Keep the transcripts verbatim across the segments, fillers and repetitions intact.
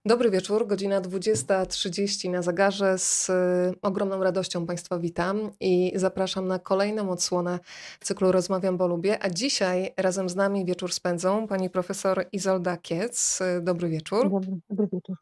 Dobry wieczór, godzina dwudziesta trzydzieści na zegarze. Z y, ogromną radością Państwa witam i zapraszam na kolejną odsłonę cyklu Rozmawiam, bo lubię. A dzisiaj razem z nami wieczór spędzą pani profesor Izolda Kiec. Y, Dobry wieczór. Dobry, dobry wieczór.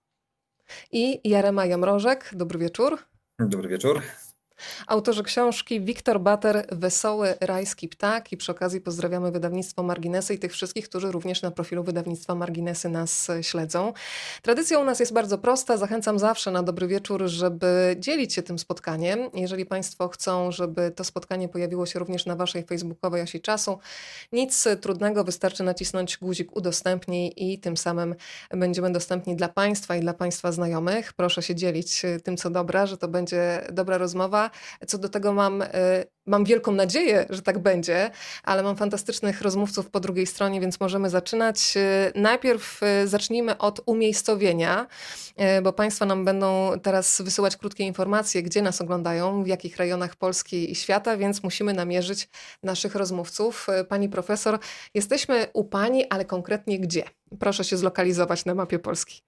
I Jarema Jamrożek. Dobry wieczór. Dobry wieczór. Autorzy książki Wiktor Bater, Wesoły rajski ptak, i przy okazji pozdrawiamy wydawnictwo Marginesy i tych wszystkich, którzy również na profilu wydawnictwa Marginesy nas śledzą. Tradycja u nas jest bardzo prosta. Zachęcam zawsze na dobry wieczór, żeby dzielić się tym spotkaniem. Jeżeli Państwo chcą, żeby to spotkanie pojawiło się również na Waszej facebookowej osi czasu, nic trudnego, wystarczy nacisnąć guzik udostępnij i tym samym będziemy dostępni dla Państwa i dla Państwa znajomych. Proszę się dzielić tym, co dobre, że to będzie dobra rozmowa. Co do tego mam, mam wielką nadzieję, że tak będzie, ale mam fantastycznych rozmówców po drugiej stronie, więc możemy zaczynać. Najpierw zacznijmy od umiejscowienia, bo Państwo nam będą teraz wysyłać krótkie informacje, gdzie nas oglądają, w jakich rejonach Polski i świata, więc musimy namierzyć naszych rozmówców. Pani profesor, jesteśmy u Pani, ale konkretnie gdzie? Proszę się zlokalizować na mapie Polski.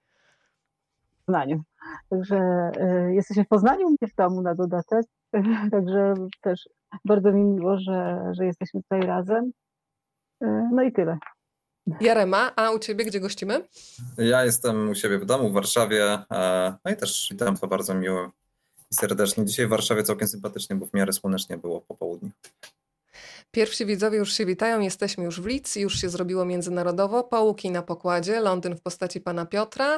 W Poznaniu. Także y, jesteśmy w Poznaniu, mnie w domu na dodatek. Także też bardzo mi miło, że, że jesteśmy tutaj razem. Y, no i tyle. Jarema, a u Ciebie gdzie gościmy? Ja jestem u siebie w domu w Warszawie. No i też witam, to bardzo miło i serdecznie. Dzisiaj w Warszawie całkiem sympatycznie, bo w miarę słonecznie było po południu. Pierwsi widzowie już się witają, jesteśmy już w Lidz, już się zrobiło międzynarodowo, Połuki na pokładzie, Londyn w postaci pana Piotra,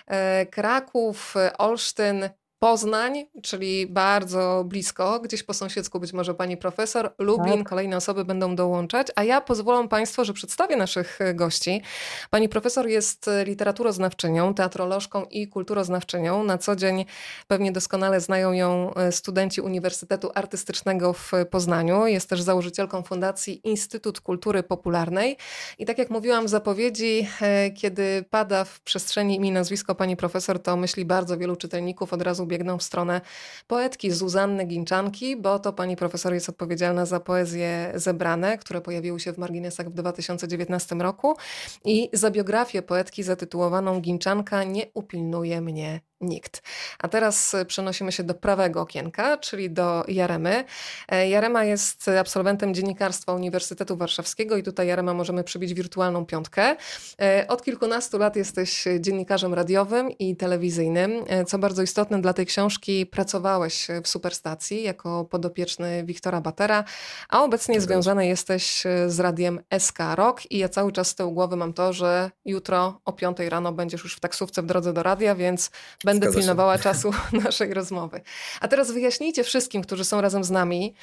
Kraków, Olsztyn, Poznań, czyli bardzo blisko, gdzieś po sąsiedzku być może pani profesor, Lublin, Tak. Kolejne osoby będą dołączać, a ja pozwolą Państwo, że przedstawię naszych gości. Pani profesor jest literaturoznawczynią, teatrolożką i kulturoznawczynią. Na co dzień pewnie doskonale znają ją studenci Uniwersytetu Artystycznego w Poznaniu. Jest też założycielką Fundacji Instytut Kultury Popularnej. I tak jak mówiłam w zapowiedzi, kiedy pada w przestrzeni imię i nazwisko pani profesor, to myśli bardzo wielu czytelników od razu biegną w stronę poetki Zuzanny Ginczanki, bo to pani profesor jest odpowiedzialna za poezje zebrane, które pojawiły się w marginesach w dwa tysiące dziewiętnastym roku, i za biografię poetki zatytułowaną Ginczanka nie upilnuje mnie nikt. A teraz przenosimy się do prawego okienka, czyli do Jaremy. Jarema jest absolwentem dziennikarstwa Uniwersytetu Warszawskiego i tutaj, Jarema, możemy przybić wirtualną piątkę. Od kilkunastu lat jesteś dziennikarzem radiowym i telewizyjnym. Co bardzo istotne, dla tej książki pracowałeś w Superstacji jako podopieczny Wiktora Batera, a obecnie związany jesteś z radiem S K Rock i ja cały czas z tyłu głowy mam to, że jutro o piątej rano będziesz już w taksówce w drodze do radia, więc będę Zgadza się. pilnowała czasu naszej rozmowy. A teraz wyjaśnijcie wszystkim, którzy są razem z nami,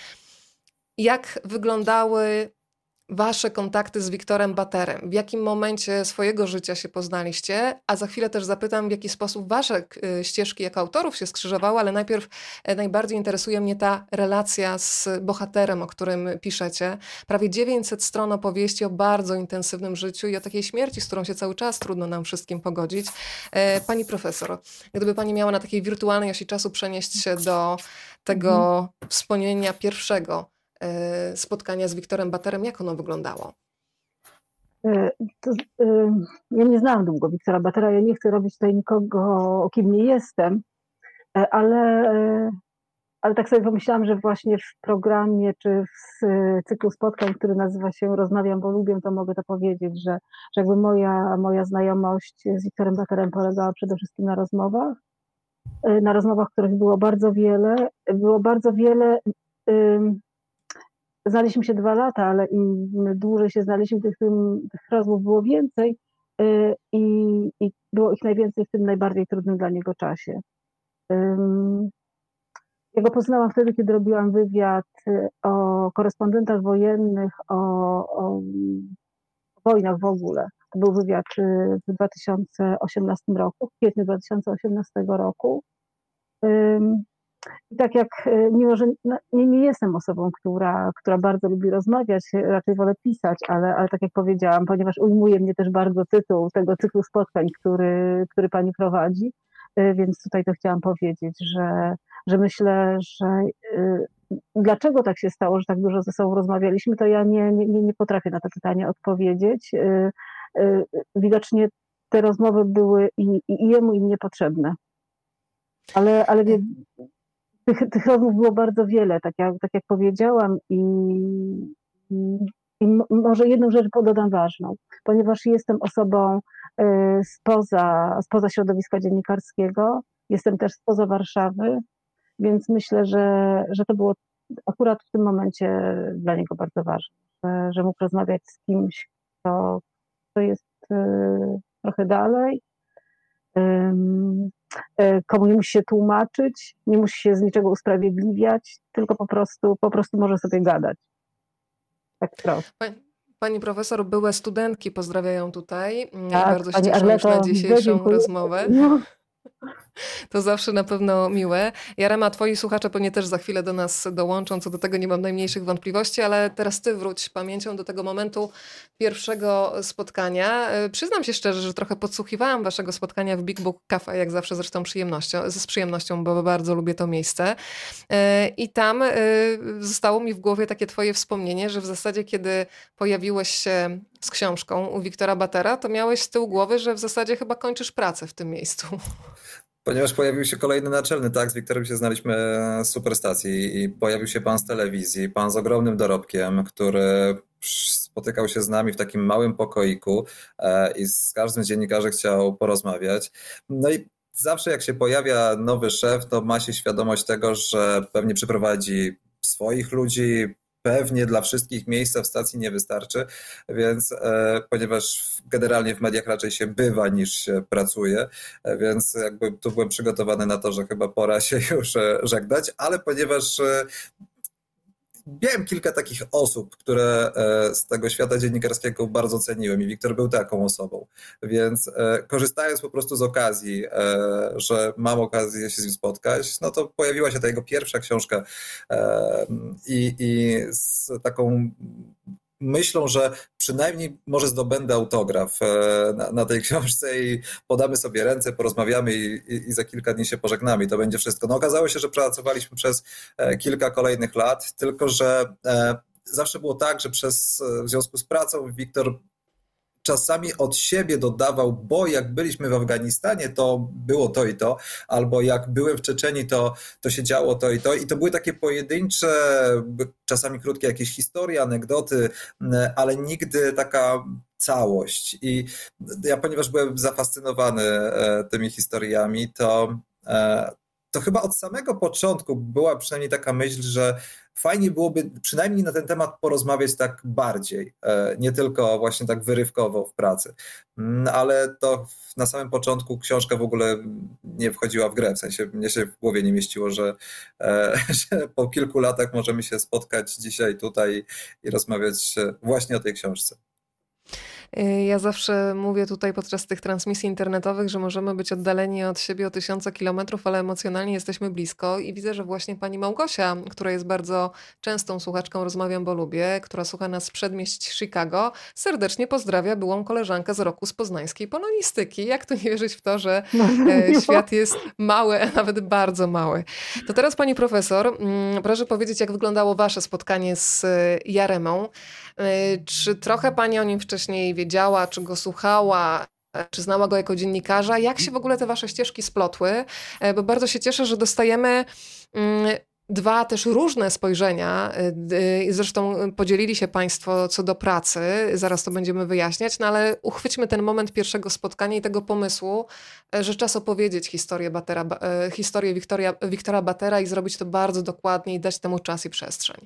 jak wyglądały Wasze kontakty z Wiktorem Baterem. W jakim momencie swojego życia się poznaliście, a za chwilę też zapytam, w jaki sposób Wasze ścieżki jako autorów się skrzyżowały, ale najpierw najbardziej interesuje mnie ta relacja z bohaterem, o którym piszecie. Prawie dziewięćset stron opowieści o bardzo intensywnym życiu i o takiej śmierci, z którą się cały czas trudno nam wszystkim pogodzić. Pani profesor, gdyby Pani miała na takiej wirtualnej osi czasu przenieść się do tego mhm. wspomnienia pierwszego spotkania z Wiktorem Baterem, jak ono wyglądało? To, ja nie znałam długo Wiktora Batera, ja nie chcę robić tutaj nikogo, o kim nie jestem, ale, ale tak sobie pomyślałam, że właśnie w programie czy w cyklu spotkań, który nazywa się Rozmawiam, bo lubię, to mogę to powiedzieć, że, że jakby moja, moja znajomość z Wiktorem Baterem polegała przede wszystkim na rozmowach, na rozmowach, których było bardzo wiele, było bardzo wiele Znaliśmy się dwa lata, ale im dłużej się znaliśmy, tych, tym, tych rozmów było więcej yy, i było ich najwięcej w tym najbardziej trudnym dla niego czasie. Yy, ja go poznałam wtedy, kiedy robiłam wywiad o korespondentach wojennych, o, o, o wojnach w ogóle. To był wywiad w dwa tysiące osiemnastym roku, w kwietniu dwa tysiące osiemnastego roku. Yy, I tak jak, mimo że nie, nie jestem osobą, która, która bardzo lubi rozmawiać, raczej wolę pisać, ale, ale tak jak powiedziałam, ponieważ ujmuje mnie też bardzo tytuł tego cyklu spotkań, który, który pani prowadzi, więc tutaj to chciałam powiedzieć, że, że myślę, że y, dlaczego tak się stało, że tak dużo ze sobą rozmawialiśmy, to ja nie, nie, nie potrafię na to pytanie odpowiedzieć. Y, y, widocznie te rozmowy były i, i jemu, i mnie potrzebne. Ale, ale wie, tych, tych rozmów było bardzo wiele, tak jak, tak jak powiedziałam, i, i, i może jedną rzecz dodam ważną, ponieważ jestem osobą y, spoza, spoza środowiska dziennikarskiego, jestem też spoza Warszawy, więc myślę, że, że to było akurat w tym momencie dla niego bardzo ważne, że, że mógł rozmawiać z kimś, kto, kto jest y, trochę dalej, komu nie musi się tłumaczyć, nie musi się z niczego usprawiedliwiać, tylko po prostu, po prostu może sobie gadać. Tak wprost. Pani profesor, były studentki pozdrawiają tutaj Tak, i bardzo się pani cieszą już na Arleto, dzisiejszą dziękuję. rozmowę. No. To zawsze na pewno miłe. Jarema, twoi słuchacze pewnie też za chwilę do nas dołączą, co do tego nie mam najmniejszych wątpliwości, ale teraz ty wróć pamięcią do tego momentu pierwszego spotkania. Przyznam się szczerze, że trochę podsłuchiwałam waszego spotkania w Big Book Cafe, jak zawsze zresztą przyjemnością, z przyjemnością, bo bardzo lubię to miejsce. I tam zostało mi w głowie takie twoje wspomnienie, że w zasadzie kiedy pojawiłeś się z książką u Wiktora Batera, to miałeś z tyłu głowy, że w zasadzie chyba kończysz pracę w tym miejscu. Ponieważ pojawił się kolejny naczelny, tak, z Wiktorem się znaliśmy z Superstacji i pojawił się pan z telewizji, pan z ogromnym dorobkiem, który spotykał się z nami w takim małym pokoiku i z każdym z dziennikarzy chciał porozmawiać. No i zawsze jak się pojawia nowy szef, to ma się świadomość tego, że pewnie przyprowadzi swoich ludzi, pewnie dla wszystkich miejsca w stacji nie wystarczy, więc e, ponieważ generalnie w mediach raczej się bywa niż się pracuje, e, więc jakby tu byłem przygotowany na to, że chyba pora się już e, żegnać, ale ponieważ e, miałem kilka takich osób, które z tego świata dziennikarskiego bardzo ceniłem i Wiktor był taką osobą, więc korzystając po prostu z okazji, że mam okazję się z nim spotkać, no to pojawiła się ta jego pierwsza książka i, i z taką myślą, że przynajmniej może zdobędę autograf na, na tej książce i podamy sobie ręce, porozmawiamy i, i, i za kilka dni się pożegnamy i to będzie wszystko. No okazało się, że pracowaliśmy przez kilka kolejnych lat, tylko że e, zawsze było tak, że przez, w związku z pracą Wiktor czasami od siebie dodawał, bo jak byliśmy w Afganistanie, to było to i to, albo jak byłem w Czeczenii, to, to się działo to i to. I to były takie pojedyncze, czasami krótkie jakieś historie, anegdoty, ale nigdy taka całość. I ja, ponieważ byłem zafascynowany tymi historiami, to to chyba od samego początku była przynajmniej taka myśl, że fajnie byłoby przynajmniej na ten temat porozmawiać tak bardziej, nie tylko właśnie tak wyrywkowo w pracy. Ale to na samym początku książka w ogóle nie wchodziła w grę, w sensie mnie się w głowie nie mieściło, że, że po kilku latach możemy się spotkać dzisiaj tutaj i rozmawiać właśnie o tej książce. Ja zawsze mówię tutaj podczas tych transmisji internetowych, że możemy być oddaleni od siebie o tysiące kilometrów, ale emocjonalnie jesteśmy blisko i widzę, że właśnie pani Małgosia, która jest bardzo częstą słuchaczką Rozmawiam, bo lubię, która słucha nas z przedmieść Chicago, serdecznie pozdrawia byłą koleżankę z roku z poznańskiej polonistyki. Jak tu nie wierzyć w to, że świat jest mały, a nawet bardzo mały. To teraz pani profesor, proszę powiedzieć, jak wyglądało wasze spotkanie z Jaremą. Czy trochę pani o nim wcześniej wiedziała, czy go słuchała, czy znała go jako dziennikarza? Jak się w ogóle te wasze ścieżki splotły? Bo bardzo się cieszę, że dostajemy dwa też różne spojrzenia. Zresztą podzielili się państwo co do pracy, zaraz to będziemy wyjaśniać, no ale uchwyćmy ten moment pierwszego spotkania i tego pomysłu, że czas opowiedzieć historię, Batera, historię Wiktoria, Wiktora Batera i zrobić to bardzo dokładnie i dać temu czas i przestrzeń.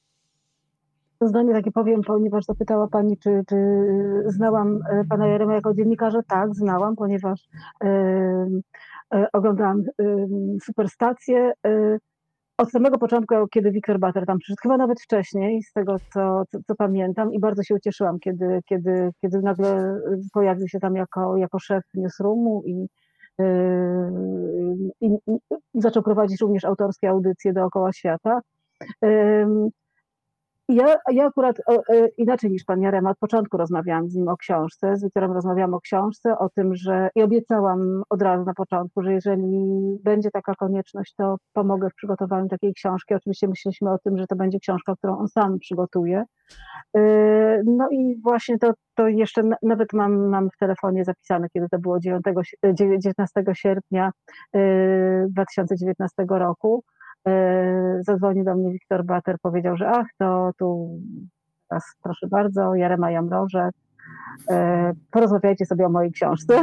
To zdanie takie powiem, ponieważ zapytała pani, czy, czy znałam pana Jarema jako dziennikarza. Tak, znałam, ponieważ y, y, oglądałam y, Superstację. Y, od samego początku, kiedy Wiktor Bater tam przyszedł, chyba nawet wcześniej, z tego co, co, co pamiętam, i bardzo się ucieszyłam, kiedy, kiedy, kiedy nagle pojawił się tam jako, jako szef newsroomu i, y, i, i zaczął prowadzić również autorskie audycje dookoła świata. Y, Ja, ja akurat o, e, inaczej niż pan Jarema, od początku rozmawiałam z nim o książce, z Wiktorem rozmawiałam o książce, o tym, że i obiecałam od razu na początku, że jeżeli będzie taka konieczność, to pomogę w przygotowaniu takiej książki. Oczywiście myśleliśmy o tym, że to będzie książka, którą on sam przygotuje. E, No i właśnie to, to jeszcze na- nawet mam, mam w telefonie zapisane, kiedy to było dziewiątego, si- e, dziewię- dziewiętnastego sierpnia e, dwa tysiące dziewiętnastego roku. E, Zadzwonił do mnie Wiktor Bater, powiedział, że ach, to tu teraz proszę bardzo, Jarema Jamrożek, e, porozmawiajcie sobie o mojej książce.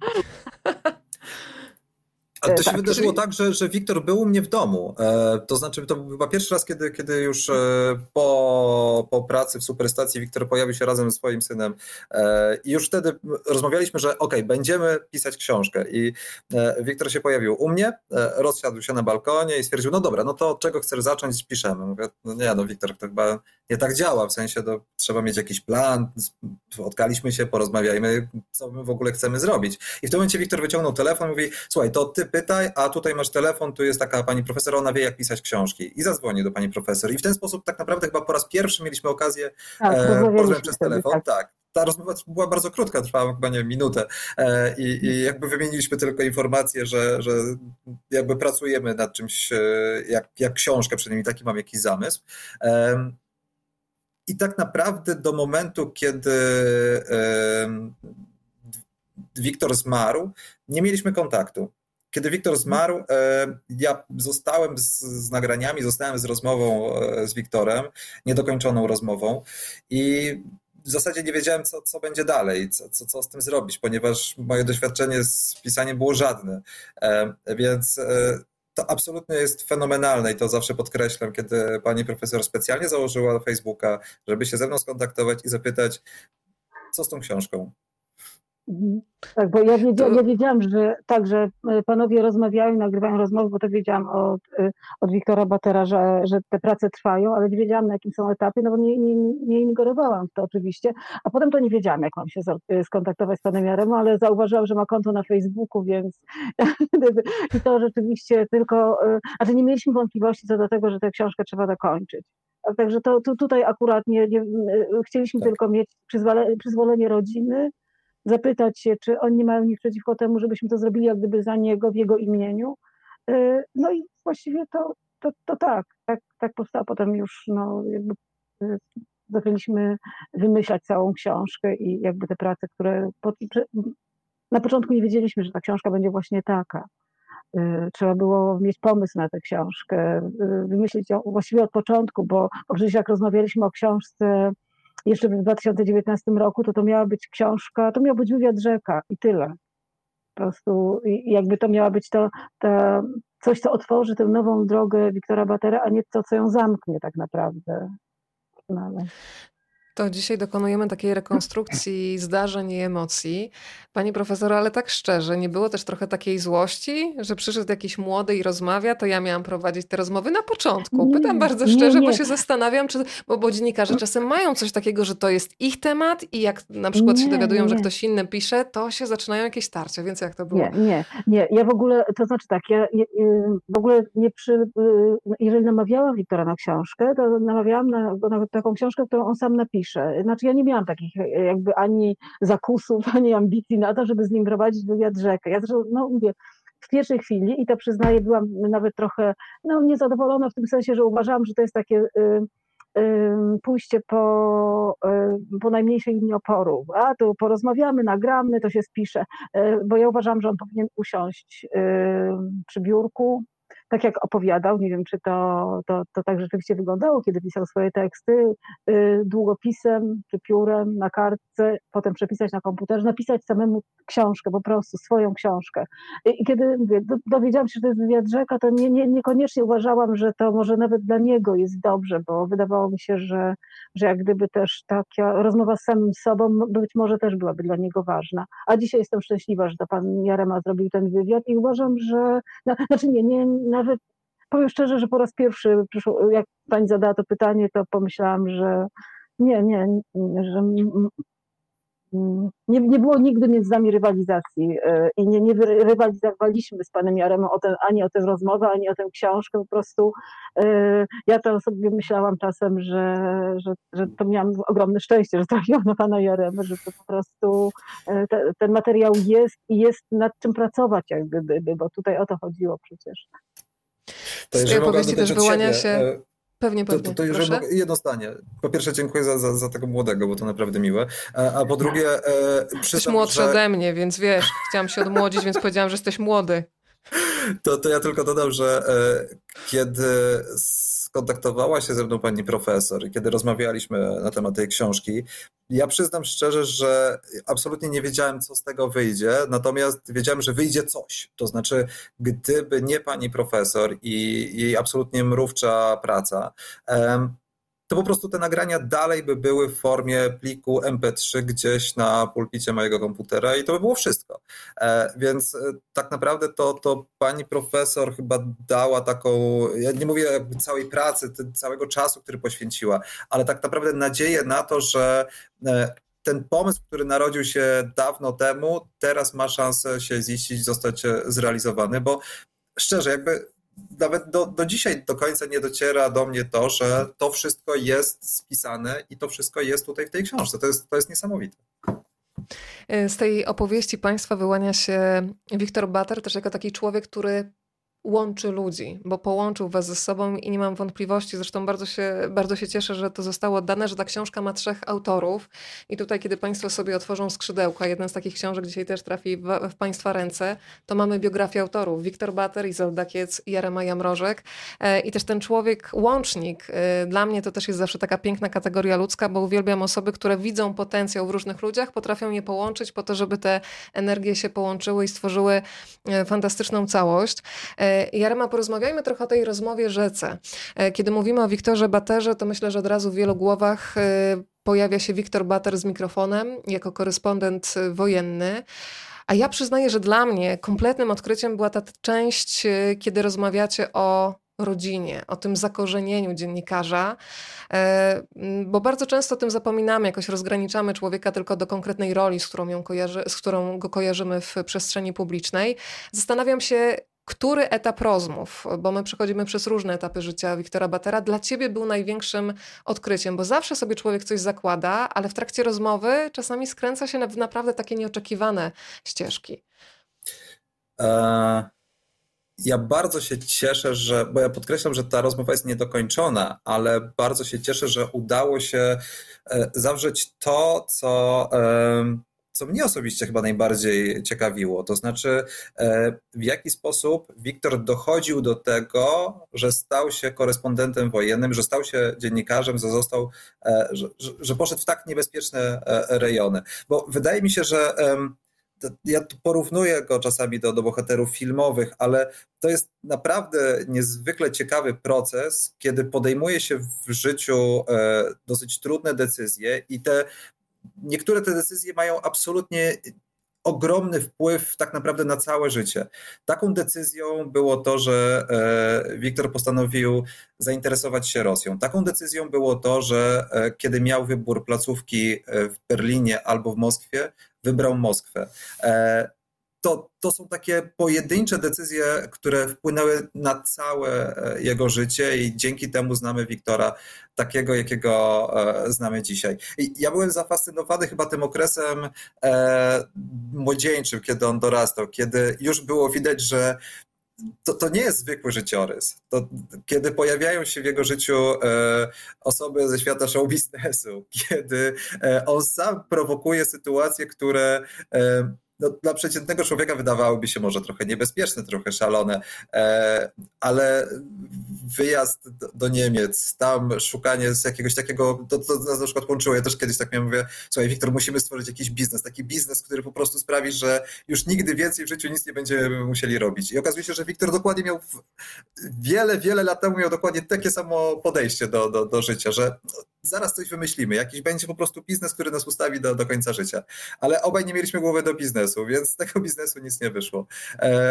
Ale to E, się tak, wydarzyło czyli- tak, że, że Wiktor był u mnie w domu. E, to znaczy, to był chyba pierwszy raz, kiedy, kiedy już e, po, po pracy w Superstacji Wiktor pojawił się razem ze swoim synem. E, I już wtedy rozmawialiśmy, że okej, będziemy pisać książkę. I e, Wiktor się pojawił u mnie, e, rozsiadł się na balkonie i stwierdził, no dobra, no to od czego chcesz zacząć? Piszemy. Mówię, no nie, no Wiktor, to chyba nie tak działa, w sensie to trzeba mieć jakiś plan, spotkaliśmy się, porozmawiajmy, co my w ogóle chcemy zrobić. I w tym momencie Wiktor wyciągnął telefon i mówi, słuchaj, to ty pytaj, a tutaj masz telefon, tu jest taka pani profesor, ona wie jak pisać książki. I zadzwoni do pani profesor. I w ten sposób tak naprawdę chyba po raz pierwszy mieliśmy okazję tak, e, rozmawialiśmy porozmawiać przez wtedy, telefon. tak. Tak. Ta rozmowa była bardzo krótka, trwała chyba nie wiem, minutę e, i, i jakby wymieniliśmy tylko informację, że, że jakby pracujemy nad czymś e, jak, jak książkę, przynajmniej taki mam jakiś zamysł. E, I tak naprawdę do momentu, kiedy e, Wiktor zmarł, nie mieliśmy kontaktu. Kiedy Wiktor zmarł, ja zostałem z, z nagraniami, zostałem z rozmową z Wiktorem, niedokończoną rozmową i w zasadzie nie wiedziałem, co, co będzie dalej, co, co, co z tym zrobić, ponieważ moje doświadczenie z pisaniem było żadne. Więc to absolutnie jest fenomenalne i to zawsze podkreślam, kiedy pani profesor specjalnie założyła Facebooka, żeby się ze mną skontaktować i zapytać, co z tą książką. Mhm. Tak, bo ja, wiedzia, To- ja wiedziałam, że tak, że e, panowie rozmawiają i nagrywają rozmowy, bo to wiedziałam od, e, od Wiktora Batera, że, że te prace trwają, ale nie wiedziałam, na jakim są etapie, no bo nie, nie, nie ingerowałam w to oczywiście, a potem to nie wiedziałam, jak mam się za- e, skontaktować z panem Jarem, ale zauważyłam, że ma konto na Facebooku, więc i to rzeczywiście tylko, e, znaczy nie mieliśmy wątpliwości co do tego, że tę książkę trzeba dokończyć. A Także to, tu tutaj akurat nie, nie, e, chcieliśmy Tak. tylko mieć przyzwolenie, przyzwolenie rodziny, zapytać się, czy oni nie mają nic przeciwko temu, żebyśmy to zrobili jak gdyby za niego, w jego imieniu. Y, No i właściwie to, to, to tak, tak, tak powstało. Potem już no, jakby y, zaczęliśmy wymyślać całą książkę i jakby te prace, które po, prze- na początku nie wiedzieliśmy, że ta książka będzie właśnie taka. Y, Trzeba było mieć pomysł na tę książkę, y, wymyślić ją właściwie od początku, bo, bo przecież jak rozmawialiśmy o książce jeszcze w dwa tysiące dziewiętnastym roku, to to miała być książka, to miał być wywiad Rzeka i tyle. Po prostu i jakby to miała być to, to coś, co otworzy tę nową drogę Wiktora Batera, a nie to, co ją zamknie tak naprawdę. No, ale... To dzisiaj dokonujemy takiej rekonstrukcji zdarzeń i emocji. Pani profesor, ale tak szczerze, nie było też trochę takiej złości, że przyszedł jakiś młody i rozmawia, to ja miałam prowadzić te rozmowy na początku. Pytam Nie, bardzo nie, szczerze, bo nie. się zastanawiam, czy, bo, bo dziennikarze czasem mają coś takiego, że to jest ich temat i jak na przykład się Nie, dowiadują, nie, że nie. ktoś inny pisze, to się zaczynają jakieś tarcia, więc jak to było? Nie, nie, nie. Ja w ogóle, to znaczy tak, ja ja, y, w ogóle nie przy, y, jeżeli namawiałam Wiktora na książkę, to namawiałam na, na taką książkę, którą on sam napisze. Znaczy ja nie miałam takich y, jakby ani zakusów, ani ambicji na to, żeby z nim prowadzić wywiad Rzekę. Ja zresztą, no mówię, w pierwszej chwili, i to przyznaję, byłam nawet trochę no, niezadowolona w tym sensie, że uważałam, że to jest takie y, y, pójście po, y, po najmniejszej linii oporu. A tu porozmawiamy, nagramy, to się spisze. Y, Bo ja uważam, że on powinien usiąść y, przy biurku, tak jak opowiadał. Nie wiem, czy to, to, to tak rzeczywiście wyglądało, kiedy pisał swoje teksty, y, długopisem czy piórem na kartce, potem przepisać na komputerze, napisać samemu książkę, po prostu swoją książkę. I kiedy mówię, do, dowiedziałam się, że to jest wywiad Rzeka, to nie, nie, niekoniecznie uważałam, że to może nawet dla niego jest dobrze, bo wydawało mi się, że, że jak gdyby też taka rozmowa z samym sobą być może też byłaby dla niego ważna. A dzisiaj jestem szczęśliwa, że to pan Jarema zrobił ten wywiad i uważam, że, no, znaczy nie, nie, nawet powiem szczerze, że po raz pierwszy, przyszło, jak pani zadała to pytanie, to pomyślałam, że nie, nie, że nie, nie było nigdy między nami rywalizacji i nie, nie rywalizowaliśmy z panem Jaremą o ten, ani o tę rozmowę, ani o tę książkę. Po prostu ja to sobie myślałam czasem, że, że, że to miałam ogromne szczęście, że trafiłam na pana Jaremę, że to po prostu te, ten materiał jest i jest nad czym pracować, jak gdyby, bo tutaj o to chodziło przecież. To z tej opowieści też wyłania się... Pewnie, pewnie. To, to, to jeżeli mogę, jedno zdanie. Po pierwsze dziękuję za, za, za tego młodego, bo to naprawdę miłe. A, a po drugie... E, jesteś młodszy że... ode mnie, więc wiesz, chciałam się odmłodzić, więc powiedziałam, że jesteś młody. To, to ja tylko dodam, że e, kiedy skontaktowała się ze mną pani profesor i kiedy rozmawialiśmy na temat tej książki, ja przyznam szczerze, że absolutnie nie wiedziałem, co z tego wyjdzie, natomiast wiedziałem, że wyjdzie coś. To znaczy, gdyby nie pani profesor i jej absolutnie mrówcza praca, em, to po prostu te nagrania dalej by były w formie pliku em pe trzy gdzieś na pulpicie mojego komputera i to by było wszystko. E, więc e, tak naprawdę to, to pani profesor chyba dała taką, ja nie mówię jakby całej pracy, całego czasu, który poświęciła, ale tak naprawdę nadzieję na to, że e, ten pomysł, który narodził się dawno temu, teraz ma szansę się ziścić, zostać zrealizowany, bo szczerze jakby nawet do, do dzisiaj do końca nie dociera do mnie to, że to wszystko jest spisane i to wszystko jest tutaj w tej książce. To jest, to jest niesamowite. Z tej opowieści państwa wyłania się Wiktor Bater też jako taki człowiek, który łączy ludzi, bo połączył was ze sobą i nie mam wątpliwości, zresztą bardzo się, bardzo się cieszę, że to zostało oddane, że ta książka ma trzech autorów i tutaj, kiedy państwo sobie otworzą skrzydełka, jedna z takich książek dzisiaj też trafi w, w państwa ręce, to mamy biografię autorów. Wiktor Bater, Izolda Kiec i Jarema Jamrożek i też ten człowiek, łącznik, dla mnie to też jest zawsze taka piękna kategoria ludzka, bo uwielbiam osoby, które widzą potencjał w różnych ludziach, potrafią je połączyć po to, żeby te energie się połączyły i stworzyły fantastyczną całość. Jarema, porozmawiajmy trochę o tej rozmowie rzece. Kiedy mówimy o Wiktorze Baterze, to myślę, że od razu w wielu głowach pojawia się Wiktor Bater z mikrofonem jako korespondent wojenny. A ja przyznaję, że dla mnie kompletnym odkryciem była ta część, kiedy rozmawiacie o rodzinie, o tym zakorzenieniu dziennikarza, bo bardzo często o tym zapominamy, jakoś rozgraniczamy człowieka tylko do konkretnej roli, z którą, ją kojarzy, z którą go kojarzymy w przestrzeni publicznej. Zastanawiam się, który etap rozmów, bo my przechodzimy przez różne etapy życia Wiktora Batera, dla ciebie był największym odkryciem, bo zawsze sobie człowiek coś zakłada, ale w trakcie rozmowy czasami skręca się w naprawdę takie nieoczekiwane ścieżki. E, ja bardzo się cieszę, że, bo ja podkreślam, że ta rozmowa jest niedokończona, ale bardzo się cieszę, że udało się zawrzeć to, co... E, co mnie osobiście chyba najbardziej ciekawiło, to znaczy w jaki sposób Wiktor dochodził do tego, że stał się korespondentem wojennym, że stał się dziennikarzem, że został, że, że poszedł w tak niebezpieczne rejony. Bo wydaje mi się, że ja porównuję go czasami do, do bohaterów filmowych, ale to jest naprawdę niezwykle ciekawy proces, kiedy podejmuje się w życiu dosyć trudne decyzje i te niektóre te decyzje mają absolutnie ogromny wpływ tak naprawdę na całe życie. Taką decyzją było to, że Wiktor postanowił zainteresować się Rosją. Taką decyzją było to, że kiedy miał wybór placówki w Berlinie albo w Moskwie, wybrał Moskwę. To, to są takie pojedyncze decyzje, które wpłynęły na całe jego życie i dzięki temu znamy Wiktora takiego, jakiego znamy dzisiaj. I ja byłem zafascynowany chyba tym okresem e, młodzieńczym, kiedy on dorastał, kiedy już było widać, że To, to nie jest zwykły życiorys. To, kiedy pojawiają się w jego życiu e, osoby ze świata show biznesu, kiedy e, on sam prowokuje sytuacje, które e, no, dla przeciętnego człowieka wydawałyby się może trochę niebezpieczne, trochę szalone, e, ale wyjazd do, do Niemiec, tam szukanie z jakiegoś takiego, to, to nas na przykład łączyło, ja też kiedyś tak miałem, mówię, słuchaj Wiktor, musimy stworzyć jakiś biznes, taki biznes, który po prostu sprawi, że już nigdy więcej w życiu nic nie będziemy musieli robić. I okazuje się, że Wiktor dokładnie miał wiele, wiele lat temu miał dokładnie takie samo podejście do, do, do życia, że zaraz coś wymyślimy, jakiś będzie po prostu biznes, który nas ustawi do, do końca życia. Ale obaj nie mieliśmy głowy do biznesu, więc z tego biznesu nic nie wyszło.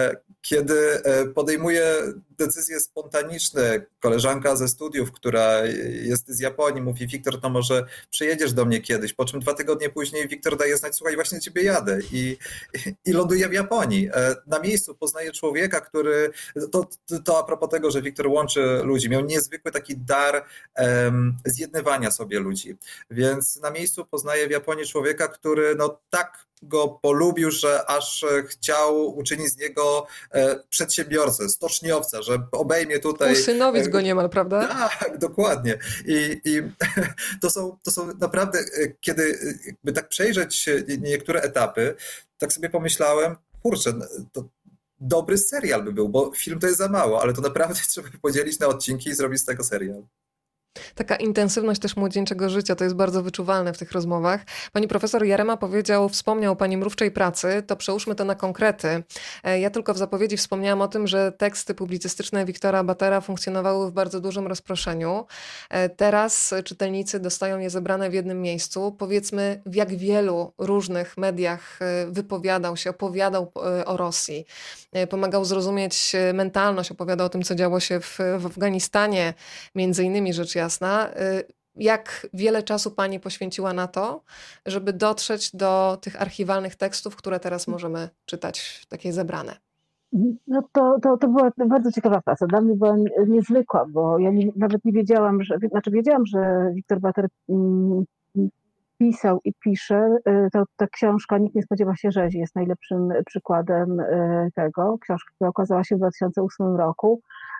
kiedy podejmuje decyzje spontaniczne. Koleżanka ze studiów, która jest z Japonii, mówi: Wiktor, to może przyjedziesz do mnie kiedyś, po czym dwa tygodnie później Wiktor daje znać: słuchaj, właśnie do ciebie jadę i, i ląduje w Japonii. Na miejscu poznaje człowieka, który, to, to a propos tego, że Wiktor łączy ludzi, miał niezwykły taki dar um, zjednywania sobie ludzi, więc na miejscu poznaje w Japonii człowieka, który no tak go polubił, że aż chciał uczynić z niego przedsiębiorcę, stoczniowca, że obejmie tutaj... Usynowić go niemal, prawda? Tak, dokładnie. I, i to, są, to są naprawdę, kiedy by tak przejrzeć niektóre etapy, tak sobie pomyślałem, kurczę, to dobry serial by był, bo film to jest za mało, ale to naprawdę trzeba podzielić na odcinki i zrobić z tego serial. Taka intensywność też młodzieńczego życia, to jest bardzo wyczuwalne w tych rozmowach. Pani profesor Jarema powiedział, wspomniał o pani mrówczej pracy, to przełóżmy to na konkrety. Ja tylko w zapowiedzi wspomniałam o tym, że teksty publicystyczne Wiktora Batera funkcjonowały w bardzo dużym rozproszeniu. Teraz czytelnicy dostają je zebrane w jednym miejscu. Powiedzmy, w jak wielu różnych mediach wypowiadał się, opowiadał o Rosji. Pomagał zrozumieć mentalność, opowiadał o tym, co działo się w, w Afganistanie, między innymi rzecz jasna. Jak wiele czasu pani poświęciła na to, żeby dotrzeć do tych archiwalnych tekstów, które teraz możemy czytać, takie zebrane? No to, to, to była bardzo ciekawa praca. Dla mnie była niezwykła, bo ja nie, nawet nie wiedziałam, że, znaczy wiedziałam, że Wiktor Bater mm, pisał i pisze. To, ta książka, nikt nie spodziewa się rzezi, jest najlepszym przykładem tego. Książka, która okazała się w dwa tysiące ósmym roku.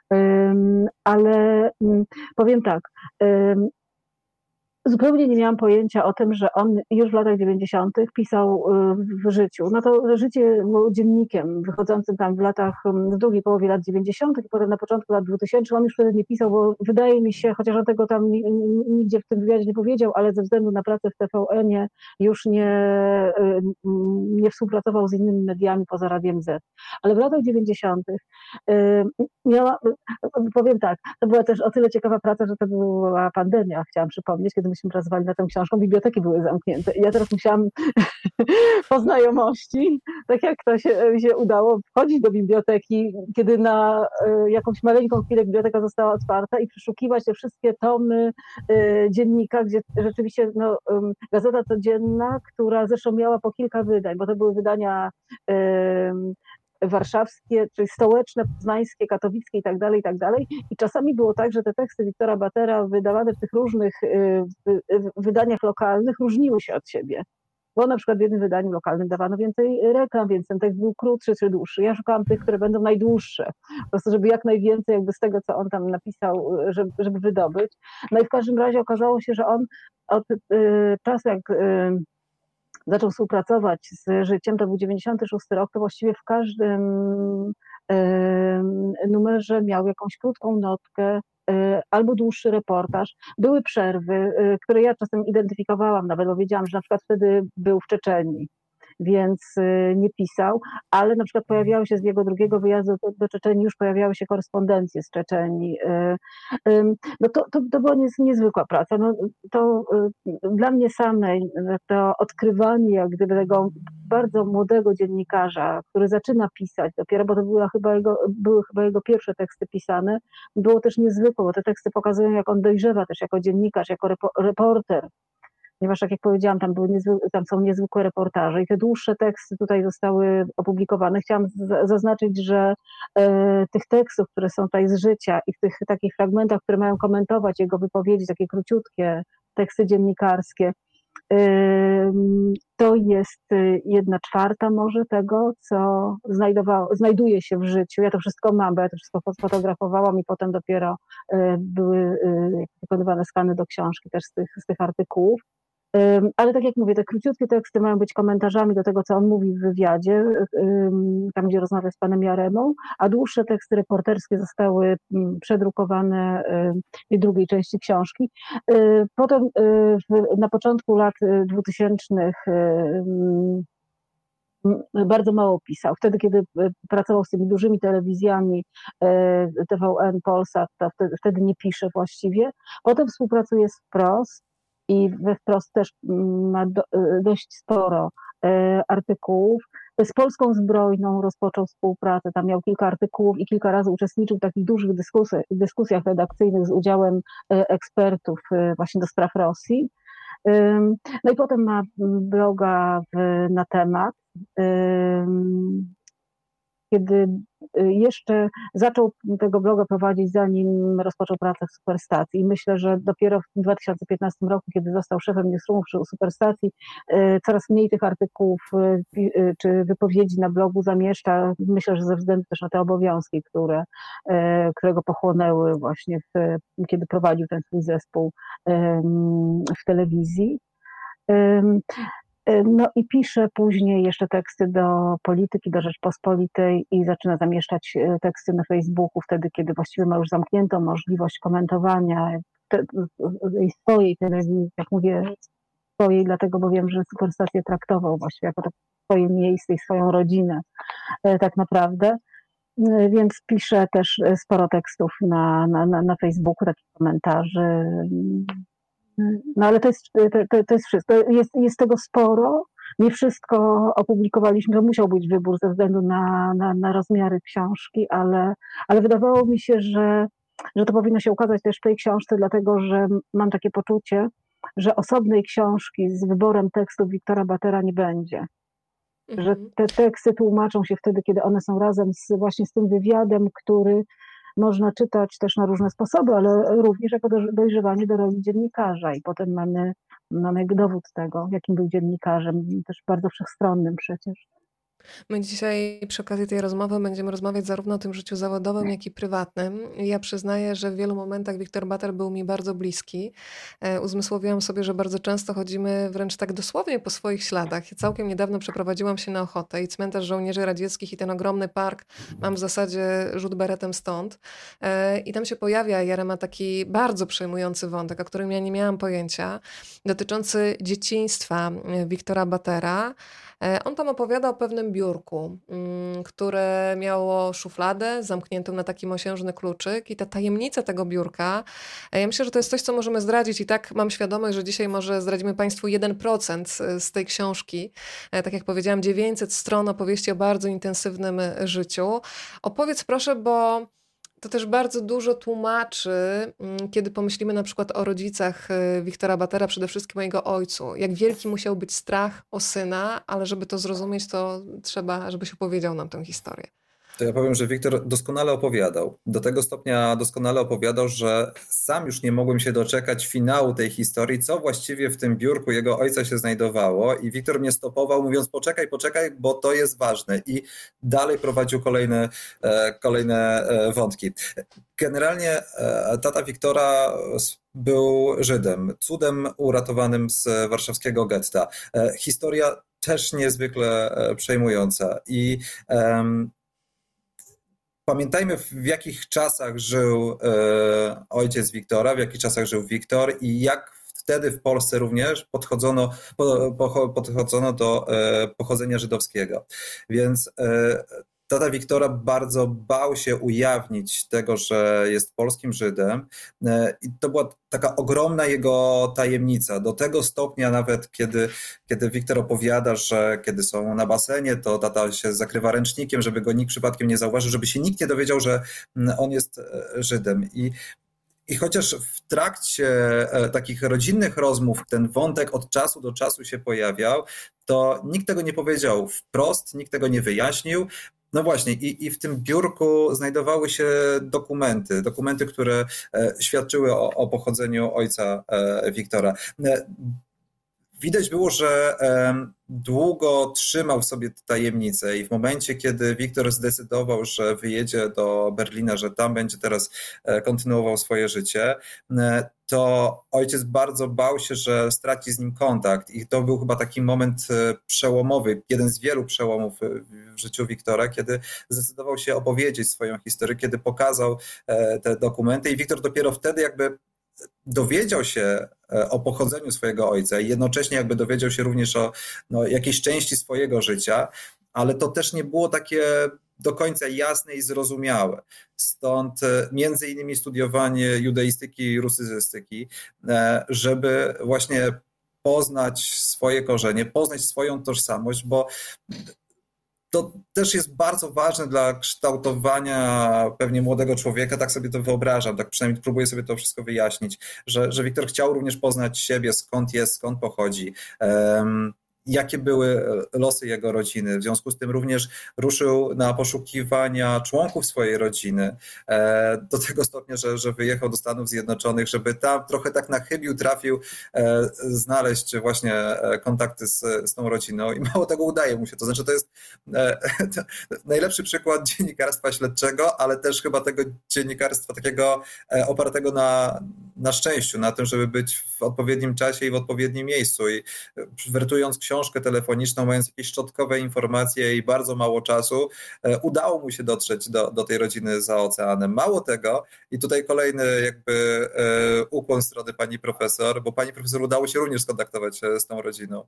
Ale powiem tak, zupełnie nie miałam pojęcia o tym, że on już w latach dziewięćdziesiątych pisał w życiu. No to życie było dziennikiem wychodzącym tam w latach, w drugiej połowie lat dziewięćdziesiątych i potem na początku lat dwutysięcznych. On już wtedy nie pisał, bo wydaje mi się, chociaż on tego tam nigdzie w tym wywiadzie nie powiedział, ale ze względu na pracę w T V N-ie już nie, nie współpracował z innymi mediami poza Radiem Z. Ale w latach dziewięćdziesiątych miała, powiem tak, to była też o tyle ciekawa praca, że to była pandemia, chciałam przypomnieć, kiedy myśmy pracowali nad tą książką, biblioteki były zamknięte i ja teraz musiałam po znajomości, tak jak to się, mi się udało, wchodzić do biblioteki, kiedy na y, jakąś maleńką chwilę biblioteka została otwarta i przeszukiwać te wszystkie tomy y, dziennika, gdzie rzeczywiście no, y, Gazeta Codzienna, która zresztą miała po kilka wydań, bo to były wydania y, warszawskie, czyli stołeczne, poznańskie, katowickie i tak dalej, i tak dalej. I czasami było tak, że te teksty Wiktora Batera wydawane w tych różnych y, y, wydaniach lokalnych różniły się od siebie. Bo na przykład w jednym wydaniu lokalnym dawano więcej reklam, więc ten tekst był krótszy czy dłuższy. Ja szukałam tych, które będą najdłuższe, po prostu żeby jak najwięcej jakby z tego, co on tam napisał, żeby, żeby wydobyć. No i w każdym razie okazało się, że on od y, czasu, jak y, zaczął współpracować z życiem, to był dziewięćdziesiąty szósty rok, to właściwie w każdym y, numerze miał jakąś krótką notkę, albo dłuższy reportaż. Były przerwy, które ja czasem identyfikowałam, nawet bo wiedziałam, że na przykład wtedy był w Czeczenii, więc nie pisał, ale na przykład pojawiały się z jego drugiego wyjazdu do, do Czeczenii, już pojawiały się korespondencje z Czeczenii. No to, to, to była niezwykła praca. No to dla mnie samej to odkrywanie jak gdyby tego bardzo młodego dziennikarza, który zaczyna pisać dopiero, bo to była chyba jego, były chyba jego pierwsze teksty pisane, było też niezwykłe, bo te teksty pokazują, jak on dojrzewa też jako dziennikarz, jako repo, reporter. Ponieważ, tak jak powiedziałam, tam, były niezwy, tam są niezwykłe reportaże i te dłuższe teksty tutaj zostały opublikowane. Chciałam z, zaznaczyć, że e, tych tekstów, które są tutaj z życia i w tych takich fragmentach, które mają komentować jego wypowiedzi, takie króciutkie teksty dziennikarskie, e, to jest jedna czwarta może tego, co znajdowało, znajduje się w życiu. Ja to wszystko mam, bo ja to wszystko sfotografowałam i potem dopiero e, były e, wykonywane skany do książki też z tych, z tych artykułów. Ale tak jak mówię, te króciutkie teksty mają być komentarzami do tego, co on mówi w wywiadzie, tam gdzie rozmawia z panem Jaremą, a dłuższe teksty reporterskie zostały przedrukowane w drugiej części książki. Potem na początku lat dwutysięcznych bardzo mało pisał. Wtedy, kiedy pracował z tymi dużymi telewizjami T V N, Polsat, to wtedy, wtedy nie pisze właściwie. Potem współpracuje z Wprost i we Wprost też ma do, dość sporo artykułów. Z Polską Zbrojną rozpoczął współpracę, tam miał kilka artykułów i kilka razy uczestniczył w takich dużych dyskusjach, dyskusjach redakcyjnych z udziałem ekspertów właśnie do spraw Rosji. No i potem ma bloga na temat. Kiedy jeszcze zaczął tego bloga prowadzić, zanim rozpoczął pracę w Superstacji. I myślę, że dopiero w dwa tysiące piętnastym roku, kiedy został szefem newsroomu przy Superstacji, coraz mniej tych artykułów czy wypowiedzi na blogu zamieszcza. Myślę, że ze względu też na te obowiązki, które, które go pochłonęły właśnie, w, kiedy prowadził ten swój zespół w telewizji. No i pisze później jeszcze teksty do Polityki, do Rzeczpospolitej i zaczyna zamieszczać teksty na Facebooku wtedy, kiedy właściwie ma już zamkniętą możliwość komentowania tej swojej telewizji, jak mówię, swojej, dlatego, bo wiem, że Superstację traktował właściwie jako swoje miejsce i swoją rodzinę tak naprawdę. Więc pisze też sporo tekstów na, na, na Facebooku, takich komentarzy. No ale to jest, to, to jest wszystko. Jest, jest tego sporo. Nie wszystko opublikowaliśmy, to musiał być wybór ze względu na, na, na rozmiary książki, ale, ale wydawało mi się, że, że to powinno się ukazać też w tej książce, dlatego że mam takie poczucie, że osobnej książki z wyborem tekstów Wiktora Battera nie będzie. Mhm. Że te teksty tłumaczą się wtedy, kiedy one są razem z, właśnie z tym wywiadem, który można czytać też na różne sposoby, ale również jako dojrzewanie do roli dziennikarza. I potem mamy, mamy dowód tego, jakim był dziennikarzem, też bardzo wszechstronnym przecież. My dzisiaj przy okazji tej rozmowy będziemy rozmawiać zarówno o tym życiu zawodowym, jak i prywatnym. Ja przyznaję, że w wielu momentach Wiktor Batter był mi bardzo bliski. Uzmysłowiłam sobie, że bardzo często chodzimy wręcz tak dosłownie po swoich śladach. Całkiem niedawno przeprowadziłam się na Ochotę i cmentarz żołnierzy radzieckich i ten ogromny park mam w zasadzie rzut beretem stąd. I tam się pojawia, Jarema, taki bardzo przejmujący wątek, o którym ja nie miałam pojęcia, dotyczący dzieciństwa Wiktora Battera. On tam opowiada o pewnym biurku, które miało szufladę zamkniętą na taki mosiężny kluczyk i ta tajemnica tego biurka, ja myślę, że to jest coś, co możemy zdradzić i tak mam świadomość, że dzisiaj może zdradzimy Państwu jeden procent z tej książki. Tak jak powiedziałam, dziewięćset stron opowieści o bardzo intensywnym życiu. Opowiedz proszę, bo to też bardzo dużo tłumaczy, kiedy pomyślimy na przykład o rodzicach Wiktora Battera, przede wszystkim o jego ojcu. Jak wielki musiał być strach o syna, ale żeby to zrozumieć, to trzeba, żebyś opowiedział nam tę historię. To ja powiem, że Wiktor doskonale opowiadał. Do tego stopnia doskonale opowiadał, że sam już nie mogłem się doczekać finału tej historii, co właściwie w tym biurku jego ojca się znajdowało i Wiktor mnie stopował, mówiąc poczekaj, poczekaj, bo to jest ważne i dalej prowadził kolejne, kolejne wątki. Generalnie tata Wiktora był Żydem, cudem uratowanym z warszawskiego getta. Historia też niezwykle przejmująca i um, pamiętajmy, w jakich czasach żył e, ojciec Wiktora, w jakich czasach żył Wiktor i jak wtedy w Polsce również podchodzono, po, po, podchodzono do e, pochodzenia żydowskiego. Więc e, tata Wiktora bardzo bał się ujawnić tego, że jest polskim Żydem i to była taka ogromna jego tajemnica. Do tego stopnia nawet, kiedy, kiedy Wiktor opowiada, że kiedy są na basenie, to tata się zakrywa ręcznikiem, żeby go nikt przypadkiem nie zauważył, żeby się nikt nie dowiedział, że on jest Żydem. I I chociaż w trakcie takich rodzinnych rozmów ten wątek od czasu do czasu się pojawiał, to nikt tego nie powiedział wprost, nikt tego nie wyjaśnił. No właśnie, i, i w tym biurku znajdowały się dokumenty, dokumenty, które świadczyły o, o pochodzeniu ojca Wiktora. Widać było, że długo trzymał w sobie tajemnicę i w momencie, kiedy Wiktor zdecydował, że wyjedzie do Berlina, że tam będzie teraz kontynuował swoje życie, to ojciec bardzo bał się, że straci z nim kontakt i to był chyba taki moment przełomowy, jeden z wielu przełomów w życiu Wiktora, kiedy zdecydował się opowiedzieć swoją historię, kiedy pokazał te dokumenty i Wiktor dopiero wtedy jakby dowiedział się o pochodzeniu swojego ojca i jednocześnie jakby dowiedział się również o no, jakiejś części swojego życia, ale to też nie było takie do końca jasne i zrozumiałe. Stąd między innymi studiowanie judeistyki i rusystyki, żeby właśnie poznać swoje korzenie, poznać swoją tożsamość, bo to też jest bardzo ważne dla kształtowania pewnie młodego człowieka, tak sobie to wyobrażam, tak przynajmniej próbuję sobie to wszystko wyjaśnić, że, że Wiktor chciał również poznać siebie, skąd jest, skąd pochodzi, um, jakie były losy jego rodziny. W związku z tym również ruszył na poszukiwania członków swojej rodziny do tego stopnia, że, że wyjechał do Stanów Zjednoczonych, żeby tam trochę tak na chybił trafił znaleźć właśnie kontakty z, z tą rodziną i mało tego udaje mu się. To znaczy to jest to najlepszy przykład dziennikarstwa śledczego, ale też chyba tego dziennikarstwa takiego opartego na, na szczęściu, na tym, żeby być w odpowiednim czasie i w odpowiednim miejscu i wertując książkę książkę telefoniczną, mając jakieś szczątkowe informacje i bardzo mało czasu, udało mu się dotrzeć do, do tej rodziny za oceanem. Mało tego, i tutaj kolejny jakby ukłon strony pani profesor, bo pani profesor udało się również skontaktować z tą rodziną.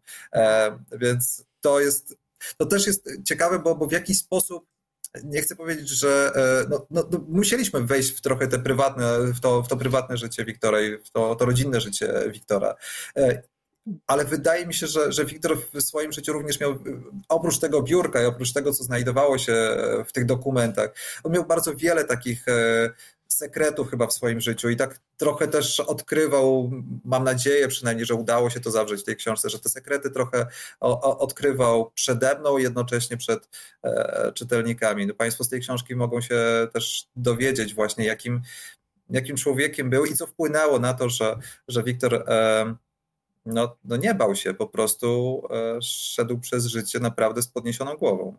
Więc to jest, to też jest ciekawe, bo, bo w jakiś sposób nie chcę powiedzieć, że no, no, no, musieliśmy wejść w trochę te prywatne, w to, w to prywatne życie Wiktora i w to, to rodzinne życie Wiktora. Ale wydaje mi się, że, że Wiktor w swoim życiu również miał, oprócz tego biurka i oprócz tego, co znajdowało się w tych dokumentach, on miał bardzo wiele takich sekretów chyba w swoim życiu i tak trochę też odkrywał, mam nadzieję przynajmniej, że udało się to zawrzeć w tej książce, że te sekrety trochę o, o, odkrywał przede mną i jednocześnie przed e, czytelnikami. No, państwo z tej książki mogą się też dowiedzieć właśnie, jakim, jakim człowiekiem był i co wpłynęło na to, że, że Wiktor e, No, no nie bał się, po prostu e, szedł przez życie naprawdę z podniesioną głową.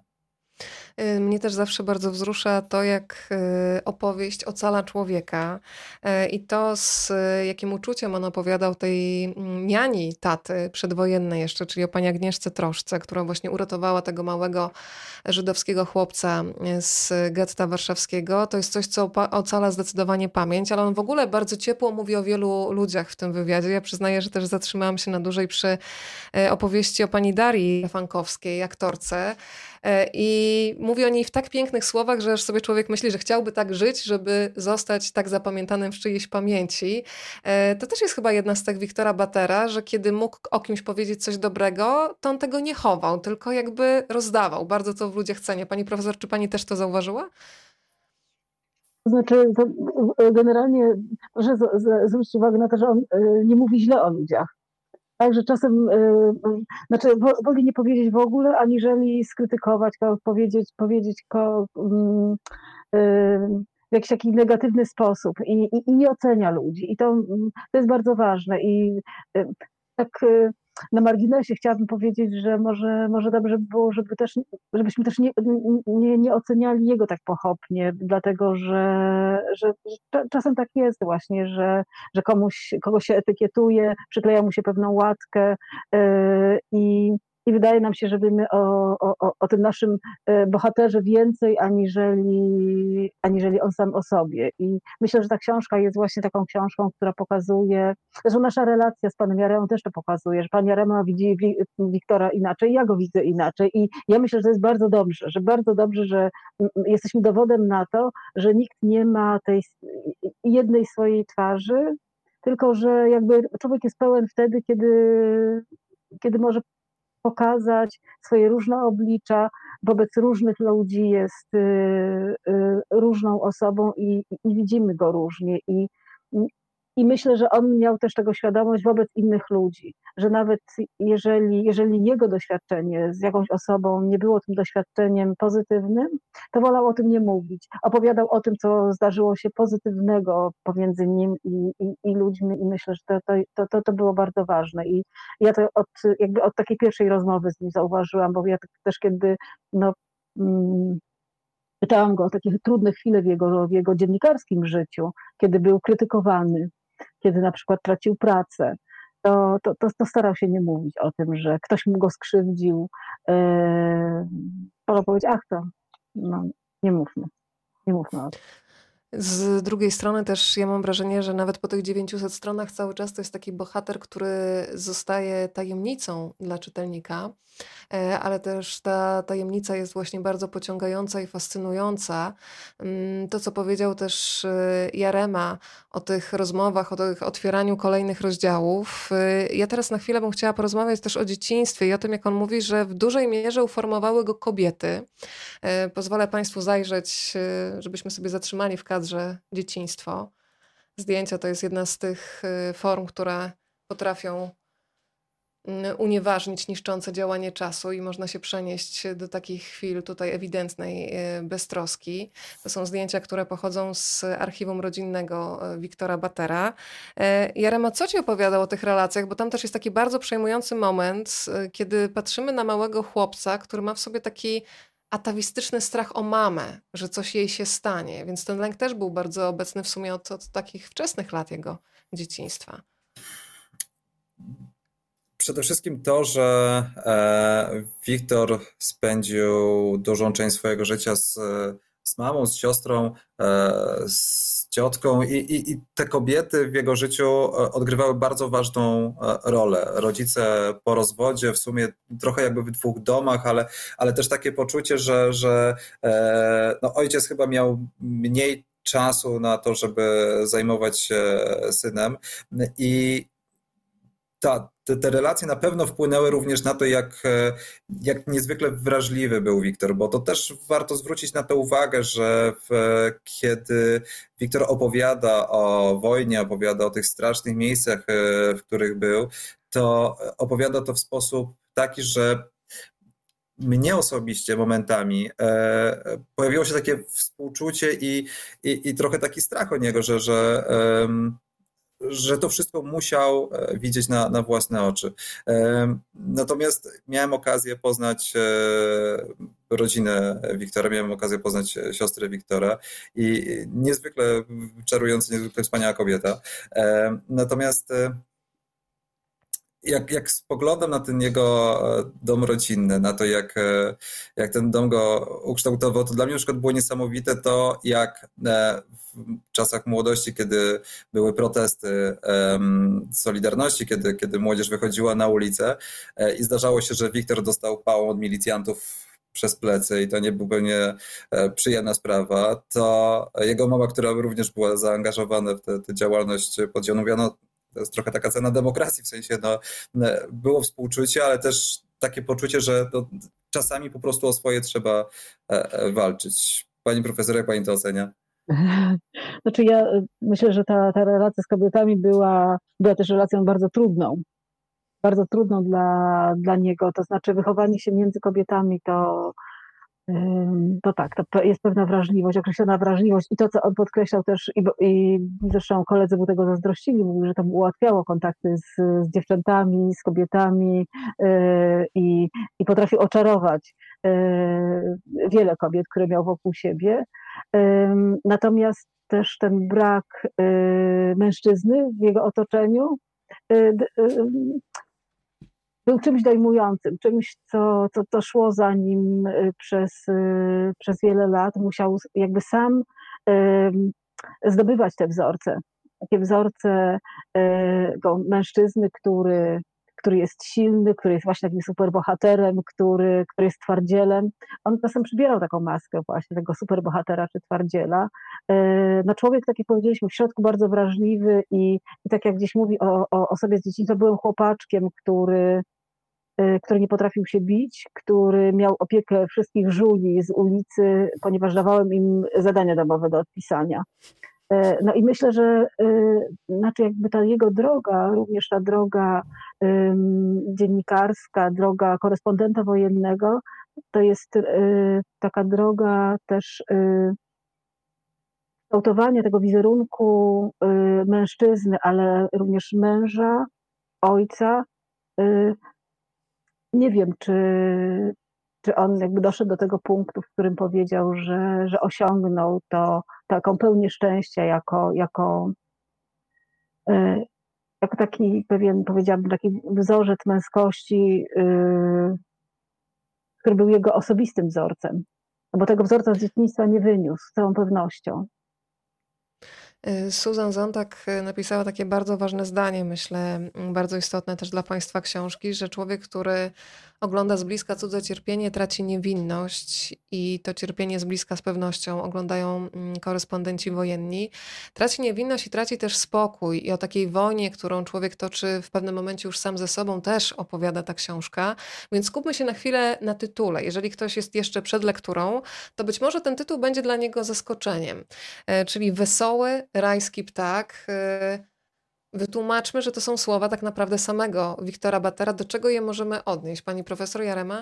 Mnie też zawsze bardzo wzrusza to, jak opowieść ocala człowieka i to, z jakim uczuciem on opowiadał tej niani taty przedwojennej jeszcze, czyli o pani Agnieszce Troszce, która właśnie uratowała tego małego żydowskiego chłopca z getta warszawskiego. To jest coś, co ocala zdecydowanie pamięć, ale on w ogóle bardzo ciepło mówi o wielu ludziach w tym wywiadzie. Ja przyznaję, że też zatrzymałam się na dłużej przy opowieści o pani Darii Fankowskiej, aktorce. I mówi o niej w tak pięknych słowach, że aż sobie człowiek myśli, że chciałby tak żyć, żeby zostać tak zapamiętanym w czyjejś pamięci. To też jest chyba jedna z tych Wiktora Battera, że kiedy mógł o kimś powiedzieć coś dobrego, to on tego nie chował, tylko jakby rozdawał. Bardzo to w ludziach cenię. Pani profesor, czy pani też to zauważyła? To znaczy, to generalnie proszę zwrócić uwagę na to, że on nie mówi źle o ludziach. Także czasem, yy, znaczy woli nie powiedzieć w ogóle, aniżeli skrytykować kogoś, powiedzieć, powiedzieć ko, yy, w jakiś taki negatywny sposób i, i, i nie ocenia ludzi. I to, to jest bardzo ważne. I yy, tak yy, na marginesie chciałabym powiedzieć, że może, może dobrze by było, żeby też, żebyśmy też nie, nie, nie oceniali jego tak pochopnie, dlatego że, że, że czasem tak jest właśnie, że, że komuś, kogoś się etykietuje, przykleja mu się pewną łatkę yy, i I wydaje nam się, że wiemy o, o, o tym naszym bohaterze więcej, aniżeli, aniżeli on sam o sobie. I myślę, że ta książka jest właśnie taką książką, która pokazuje, zresztą nasza relacja z panem Jaremą też to pokazuje, że pan Jarema widzi Wiktora inaczej, ja go widzę inaczej. I ja myślę, że to jest bardzo dobrze, że bardzo dobrze, że jesteśmy dowodem na to, że nikt nie ma tej jednej swojej twarzy, tylko że jakby człowiek jest pełen wtedy, kiedy, kiedy może pokazać swoje różne oblicza, wobec różnych ludzi jest y, y, różną osobą i, i widzimy go różnie. I, I myślę, że on miał też tego świadomość wobec innych ludzi, że nawet jeżeli, jeżeli jego doświadczenie z jakąś osobą nie było tym doświadczeniem pozytywnym, to wolał o tym nie mówić. Opowiadał o tym, co zdarzyło się pozytywnego pomiędzy nim i, i, i ludźmi i myślę, że to, to, to, to było bardzo ważne. I ja to od, jakby od takiej pierwszej rozmowy z nim zauważyłam, bo ja też kiedy no, mm, pytałam go o takie trudne chwile w jego, w jego dziennikarskim życiu, kiedy był krytykowany, kiedy na przykład tracił pracę, to, to, to, to starał się nie mówić o tym, że ktoś mu go skrzywdził. Yy, Wolał powiedzieć, ach to, no, nie mówmy, nie mówmy o tym. Z drugiej strony też ja mam wrażenie, że nawet po tych dziewięciuset stronach cały czas to jest taki bohater, który zostaje tajemnicą dla czytelnika, e, ale też ta tajemnica jest właśnie bardzo pociągająca i fascynująca. Mm, To, co powiedział też e, Jarema o tych rozmowach, o tych otwieraniu kolejnych rozdziałów. E, Ja teraz na chwilę bym chciała porozmawiać też o dzieciństwie i o tym, jak on mówi, że w dużej mierze uformowały go kobiety. E, Pozwolę Państwu zajrzeć, e, żebyśmy sobie zatrzymali w kadrze dzieciństwo. Zdjęcia to jest jedna z tych e, form, które potrafią mm, unieważnić niszczące działanie czasu i można się przenieść do takich chwil tutaj ewidentnej e, beztroski. To są zdjęcia, które pochodzą z archiwum rodzinnego e, Wiktora Batera. E, Jarema, co ci opowiadał o tych relacjach? Bo tam też jest taki bardzo przejmujący moment, e, kiedy patrzymy na małego chłopca, który ma w sobie taki atawistyczny strach o mamę, że coś jej się stanie. Więc ten lęk też był bardzo obecny w sumie od, od takich wczesnych lat jego dzieciństwa. Przede wszystkim to, że e, Wiktor spędził dużą część swojego życia z, z mamą, z siostrą, e, z ciotką i, i, i te kobiety w jego życiu odgrywały bardzo ważną rolę. Rodzice po rozwodzie, w sumie trochę jakby w dwóch domach, ale, ale też takie poczucie, że, że e, no, ojciec chyba miał mniej czasu na to, żeby zajmować się synem i ta, te, te relacje na pewno wpłynęły również na to, jak, jak niezwykle wrażliwy był Wiktor, bo to też warto zwrócić na to uwagę, że w, kiedy Wiktor opowiada o wojnie, opowiada o tych strasznych miejscach, w których był, to opowiada to w sposób taki, że mnie osobiście momentami e, pojawiło się takie współczucie i, i, i trochę taki strach o niego, że, że e, że to wszystko musiał widzieć na, na własne oczy. Natomiast miałem okazję poznać rodzinę Wiktora, miałem okazję poznać siostrę Wiktora i niezwykle czarująca, niezwykle wspaniała kobieta. Natomiast jak, jak spoglądam na ten jego dom rodzinny, na to jak, jak ten dom go ukształtował, to dla mnie na przykład było niesamowite to, jak w czasach młodości, kiedy były protesty Solidarności, kiedy, kiedy młodzież wychodziła na ulicę i zdarzało się, że Wiktor dostał pałą od milicjantów przez plecy i to nie była pewnie przyjemna sprawa, to jego mama, która również była zaangażowana w tę działalność podziemną, mówiła, to jest trochę taka cena demokracji, w sensie no, było współczucie, ale też takie poczucie, że no, czasami po prostu o swoje trzeba walczyć. Pani profesor, jak pani to ocenia? Znaczy ja myślę, że ta, ta relacja z kobietami była, była też relacją bardzo trudną. Bardzo trudną dla, dla niego, to znaczy wychowanie się między kobietami to, to tak, to jest pewna wrażliwość, określona wrażliwość i to, co on podkreślał też i, i zresztą koledzy mu tego zazdrościli, mówił, że to ułatwiało kontakty z, z dziewczętami, z kobietami yy, i, i potrafił oczarować yy, wiele kobiet, które miał wokół siebie. Yy, natomiast też ten brak yy, mężczyzny w jego otoczeniu yy, yy, był czymś dojmującym, czymś, co, co, co szło za nim przez, przez wiele lat. Musiał jakby sam zdobywać te wzorce. Takie wzorce mężczyzny, który, który jest silny, który jest właśnie takim superbohaterem, który, który jest twardzielem. On czasem przybierał taką maskę właśnie tego superbohatera czy twardziela. No człowiek, tak jak powiedzieliśmy, w środku bardzo wrażliwy i, i tak jak gdzieś mówi o, o, o sobie z dzieciństwa, byłem chłopaczkiem, który który nie potrafił się bić, który miał opiekę wszystkich żuli z ulicy, ponieważ dawałem im zadania domowe do odpisania. No i myślę, że znaczy jakby ta jego droga, również ta droga dziennikarska, droga korespondenta wojennego, to jest taka droga też kształtowania tego wizerunku mężczyzny, ale również męża, ojca. Nie wiem, czy, czy on jakby doszedł do tego punktu, w którym powiedział, że, że osiągnął to, taką pełnię szczęścia jako, jako, jako taki pewien, powiedziałabym, taki wzorzec męskości, który był jego osobistym wzorcem. No bo tego wzorca z dzieciństwa nie wyniósł, z całą pewnością. Susan Sontag napisała takie bardzo ważne zdanie, myślę, bardzo istotne też dla Państwa książki, że człowiek, który ogląda z bliska cudze cierpienie, traci niewinność i to cierpienie z bliska z pewnością oglądają korespondenci wojenni. Traci niewinność i traci też spokój i o takiej wojnie, którą człowiek toczy w pewnym momencie już sam ze sobą, też opowiada ta książka. Więc skupmy się na chwilę na tytule. Jeżeli ktoś jest jeszcze przed lekturą, to być może ten tytuł będzie dla niego zaskoczeniem, czyli Wesoły rajski ptak. Wytłumaczmy, że to są słowa tak naprawdę samego Wiktora Battera. Do czego je możemy odnieść? Pani profesor Jarema?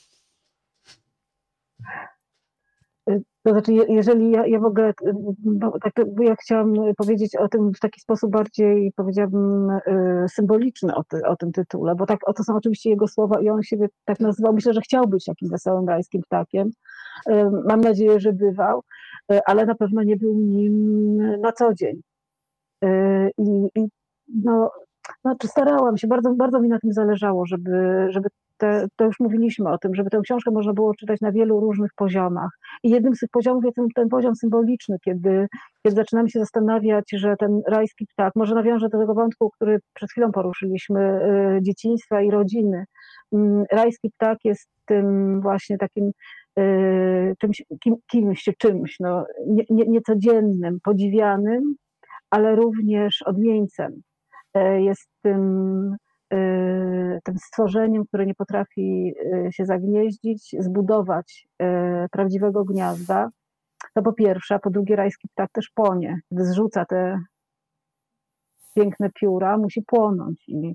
To znaczy, jeżeli ja, ja w ogóle, tak, ja chciałam powiedzieć o tym w taki sposób bardziej, powiedziałabym, symboliczny o, ty, o tym tytule, bo tak, to są oczywiście jego słowa i on siebie tak nazywał. Myślę, że chciał być jakimś wesołym rajskim ptakiem. Mam nadzieję, że bywał, ale na pewno nie był nim na co dzień. I, i no, znaczy starałam się, bardzo, bardzo mi na tym zależało, żeby, żeby te, to już mówiliśmy o tym, żeby tę książkę można było czytać na wielu różnych poziomach. I jednym z tych poziomów jest ten, ten poziom symboliczny, kiedy, kiedy zaczynamy się zastanawiać, że ten rajski ptak, może nawiążę do tego wątku, który przed chwilą poruszyliśmy, dzieciństwa i rodziny. Rajski ptak jest tym właśnie takim czymś, kim, kimś czy czymś, no, nie, nie, niecodziennym, podziwianym, ale również odmieńcem. Jest tym, tym stworzeniem, które nie potrafi się zagnieździć, zbudować prawdziwego gniazda. To po pierwsze, a po drugie rajski ptak też płonie. Gdy zrzuca te piękne pióra, musi płonąć. I,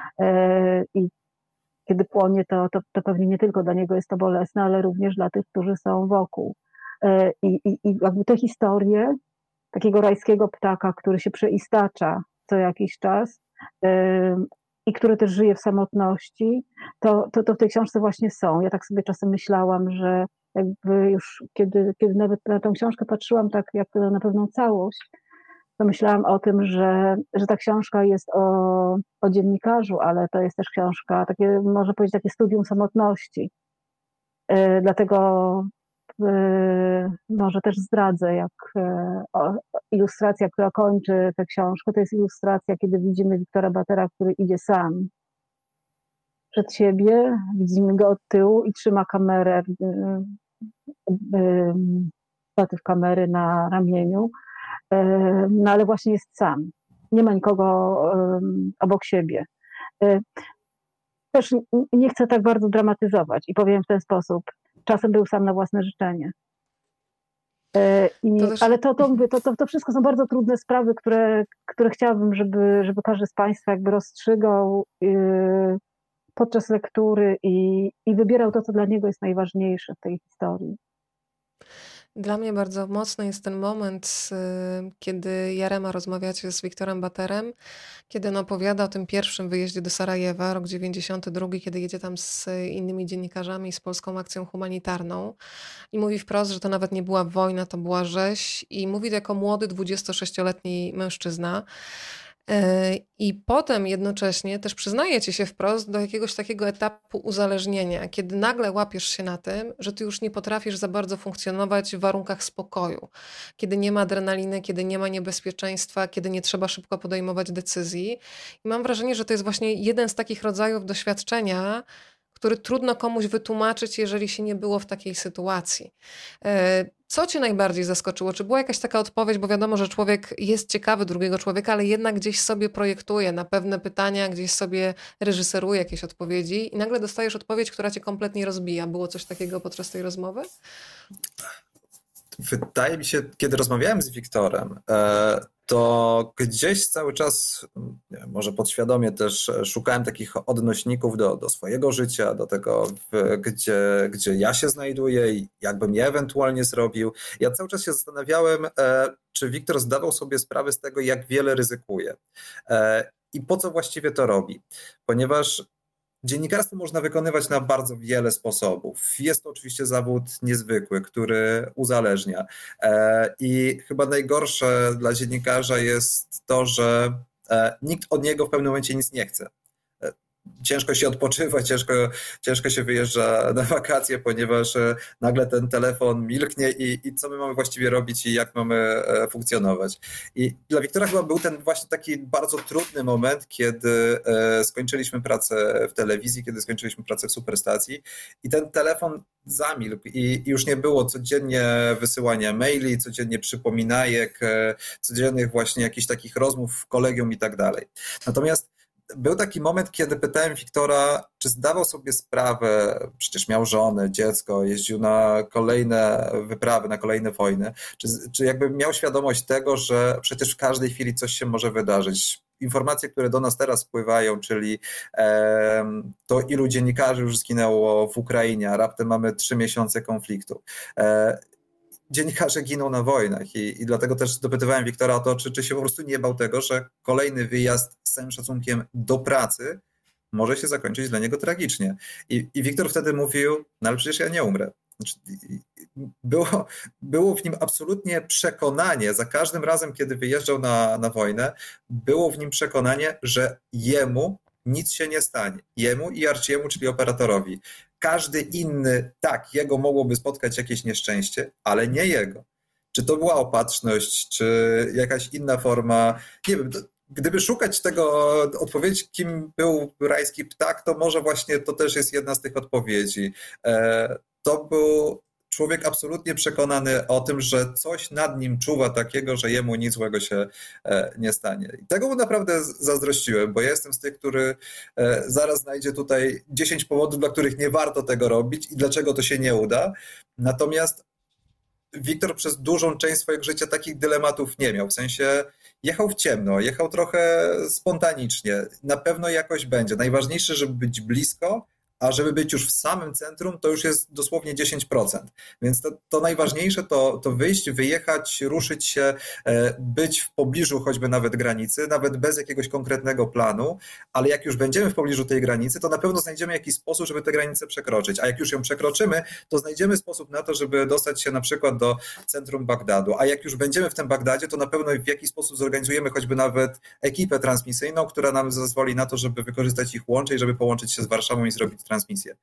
i kiedy płonie, to, to, to pewnie nie tylko dla niego jest to bolesne, ale również dla tych, którzy są wokół. I, i, i jakby te historie takiego rajskiego ptaka, który się przeistacza co jakiś czas yy, i który też żyje w samotności, to, to, to w tej książce właśnie są. Ja tak sobie czasem myślałam, że jakby już kiedy, kiedy nawet na tę książkę patrzyłam tak jak na pewną całość, to myślałam o tym, że, że ta książka jest o, o dziennikarzu, ale to jest też książka, takie, można powiedzieć, takie studium samotności. Yy, dlatego może też zdradzę, jak ilustracja, która kończy tę książkę, to jest ilustracja, kiedy widzimy Wiktora Battera, który idzie sam przed siebie, widzimy go od tyłu i trzyma kamerę, statyw kamery na ramieniu, no ale właśnie jest sam, nie ma nikogo obok siebie. Też nie chcę tak bardzo dramatyzować i powiem w ten sposób, czasem był sam na własne życzenie. I, to też... Ale to, to, to, to, to wszystko są bardzo trudne sprawy, które, które chciałabym, żeby, żeby każdy z Państwa jakby rozstrzygał yy, podczas lektury i, i wybierał to, co dla niego jest najważniejsze w tej historii. Dla mnie bardzo mocny jest ten moment, kiedy Jarema rozmawiacie z Wiktorem Batterem, kiedy on opowiada o tym pierwszym wyjeździe do Sarajewa, rok dziewięćdziesiąty drugi, kiedy jedzie tam z innymi dziennikarzami, z Polską Akcją Humanitarną i mówi wprost, że to nawet nie była wojna, to była rzeź i mówi to jako młody, dwudziestosześcioletni mężczyzna. I potem jednocześnie też przyznajecie się wprost do jakiegoś takiego etapu uzależnienia, kiedy nagle łapiesz się na tym, że ty już nie potrafisz za bardzo funkcjonować w warunkach spokoju, kiedy nie ma adrenaliny, kiedy nie ma niebezpieczeństwa, kiedy nie trzeba szybko podejmować decyzji. I mam wrażenie, że to jest właśnie jeden z takich rodzajów doświadczenia, który trudno komuś wytłumaczyć, jeżeli się nie było w takiej sytuacji. Co cię najbardziej zaskoczyło? Czy była jakaś taka odpowiedź, bo wiadomo, że człowiek jest ciekawy drugiego człowieka, ale jednak gdzieś sobie projektuje na pewne pytania, gdzieś sobie reżyseruje jakieś odpowiedzi i nagle dostajesz odpowiedź, która cię kompletnie rozbija. Było coś takiego podczas tej rozmowy? Wydaje mi się, kiedy rozmawiałem z Wiktorem, to gdzieś cały czas, nie wiem, może podświadomie też szukałem takich odnośników do, do swojego życia, do tego, gdzie, gdzie ja się znajduję i jakbym ja ewentualnie zrobił. Ja cały czas się zastanawiałem, czy Wiktor zdawał sobie sprawę z tego, jak wiele ryzykuje i po co właściwie to robi. Ponieważ dziennikarstwo można wykonywać na bardzo wiele sposobów. Jest to oczywiście zawód niezwykły, który uzależnia. I chyba najgorsze dla dziennikarza jest to, że nikt od niego w pewnym momencie nic nie chce. ciężko się odpoczywa, ciężko, ciężko się wyjeżdża na wakacje, ponieważ nagle ten telefon milknie i, i co my mamy właściwie robić i jak mamy funkcjonować. I dla Wiktora chyba był ten właśnie taki bardzo trudny moment, kiedy skończyliśmy pracę w telewizji, kiedy skończyliśmy pracę w Superstacji i ten telefon zamilkł i już nie było codziennie wysyłania maili, codziennie przypominajek, codziennych właśnie jakichś takich rozmów w kolegium i tak dalej. Natomiast był taki moment, kiedy pytałem Wiktora, czy zdawał sobie sprawę, przecież miał żonę, dziecko, jeździł na kolejne wyprawy, na kolejne wojny, czy, czy jakby miał świadomość tego, że przecież w każdej chwili coś się może wydarzyć. Informacje, które do nas teraz spływają, czyli e, to ilu dziennikarzy już zginęło w Ukrainie, a raptem mamy trzy miesiące konfliktu. E, Dziennikarze giną na wojnach i, i dlatego też dopytywałem Wiktora o to, czy, czy się po prostu nie bał tego, że kolejny wyjazd z całym szacunkiem do pracy może się zakończyć dla niego tragicznie. I, i Wiktor wtedy mówił, no ale przecież ja nie umrę. Znaczy, było, było w nim absolutnie przekonanie, za każdym razem, kiedy wyjeżdżał na, na wojnę, było w nim przekonanie, że jemu nic się nie stanie. Jemu i Arciemu, czyli operatorowi. Każdy inny, tak, jego mogłoby spotkać jakieś nieszczęście, ale nie jego. Czy to była opatrzność, czy jakaś inna forma, nie wiem, to, gdyby szukać tego odpowiedzi, kim był rajski ptak, to może właśnie to też jest jedna z tych odpowiedzi. E, to był człowiek absolutnie przekonany o tym, że coś nad nim czuwa takiego, że jemu nic złego się nie stanie. I tego mu naprawdę zazdrościłem, bo ja jestem z tych, który zaraz znajdzie tutaj dziesięć powodów, dla których nie warto tego robić i dlaczego to się nie uda. Natomiast Wiktor przez dużą część swojego życia takich dylematów nie miał. W sensie jechał w ciemno, jechał trochę spontanicznie. Na pewno jakoś będzie. Najważniejsze, żeby być blisko, a żeby być już w samym centrum, to już jest dosłownie dziesięć procent. Więc to, to najważniejsze to, to wyjść, wyjechać, ruszyć się, być w pobliżu choćby nawet granicy, nawet bez jakiegoś konkretnego planu, ale jak już będziemy w pobliżu tej granicy, to na pewno znajdziemy jakiś sposób, żeby tę granicę przekroczyć. A jak już ją przekroczymy, to znajdziemy sposób na to, żeby dostać się na przykład do centrum Bagdadu. A jak już będziemy w tym Bagdadzie, to na pewno w jakiś sposób zorganizujemy choćby nawet ekipę transmisyjną, która nam zezwoli na to, żeby wykorzystać ich łącze i żeby połączyć się z Warszawą i zrobić transmisję.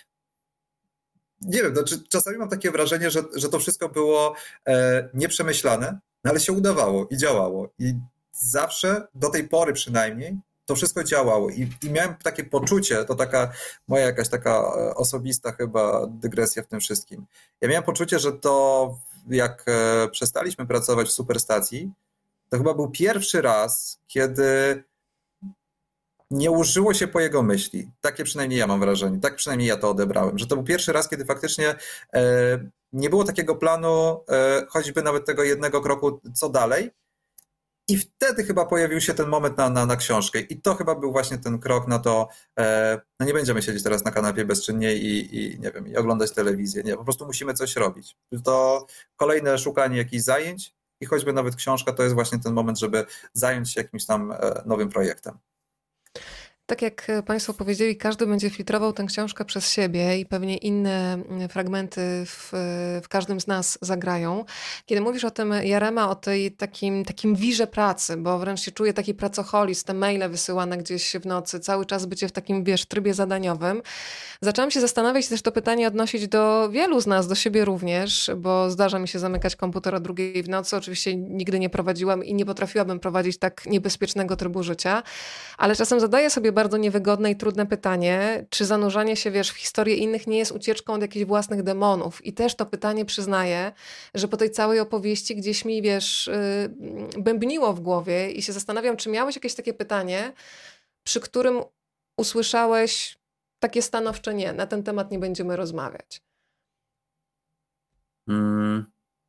Nie wiem, znaczy, czasami mam takie wrażenie, że, że to wszystko było e, nieprzemyślane, no ale się udawało i działało. I zawsze, do tej pory przynajmniej, to wszystko działało. I, i miałem takie poczucie, to taka moja jakaś taka osobista chyba dygresja w tym wszystkim. Ja miałem poczucie, że to jak e, przestaliśmy pracować w Superstacji, to chyba był pierwszy raz, kiedy nie użyło się po jego myśli. Takie przynajmniej ja mam wrażenie. Tak przynajmniej ja to odebrałem. Że to był pierwszy raz, kiedy faktycznie e, nie było takiego planu, e, choćby nawet tego jednego kroku, co dalej. I wtedy chyba pojawił się ten moment na, na, na książkę. I to chyba był właśnie ten krok na to, e, no nie będziemy siedzieć teraz na kanapie bezczynnie i, i nie wiem, i oglądać telewizję. Nie, po prostu musimy coś robić. To kolejne szukanie jakichś zajęć i choćby nawet książka to jest właśnie ten moment, żeby zająć się jakimś tam e, nowym projektem. Tak jak Państwo powiedzieli, każdy będzie filtrował tę książkę przez siebie i pewnie inne fragmenty w, w każdym z nas zagrają. Kiedy mówisz o tym, Jarema, o tej takim, takim wirze pracy, bo wręcz się czuję taki pracoholizm, te maile wysyłane gdzieś w nocy, cały czas bycie w takim, wiesz, trybie zadaniowym. Zaczęłam się zastanawiać, też to pytanie odnosić do wielu z nas, do siebie również, bo zdarza mi się zamykać komputer o drugiej w nocy. Oczywiście nigdy nie prowadziłam i nie potrafiłabym prowadzić tak niebezpiecznego trybu życia, ale czasem zadaję sobie bardzo niewygodne i trudne pytanie, czy zanurzanie się, wiesz, w historię innych nie jest ucieczką od jakichś własnych demonów. I też to pytanie przyznaję, że po tej całej opowieści gdzieś mi, wiesz, bębniło w głowie i się zastanawiam, czy miałeś jakieś takie pytanie, przy którym usłyszałeś takie stanowcze nie, na ten temat nie będziemy rozmawiać. Hmm.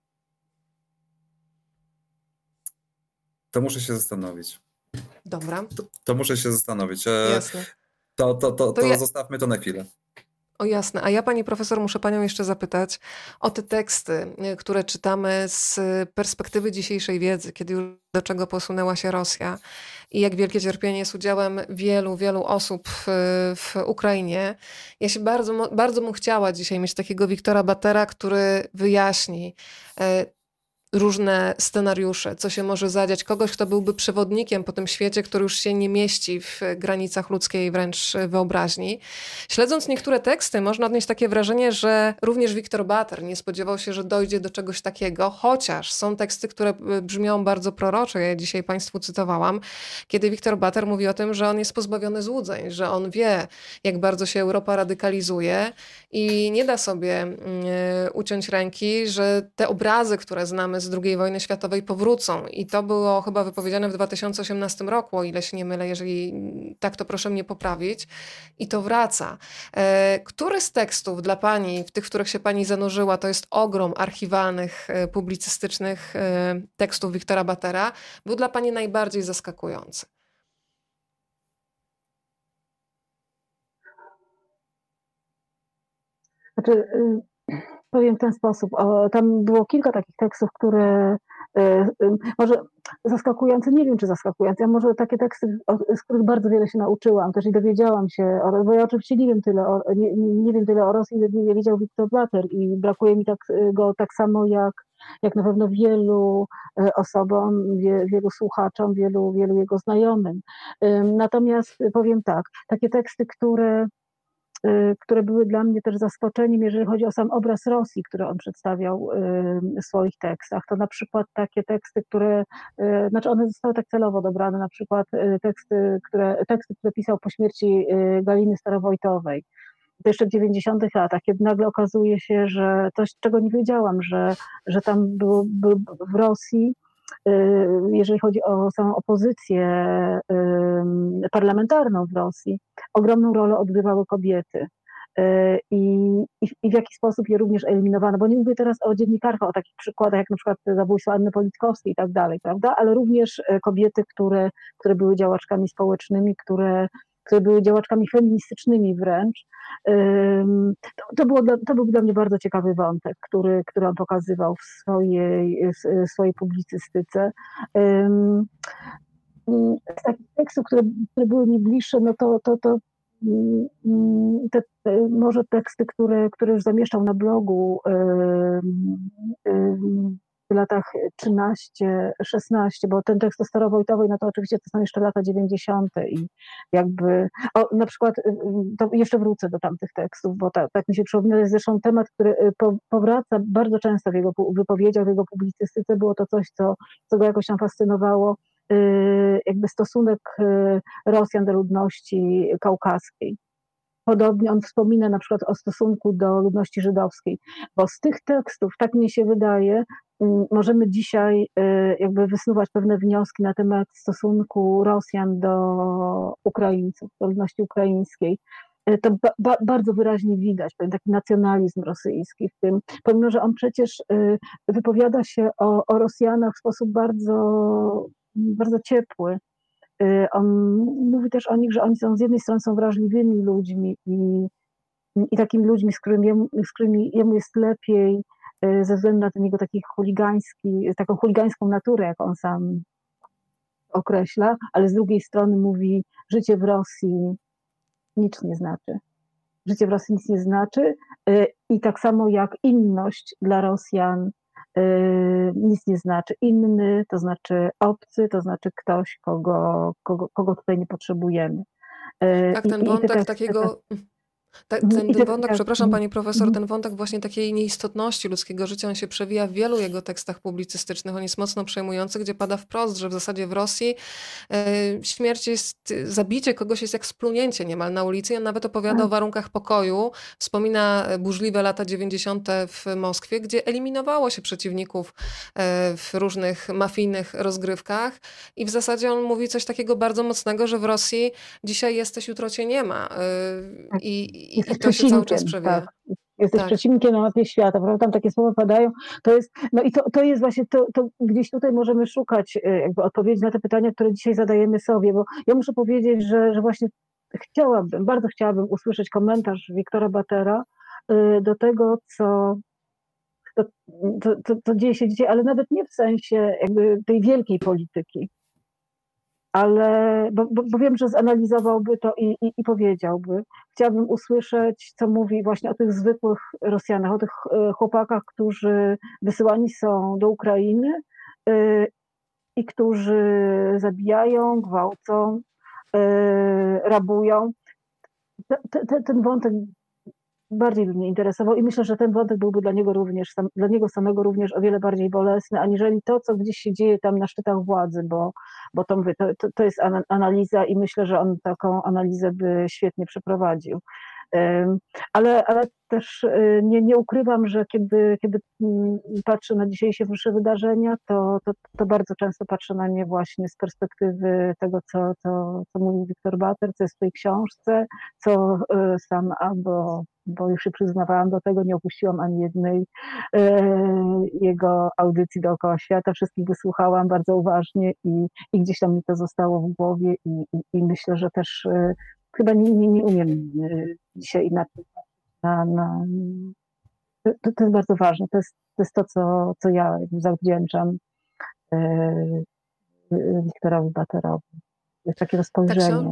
To muszę się zastanowić. Dobra. To, to muszę się zastanowić. Jasne. To, to, to, to, to ja... zostawmy to na chwilę. O jasne. A ja, pani profesor, muszę panią jeszcze zapytać o te teksty, które czytamy z perspektywy dzisiejszej wiedzy, kiedy już do czego posunęła się Rosja i jak wielkie cierpienie jest udziałem wielu, wielu osób w, w Ukrainie. Ja się bardzo, bardzo bym chciała dzisiaj mieć takiego Wiktora Batera, który wyjaśni, różne scenariusze, co się może zadziać, kogoś, kto byłby przewodnikiem po tym świecie, który już się nie mieści w granicach ludzkiej wręcz wyobraźni. Śledząc niektóre teksty, można odnieść takie wrażenie, że również Wiktor Bater nie spodziewał się, że dojdzie do czegoś takiego, chociaż są teksty, które brzmią bardzo prorocze, ja dzisiaj Państwu cytowałam, kiedy Wiktor Bater mówi o tym, że on jest pozbawiony złudzeń, że on wie, jak bardzo się Europa radykalizuje i nie da sobie y, uciąć ręki, że te obrazy, które znamy z drugiej wojny światowej powrócą. I to było chyba wypowiedziane w dwa tysiące osiemnastym roku, o ile się nie mylę, jeżeli tak, to proszę mnie poprawić. I to wraca. E, który z tekstów dla Pani, w tych, w których się Pani zanurzyła, to jest ogrom archiwalnych, e, publicystycznych e, tekstów Wiktora Batera, był dla Pani najbardziej zaskakujący? Znaczy, y, powiem w ten sposób. O, tam było kilka takich tekstów, które y, y, może zaskakujące, nie wiem czy zaskakujące, a może takie teksty, o, z których bardzo wiele się nauczyłam też i dowiedziałam się, o, bo ja oczywiście nie wiem tyle o, nie, nie wiem tyle o Rosji, ile nie wiedział Wiktor Bater i brakuje mi tak, go tak samo jak, jak na pewno wielu y, osobom, wie, wielu słuchaczom, wielu, wielu jego znajomym. Y, natomiast powiem tak, takie teksty, które które były dla mnie też zaskoczeniem, jeżeli chodzi o sam obraz Rosji, który on przedstawiał w swoich tekstach. To na przykład takie teksty, które, znaczy one zostały tak celowo dobrane, na przykład teksty, które, teksty, które pisał po śmierci Galiny Starowojtowej. To jeszcze w dziewięćdziesiątych latach, kiedy nagle okazuje się, że coś, czego nie wiedziałam, że, że tam było, było w Rosji, jeżeli chodzi o samą opozycję parlamentarną w Rosji, ogromną rolę odgrywały kobiety. I, i w jaki sposób je również eliminowano, bo nie mówię teraz o dziennikarkach, o takich przykładach jak na przykład zabójstwo Anny Politkowskiej i tak dalej, prawda, ale również kobiety, które, które były działaczkami społecznymi, które, które były działaczkami feministycznymi wręcz. To, to, było dla, to był dla mnie bardzo ciekawy wątek, który, który on pokazywał w swojej, w swojej publicystyce. Z takich tekstów, które, które były mi bliższe, no to, to, to te, te, może teksty, które, które już zamieszczał na blogu w latach trzynaście szesnaście, bo ten tekst o Starowojtowej, no to oczywiście to są jeszcze lata dziewięćdziesiąte i jakby, o, na przykład, to jeszcze wrócę do tamtych tekstów, bo tak, tak mi się przypomina, jest zresztą temat, który po, powraca bardzo często w jego wypowiedziach, w jego publicystyce, było to coś, co, co go jakoś tam fascynowało, jakby stosunek Rosjan do ludności kaukaskiej. Podobnie on wspomina na przykład o stosunku do ludności żydowskiej, bo z tych tekstów, tak mi się wydaje, możemy dzisiaj jakby wysnuwać pewne wnioski na temat stosunku Rosjan do Ukraińców, do ludności ukraińskiej. To ba- ba- bardzo wyraźnie widać, ten taki nacjonalizm rosyjski w tym, pomimo że on przecież wypowiada się o, o Rosjanach w sposób bardzo, bardzo ciepły. On mówi też o nich, że oni są z jednej strony są wrażliwymi ludźmi i, i takimi ludźmi, z którymi, jemu, z którymi jemu jest lepiej ze względu na ten jego taki chuligański, taką chuligańską naturę, jak on sam określa, ale z drugiej strony mówi, życie w Rosji nic nie znaczy. Życie w Rosji nic nie znaczy i tak samo jak inność dla Rosjan nic nie znaczy. Inny, to znaczy obcy, to znaczy ktoś, kogo, kogo, kogo tutaj nie potrzebujemy. Tak, I, ten i wątek te takiego... Ta, ten, ten wątek, przepraszam mm, pani profesor, ten wątek właśnie takiej nieistotności ludzkiego życia, on się przewija w wielu jego tekstach publicystycznych. On jest mocno przejmujący, gdzie pada wprost, że w zasadzie w Rosji e, śmierć jest, zabicie kogoś jest jak splunięcie niemal na ulicy. I on nawet opowiada o warunkach pokoju. Wspomina burzliwe lata dziewięćdziesiąte w Moskwie, gdzie eliminowało się przeciwników e, w różnych mafijnych rozgrywkach. I w zasadzie on mówi coś takiego bardzo mocnego, że w Rosji dzisiaj jesteś, jutro cię nie ma. E, i I, Jesteś i to się cały czas przeciwnikiem, przewija. tak. Jesteś Tak. przeciwnikiem na mapie świata, prawda? Tam takie słowa padają. To jest, no i to, to jest właśnie, to, to gdzieś tutaj możemy szukać jakby odpowiedzi na te pytania, które dzisiaj zadajemy sobie, bo ja muszę powiedzieć, że, że właśnie chciałabym, bardzo chciałabym usłyszeć komentarz Wiktora Batera do tego, co to, to, to, to dzieje się dzisiaj, ale nawet nie w sensie jakby tej wielkiej polityki, ale bo, bo, bo wiem, że zanalizowałby to i, i, i powiedziałby. Chciałabym usłyszeć, co mówi właśnie o tych zwykłych Rosjanach, o tych chłopakach, którzy wysyłani są do Ukrainy i którzy zabijają, gwałcą, rabują. Ten, ten, ten wątek bardziej by mnie interesował i myślę, że ten wątek byłby dla niego również, sam, dla niego samego również o wiele bardziej bolesny, aniżeli to, co gdzieś się dzieje tam na szczytach władzy, bo, bo to, mówię, to, to, to jest analiza i myślę, że on taką analizę by świetnie przeprowadził. Ale, ale też nie, nie ukrywam, że kiedy, kiedy patrzę na dzisiejsze wydarzenia, to, to, to bardzo często patrzę na nie właśnie z perspektywy tego, co, co, co mówi Wiktor Bater, co jest w tej książce, co sam, bo, bo już się przyznawałam do tego, nie opuściłam ani jednej jego audycji dookoła świata, wszystkich wysłuchałam bardzo uważnie i, i gdzieś tam mi to zostało w głowie i, i, i myślę, że też chyba nie, nie, nie umiem dzisiaj inaczej. Na, na, to, to jest bardzo ważne. To jest to, jest to co, co ja zawdzięczam yy, Wiktorowi Baterowi. To jest takie spojrzenie.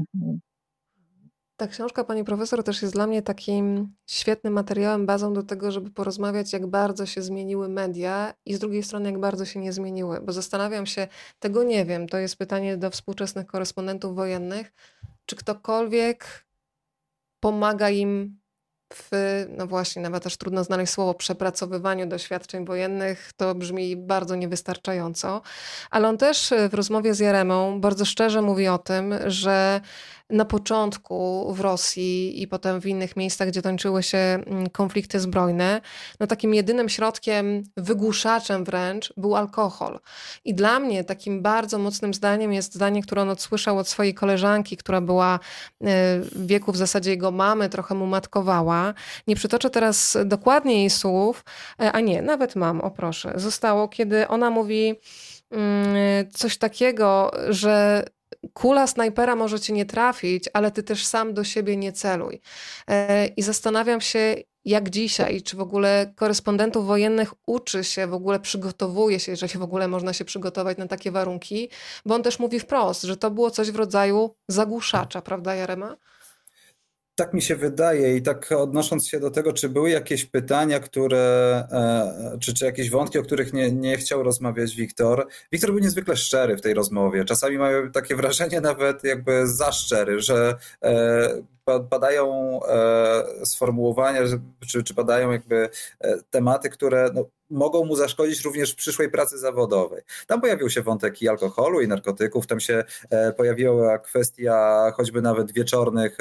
Ta książka, pani profesor, też jest dla mnie takim świetnym materiałem, bazą do tego, żeby porozmawiać, jak bardzo się zmieniły media i z drugiej strony, jak bardzo się nie zmieniły. Bo zastanawiam się, tego nie wiem, to jest pytanie do współczesnych korespondentów wojennych, czy ktokolwiek pomaga im w, no właśnie, nawet też trudno znaleźć słowo, przepracowywaniu doświadczeń wojennych, to brzmi bardzo niewystarczająco, ale on też w rozmowie z Jaremą bardzo szczerze mówi o tym, że na początku w Rosji i potem w innych miejscach, gdzie toczyły się konflikty zbrojne, no takim jedynym środkiem, wygłuszaczem wręcz był alkohol. I dla mnie takim bardzo mocnym zdaniem jest zdanie, które on odsłyszał od swojej koleżanki, która była w wieku w zasadzie jego mamy, trochę mu matkowała. Nie przytoczę teraz dokładnie jej słów, a nie, nawet mam, o proszę. Zostało, kiedy ona mówi coś takiego, że kula snajpera może cię nie trafić, ale ty też sam do siebie nie celuj. I zastanawiam się, jak dzisiaj, czy w ogóle korespondentów wojennych uczy się, w ogóle przygotowuje się, jeżeli w ogóle można się przygotować na takie warunki, bo on też mówi wprost, że to było coś w rodzaju zagłuszacza, prawda, Jarema? Tak mi się wydaje i tak odnosząc się do tego, czy były jakieś pytania, które, czy, czy jakieś wątki, o których nie, nie chciał rozmawiać Wiktor. Wiktor był niezwykle szczery w tej rozmowie. Czasami mamy takie wrażenie nawet jakby za szczery, że padają sformułowania, czy, czy padają jakby tematy, które no, mogą mu zaszkodzić również w przyszłej pracy zawodowej. Tam pojawił się wątek i alkoholu, i narkotyków, tam się pojawiła kwestia choćby nawet wieczornych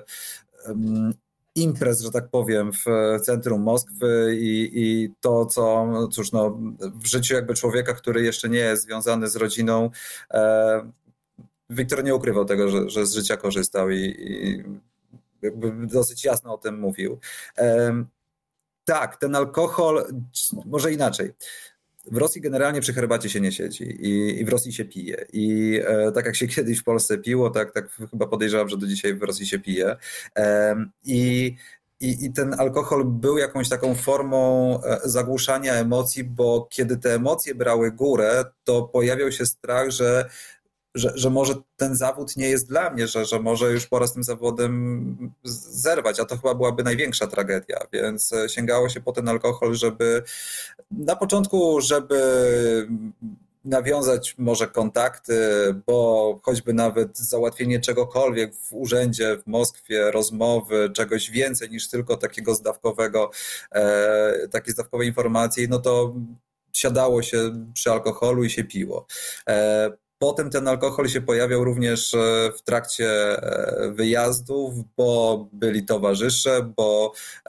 imprez, że tak powiem, w centrum Moskwy i, i to, co, cóż, no, w życiu jakby człowieka, który jeszcze nie jest związany z rodziną, e, Wiktor nie ukrywał tego, że, że z życia korzystał i, i jakby dosyć jasno o tym mówił. E, tak, ten alkohol, może inaczej. W Rosji generalnie przy herbacie się nie siedzi i, i w Rosji się pije. I e, tak jak się kiedyś w Polsce piło, tak, tak chyba podejrzewam, że do dzisiaj w Rosji się pije. E, i, i, I ten alkohol był jakąś taką formą zagłuszania emocji, bo kiedy te emocje brały górę, to pojawiał się strach, że Że, że może ten zawód nie jest dla mnie, że, że może już pora z tym zawodem zerwać, a to chyba byłaby największa tragedia, więc sięgało się po ten alkohol, żeby na początku, żeby nawiązać może kontakty, bo choćby nawet załatwienie czegokolwiek w urzędzie w Moskwie, rozmowy, czegoś więcej niż tylko takiego zdawkowego, e, takiej zdawkowej informacji, no to siadało się przy alkoholu i się piło. E, Potem ten alkohol się pojawiał również w trakcie wyjazdów, bo byli towarzysze, bo,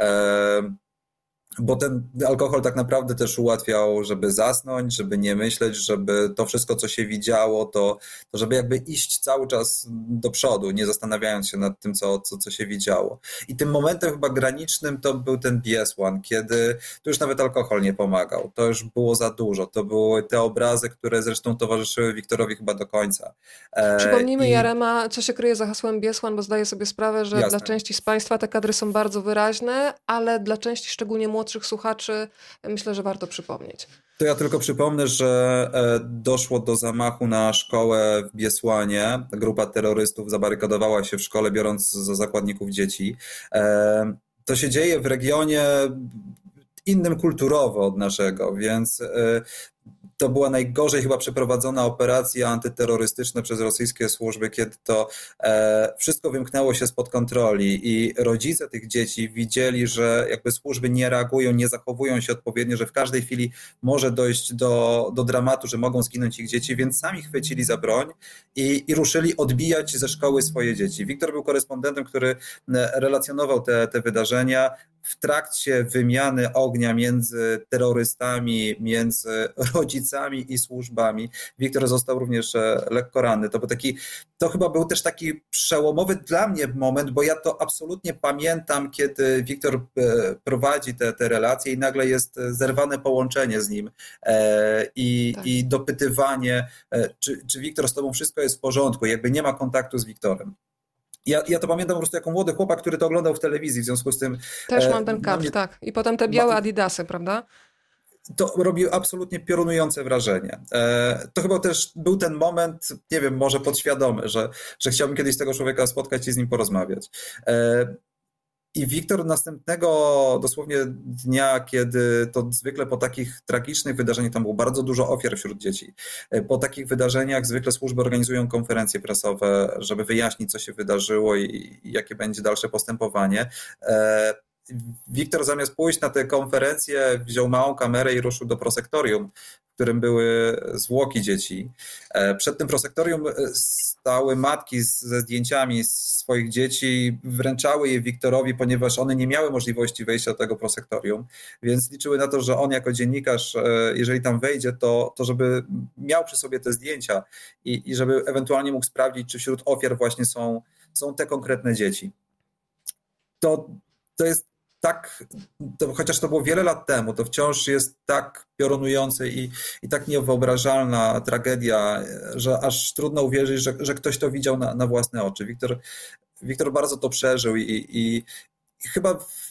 bo ten alkohol tak naprawdę też ułatwiał, żeby zasnąć, żeby nie myśleć, żeby to wszystko, co się widziało, to, to żeby jakby iść cały czas do przodu, nie zastanawiając się nad tym, co, co, co się widziało. I tym momentem chyba granicznym to był ten Biesłan, kiedy to już nawet alkohol nie pomagał. To już było za dużo. To były te obrazy, które zresztą towarzyszyły Wiktorowi chyba do końca. Przypomnijmy, I... Jarema, co się kryje za hasłem Biesłan, bo zdaję sobie sprawę, że Jasne. Dla części z Państwa te kadry są bardzo wyraźne, ale dla części szczególnie młodszych młodszych słuchaczy myślę, że warto przypomnieć. To ja tylko przypomnę, że doszło do zamachu na szkołę w Biesłanie. Grupa terrorystów zabarykadowała się w szkole, biorąc za zakładników dzieci. To się dzieje w regionie innym kulturowo od naszego, więc to była najgorzej chyba przeprowadzona operacja antyterrorystyczna przez rosyjskie służby, kiedy to e, wszystko wymknęło się spod kontroli i rodzice tych dzieci widzieli, że jakby służby nie reagują, nie zachowują się odpowiednio, że w każdej chwili może dojść do, do dramatu, że mogą zginąć ich dzieci, więc sami chwycili za broń i, i ruszyli odbijać ze szkoły swoje dzieci. Wiktor był korespondentem, który relacjonował te, te wydarzenia. W trakcie wymiany ognia między terrorystami, między rodzicami i służbami, Wiktor został również lekko ranny. To był taki, to chyba był też taki przełomowy dla mnie moment, bo ja to absolutnie pamiętam, kiedy Wiktor prowadzi te, te relacje i nagle jest zerwane połączenie z nim i, tak. i dopytywanie, czy, czy Wiktor, z tobą wszystko jest w porządku, jakby nie ma kontaktu z Wiktorem. Ja, ja to pamiętam po prostu jako młody chłopak, który to oglądał w telewizji, w związku z tym... Też mam ten kadr, mnie, tak. I potem te białe adidasy, prawda? To robi absolutnie piorunujące wrażenie. E, to chyba też był ten moment, nie wiem, może podświadomy, że, że chciałbym kiedyś tego człowieka spotkać i z nim porozmawiać. E, I Wiktor następnego dosłownie dnia, kiedy to zwykle po takich tragicznych wydarzeniach, tam było bardzo dużo ofiar wśród dzieci, po takich wydarzeniach zwykle służby organizują konferencje prasowe, żeby wyjaśnić, co się wydarzyło i, i jakie będzie dalsze postępowanie. Wiktor zamiast pójść na tę konferencję wziął małą kamerę i ruszył do prosektorium, w którym były zwłoki dzieci. Przed tym prosektorium stały matki ze zdjęciami swoich dzieci, wręczały je Wiktorowi, ponieważ one nie miały możliwości wejścia do tego prosektorium, więc liczyły na to, że on jako dziennikarz, jeżeli tam wejdzie, to, to żeby miał przy sobie te zdjęcia i, i żeby ewentualnie mógł sprawdzić, czy wśród ofiar właśnie są, są te konkretne dzieci. To, to jest tak, to, chociaż to było wiele lat temu, to wciąż jest tak piorunujące i, i tak niewyobrażalna tragedia, że aż trudno uwierzyć, że, że ktoś to widział na, na własne oczy. Wiktor, Wiktor bardzo to przeżył i, i, i chyba... W,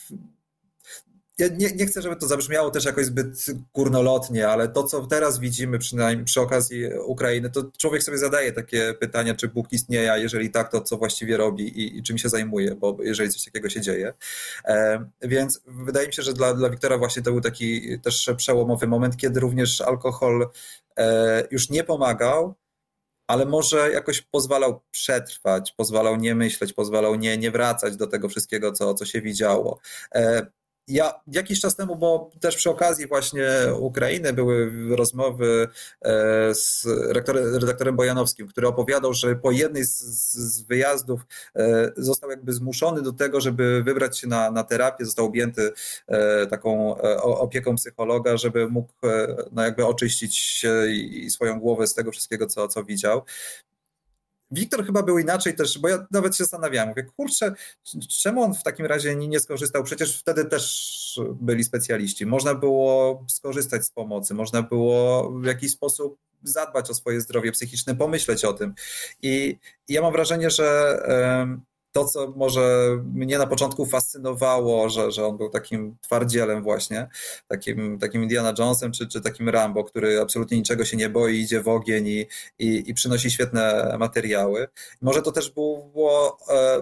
ja nie, nie chcę, żeby to zabrzmiało też jakoś zbyt górnolotnie, ale to, co teraz widzimy przynajmniej przy okazji Ukrainy, to człowiek sobie zadaje takie pytania, czy Bóg istnieje, a jeżeli tak, to co właściwie robi i, i czym się zajmuje, bo jeżeli coś takiego się dzieje. E, więc wydaje mi się, że dla, dla Wiktora właśnie to był taki też przełomowy moment, kiedy również alkohol e, już nie pomagał, ale może jakoś pozwalał przetrwać, pozwalał nie myśleć, pozwalał nie, nie wracać do tego wszystkiego, co, co się widziało. E, Ja jakiś czas temu, bo też przy okazji właśnie Ukrainy były rozmowy z redaktorem Bojanowskim, który opowiadał, że po jednej z, z wyjazdów został jakby zmuszony do tego, żeby wybrać się na, na terapię, został objęty taką opieką psychologa, żeby mógł no jakby oczyścić się i swoją głowę z tego wszystkiego, co, co widział. Wiktor chyba był inaczej też, bo ja nawet się zastanawiałem, mówię, kurczę, czemu on w takim razie nie skorzystał? Przecież wtedy też byli specjaliści. Można było skorzystać z pomocy, można było w jakiś sposób zadbać o swoje zdrowie psychiczne, pomyśleć o tym. I, i ja mam wrażenie, że to, co może mnie na początku fascynowało, że, że on był takim twardzielem właśnie, takim, takim Indiana Jonesem czy, czy takim Rambo, który absolutnie niczego się nie boi, idzie w ogień i, i, i przynosi świetne materiały. Może to też było e,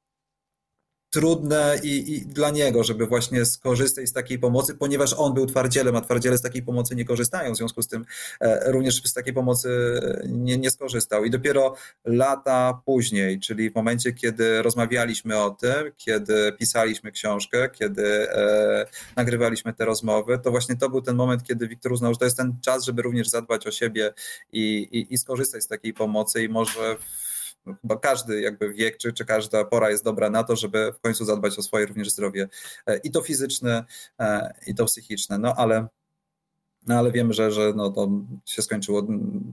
trudne i, i dla niego, żeby właśnie skorzystać z takiej pomocy, ponieważ on był twardzielem, a twardziele z takiej pomocy nie korzystają, w związku z tym e, również z takiej pomocy nie, nie skorzystał. I dopiero lata później, czyli w momencie, kiedy rozmawialiśmy o tym, kiedy pisaliśmy książkę, kiedy e, nagrywaliśmy te rozmowy, to właśnie to był ten moment, kiedy Wiktor uznał, że to jest ten czas, żeby również zadbać o siebie i, i, i skorzystać z takiej pomocy i może w, chyba każdy jakby wiek, czy, czy każda pora jest dobra na to, żeby w końcu zadbać o swoje również zdrowie i to fizyczne, i to psychiczne, no ale, no ale wiemy, że, że no to się skończyło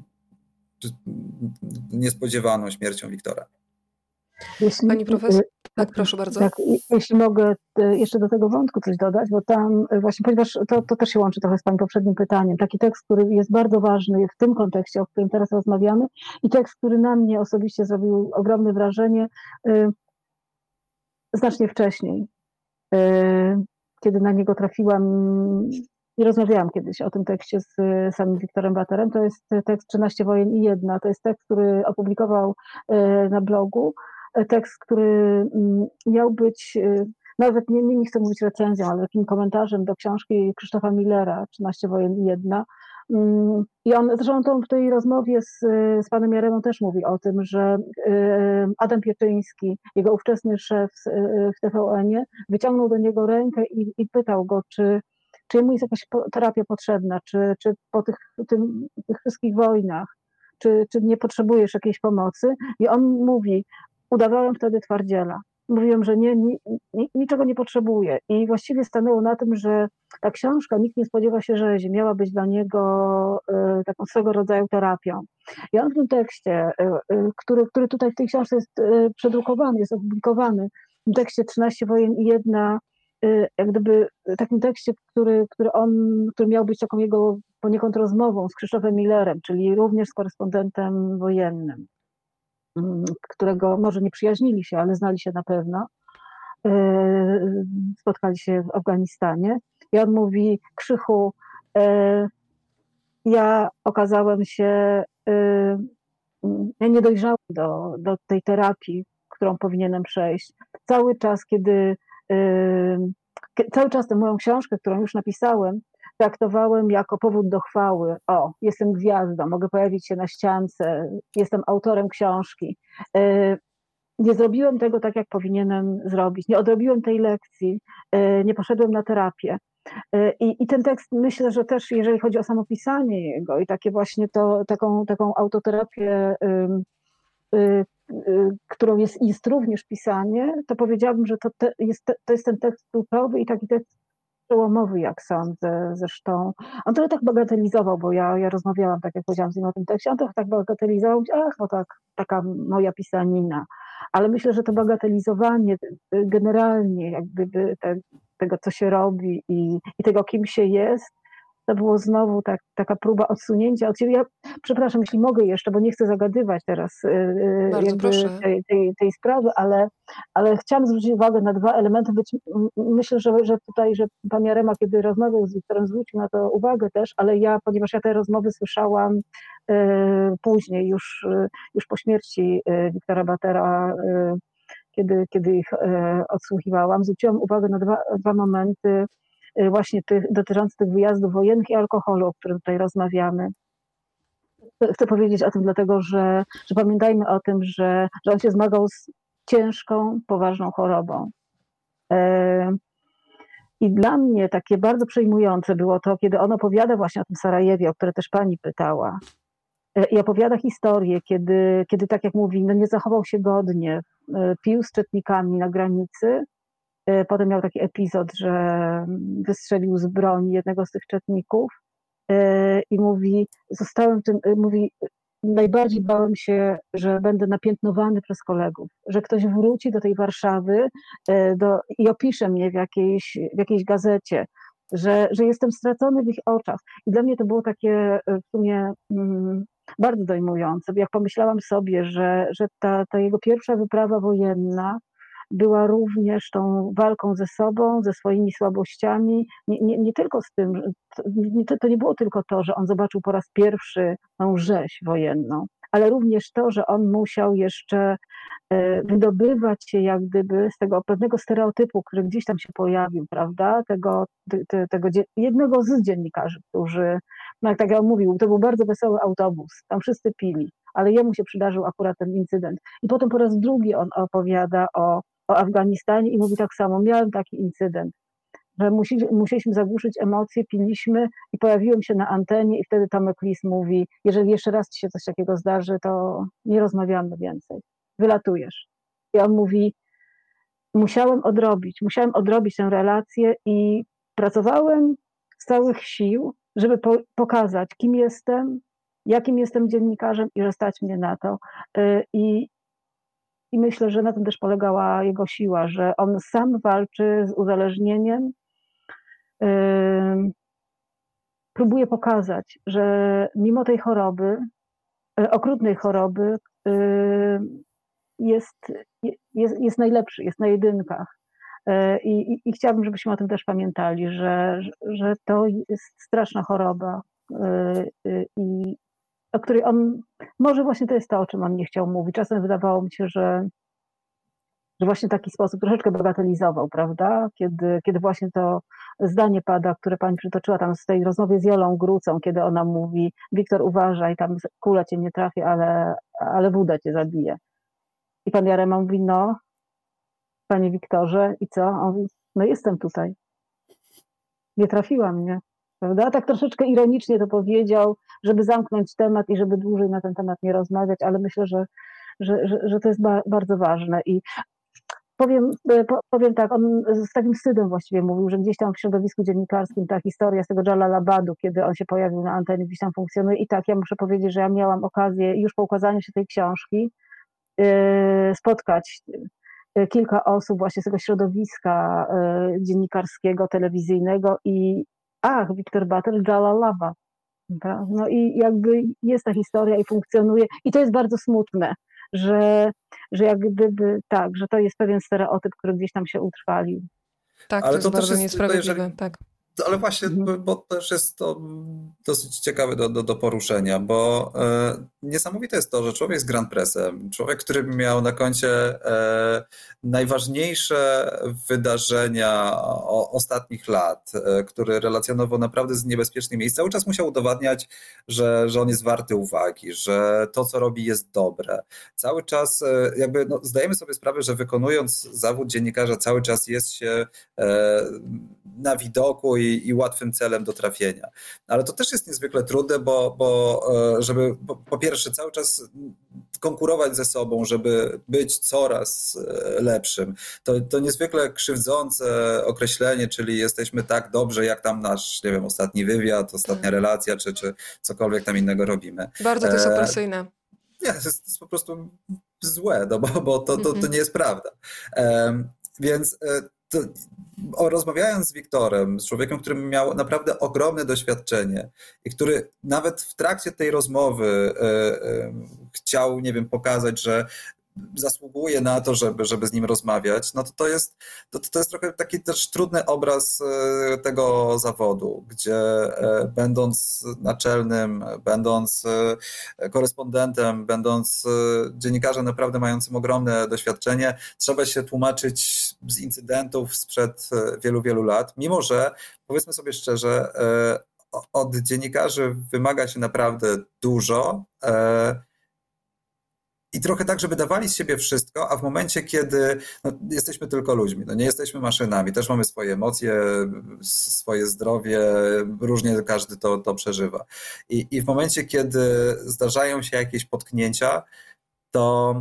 niespodziewaną śmiercią Wiktora. Jeśli, Pani profesor, tak, proszę bardzo. Tak, jeśli mogę jeszcze do tego wątku coś dodać, bo tam właśnie, ponieważ to, to też się łączy trochę z Pani poprzednim pytaniem, taki tekst, który jest bardzo ważny w tym kontekście, o którym teraz rozmawiamy, i tekst, który na mnie osobiście zrobił ogromne wrażenie, y, znacznie wcześniej. Y, kiedy na niego trafiłam i rozmawiałam kiedyś o tym tekście z samym Wiktorem Baterem. To jest tekst trzynaście wojen i jedna. To jest tekst, który opublikował na blogu. Tekst, który miał być, nawet nie, nie chcę mówić recenzją, ale takim komentarzem do książki Krzysztofa Millera, trzynaście wojen i jedna. I on, zresztą to w tej rozmowie z, z panem Jaremą też mówi o tym, że Adam Pieczyński, jego ówczesny szef w T V N-ie, wyciągnął do niego rękę i, i pytał go, czy, czy mu jest jakaś terapia potrzebna, czy, czy po tych, tym, tych wszystkich wojnach, czy, czy nie potrzebujesz jakiejś pomocy. I on mówi, udawałem wtedy twardziela. Mówiłem, że nie, nie, niczego nie potrzebuję. I właściwie stanęło na tym, że ta książka, nikt nie spodziewa się rzezi, miała być dla niego y, taką swego rodzaju terapią. I on w tym tekście, y, y, który, który tutaj w tej książce jest y, przedrukowany, jest opublikowany, w tym tekście trzynaście wojen i jedna, y, jak gdyby takim tekście, który, który on, który miał być taką jego poniekąd rozmową z Krzysztofem Millerem, czyli również z korespondentem wojennym, którego może nie przyjaźnili się, ale znali się na pewno. Spotkali się w Afganistanie. I on mówi, Krzychu, ja okazałem się, ja nie dojrzałem do, do tej terapii, którą powinienem przejść. Cały czas, kiedy, cały czas tę moją książkę, którą już napisałem, traktowałem jako powód do chwały. O, jestem gwiazdą, mogę pojawić się na ściance, jestem autorem książki. Nie zrobiłem tego tak, jak powinienem zrobić. Nie odrobiłem tej lekcji, nie poszedłem na terapię. I, i ten tekst, myślę, że też jeżeli chodzi o samopisanie jego i takie właśnie to, taką, taką autoterapię, y, y, y, którą jest, jest również pisanie, to powiedziałabym, że to, te, jest, to jest ten tekst kluczowy i taki tekst przełomowy, jak sądzę zresztą. On trochę tak bagatelizował, bo ja, ja rozmawiałam, tak jak powiedziałam z nim o tym tekście, on trochę tak bagatelizował, ach, no tak, taka moja pisanina. Ale myślę, że to bagatelizowanie generalnie jak gdyby te, tego, co się robi i, i tego, kim się jest, to było znowu tak, taka próba odsunięcia od siebie. Ja przepraszam, jeśli mogę jeszcze, bo nie chcę zagadywać teraz Bardzo jakby proszę. tej, tej, tej sprawy, ale, ale chciałam zwrócić uwagę na dwa elementy. Być, myślę, że, że tutaj, że pan Jarema, kiedy rozmawiał z Wiktorem, zwrócił na to uwagę też, ale ja, ponieważ ja te rozmowy słyszałam później, już, już po śmierci Wiktora Batera, kiedy, kiedy ich odsłuchiwałam, zwróciłam uwagę na dwa, dwa momenty właśnie tych, dotyczących tych wyjazdów wojennych i alkoholu, o którym tutaj rozmawiamy. Chcę powiedzieć o tym dlatego, że, że pamiętajmy o tym, że, że on się zmagał z ciężką, poważną chorobą. I dla mnie takie bardzo przejmujące było to, kiedy on opowiada właśnie o tym Sarajewie, o które też pani pytała. I opowiada historię, kiedy, kiedy tak jak mówi, no nie zachował się godnie, pił z czetnikami na granicy. Potem miał taki epizod, że wystrzelił z broni jednego z tych czetników i mówi, zostałem tym, mówi, najbardziej bałem się, że będę napiętnowany przez kolegów, że ktoś wróci do tej Warszawy do, i opisze mnie w jakiejś, w jakiejś gazecie, że, że jestem stracony w ich oczach. I dla mnie to było takie w sumie mm, bardzo dojmujące, jak pomyślałam sobie, że, że ta, ta jego pierwsza wyprawa wojenna była również tą walką ze sobą, ze swoimi słabościami, nie, nie, nie tylko z tym, to nie, to nie było tylko to, że on zobaczył po raz pierwszy tą rzeź wojenną, ale również to, że on musiał jeszcze wydobywać się jak gdyby z tego pewnego stereotypu, który gdzieś tam się pojawił, prawda, tego, te, tego jednego z dziennikarzy, którzy, no jak tak jak on mówił, to był bardzo wesoły autobus, tam wszyscy pili, ale jemu się przydarzył akurat ten incydent. I potem po raz drugi on opowiada o o Afganistanie i mówi tak samo, miałem taki incydent, że musi, musieliśmy zagłuszyć emocje, piliśmy i pojawiłem się na antenie i wtedy Tomek Lis mówi, jeżeli jeszcze raz ci się coś takiego zdarzy, to nie rozmawiamy więcej, wylatujesz. I on mówi, musiałem odrobić, musiałem odrobić tę relację i pracowałem z całych sił, żeby po, pokazać, kim jestem, jakim jestem dziennikarzem i że stać mnie na to. I I myślę, że na tym też polegała jego siła, że on sam walczy z uzależnieniem, yy, próbuje pokazać, że mimo tej choroby, yy, okrutnej choroby, yy, jest, jest, jest najlepszy, jest na jedynkach. I, i, i chciałabym, żebyśmy o tym też pamiętali, że, że to jest straszna choroba i o której on, może właśnie to jest to, o czym on nie chciał mówić. Czasem wydawało mi się, że, że właśnie w taki sposób troszeczkę bagatelizował, prawda? Kiedy, kiedy właśnie to zdanie pada, które pani przytoczyła tam z tej rozmowie z Jolą Grucą, kiedy ona mówi: Wiktor, uważaj, tam kula cię nie trafi, ale, ale woda cię zabije. I pan Jarema mówi: no, panie Wiktorze, i co? On mówi: no jestem tutaj. Nie trafiła mnie. Prawda? Tak troszeczkę ironicznie to powiedział, żeby zamknąć temat i żeby dłużej na ten temat nie rozmawiać, ale myślę, że, że, że, że to jest ba- bardzo ważne. I powiem, powiem tak, on z takim wstydem właściwie mówił, że gdzieś tam w środowisku dziennikarskim ta historia z tego Jalalabadu, kiedy on się pojawił na antenie, gdzieś tam funkcjonuje. I tak, ja muszę powiedzieć, że ja miałam okazję już po ukazaniu się tej książki yy, spotkać kilka osób właśnie z tego środowiska y, dziennikarskiego, telewizyjnego i ach, Wiktor Butler, Jalalabad. No i jakby jest ta historia i funkcjonuje. I to jest bardzo smutne, że, że jak gdyby tak, że to jest pewien stereotyp, który gdzieś tam się utrwalił. Tak, ale to jest to bardzo też jest, niesprawiedliwe. jeżeli... Tak. Ale właśnie, mhm. bo też jest to dosyć ciekawe do, do, do poruszenia, bo e, niesamowite jest to, że człowiek z Grand Pressem, człowiek, który miał na koncie e, najważniejsze wydarzenia o, ostatnich lat, e, który relacjonował naprawdę z niebezpiecznych miejsc, cały czas musiał udowadniać, że, że on jest warty uwagi, że to, co robi, jest dobre. Cały czas e, jakby no, zdajemy sobie sprawę, że wykonując zawód dziennikarza cały czas jest się e, na widoku i, i łatwym celem do trafienia. Ale to też jest niezwykle trudne, bo, bo żeby po, po pierwsze cały czas konkurować ze sobą, żeby być coraz lepszym. To, to niezwykle krzywdzące określenie, czyli jesteśmy tak dobrze, jak tam nasz, nie wiem, ostatni wywiad, ostatnia relacja, czy, czy cokolwiek tam innego robimy. Bardzo to jest opresyjne. E, nie, to jest, to jest po prostu złe, no bo, bo to, to, to nie jest prawda. E, więc to, o, rozmawiając z Wiktorem, z człowiekiem, który miał naprawdę ogromne doświadczenie i który nawet w trakcie tej rozmowy e, e, chciał, nie wiem, pokazać, że zasługuje na to, żeby, żeby z nim rozmawiać, no to to jest, to, to jest trochę taki też trudny obraz tego zawodu, gdzie będąc naczelnym, będąc korespondentem, będąc dziennikarzem naprawdę mającym ogromne doświadczenie, trzeba się tłumaczyć z incydentów sprzed wielu, wielu lat, mimo że, powiedzmy sobie szczerze, od dziennikarzy wymaga się naprawdę dużo, i trochę tak, żeby dawali z siebie wszystko, a w momencie, kiedy no, jesteśmy tylko ludźmi, no, nie jesteśmy maszynami, też mamy swoje emocje, swoje zdrowie, różnie każdy to, to przeżywa. I, I w momencie, kiedy zdarzają się jakieś potknięcia, to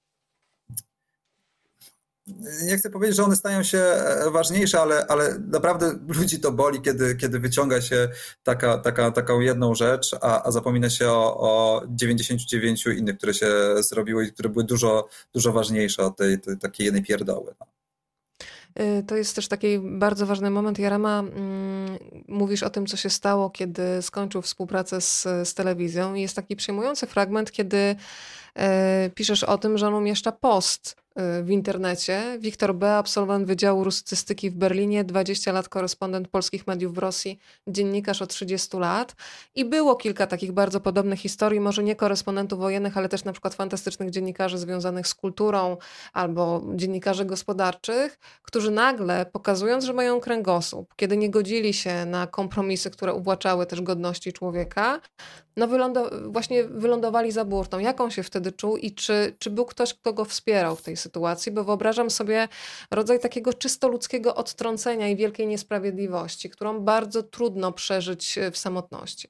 nie chcę powiedzieć, że one stają się ważniejsze, ale, ale naprawdę ludzi to boli, kiedy, kiedy wyciąga się taka, taka, taką jedną rzecz, a, a zapomina się o, o dziewięćdziesięciu dziewięciu innych, które się zrobiły i które były dużo, dużo ważniejsze od tej, tej takiej jednej pierdoły. No. To jest też taki bardzo ważny moment. Jarema, mm, mówisz o tym, co się stało, kiedy skończył współpracę z, z telewizją. I jest taki przejmujący fragment, kiedy e, piszesz o tym, że on umieszcza post w internecie. Wiktor B., absolwent Wydziału Rusystyki w Berlinie, dwadzieścia lat korespondent polskich mediów w Rosji, dziennikarz od trzydziestu lat. I było kilka takich bardzo podobnych historii, może nie korespondentów wojennych, ale też na przykład fantastycznych dziennikarzy związanych z kulturą albo dziennikarzy gospodarczych, którzy nagle, pokazując, że mają kręgosłup, kiedy nie godzili się na kompromisy, które uwłaczały też godności człowieka, no wylądo- właśnie wylądowali za burtą. Jak on się wtedy czuł i czy, czy był ktoś, kto go wspierał w tej sytuacji? Bo wyobrażam sobie rodzaj takiego czysto ludzkiego odtrącenia i wielkiej niesprawiedliwości, którą bardzo trudno przeżyć w samotności.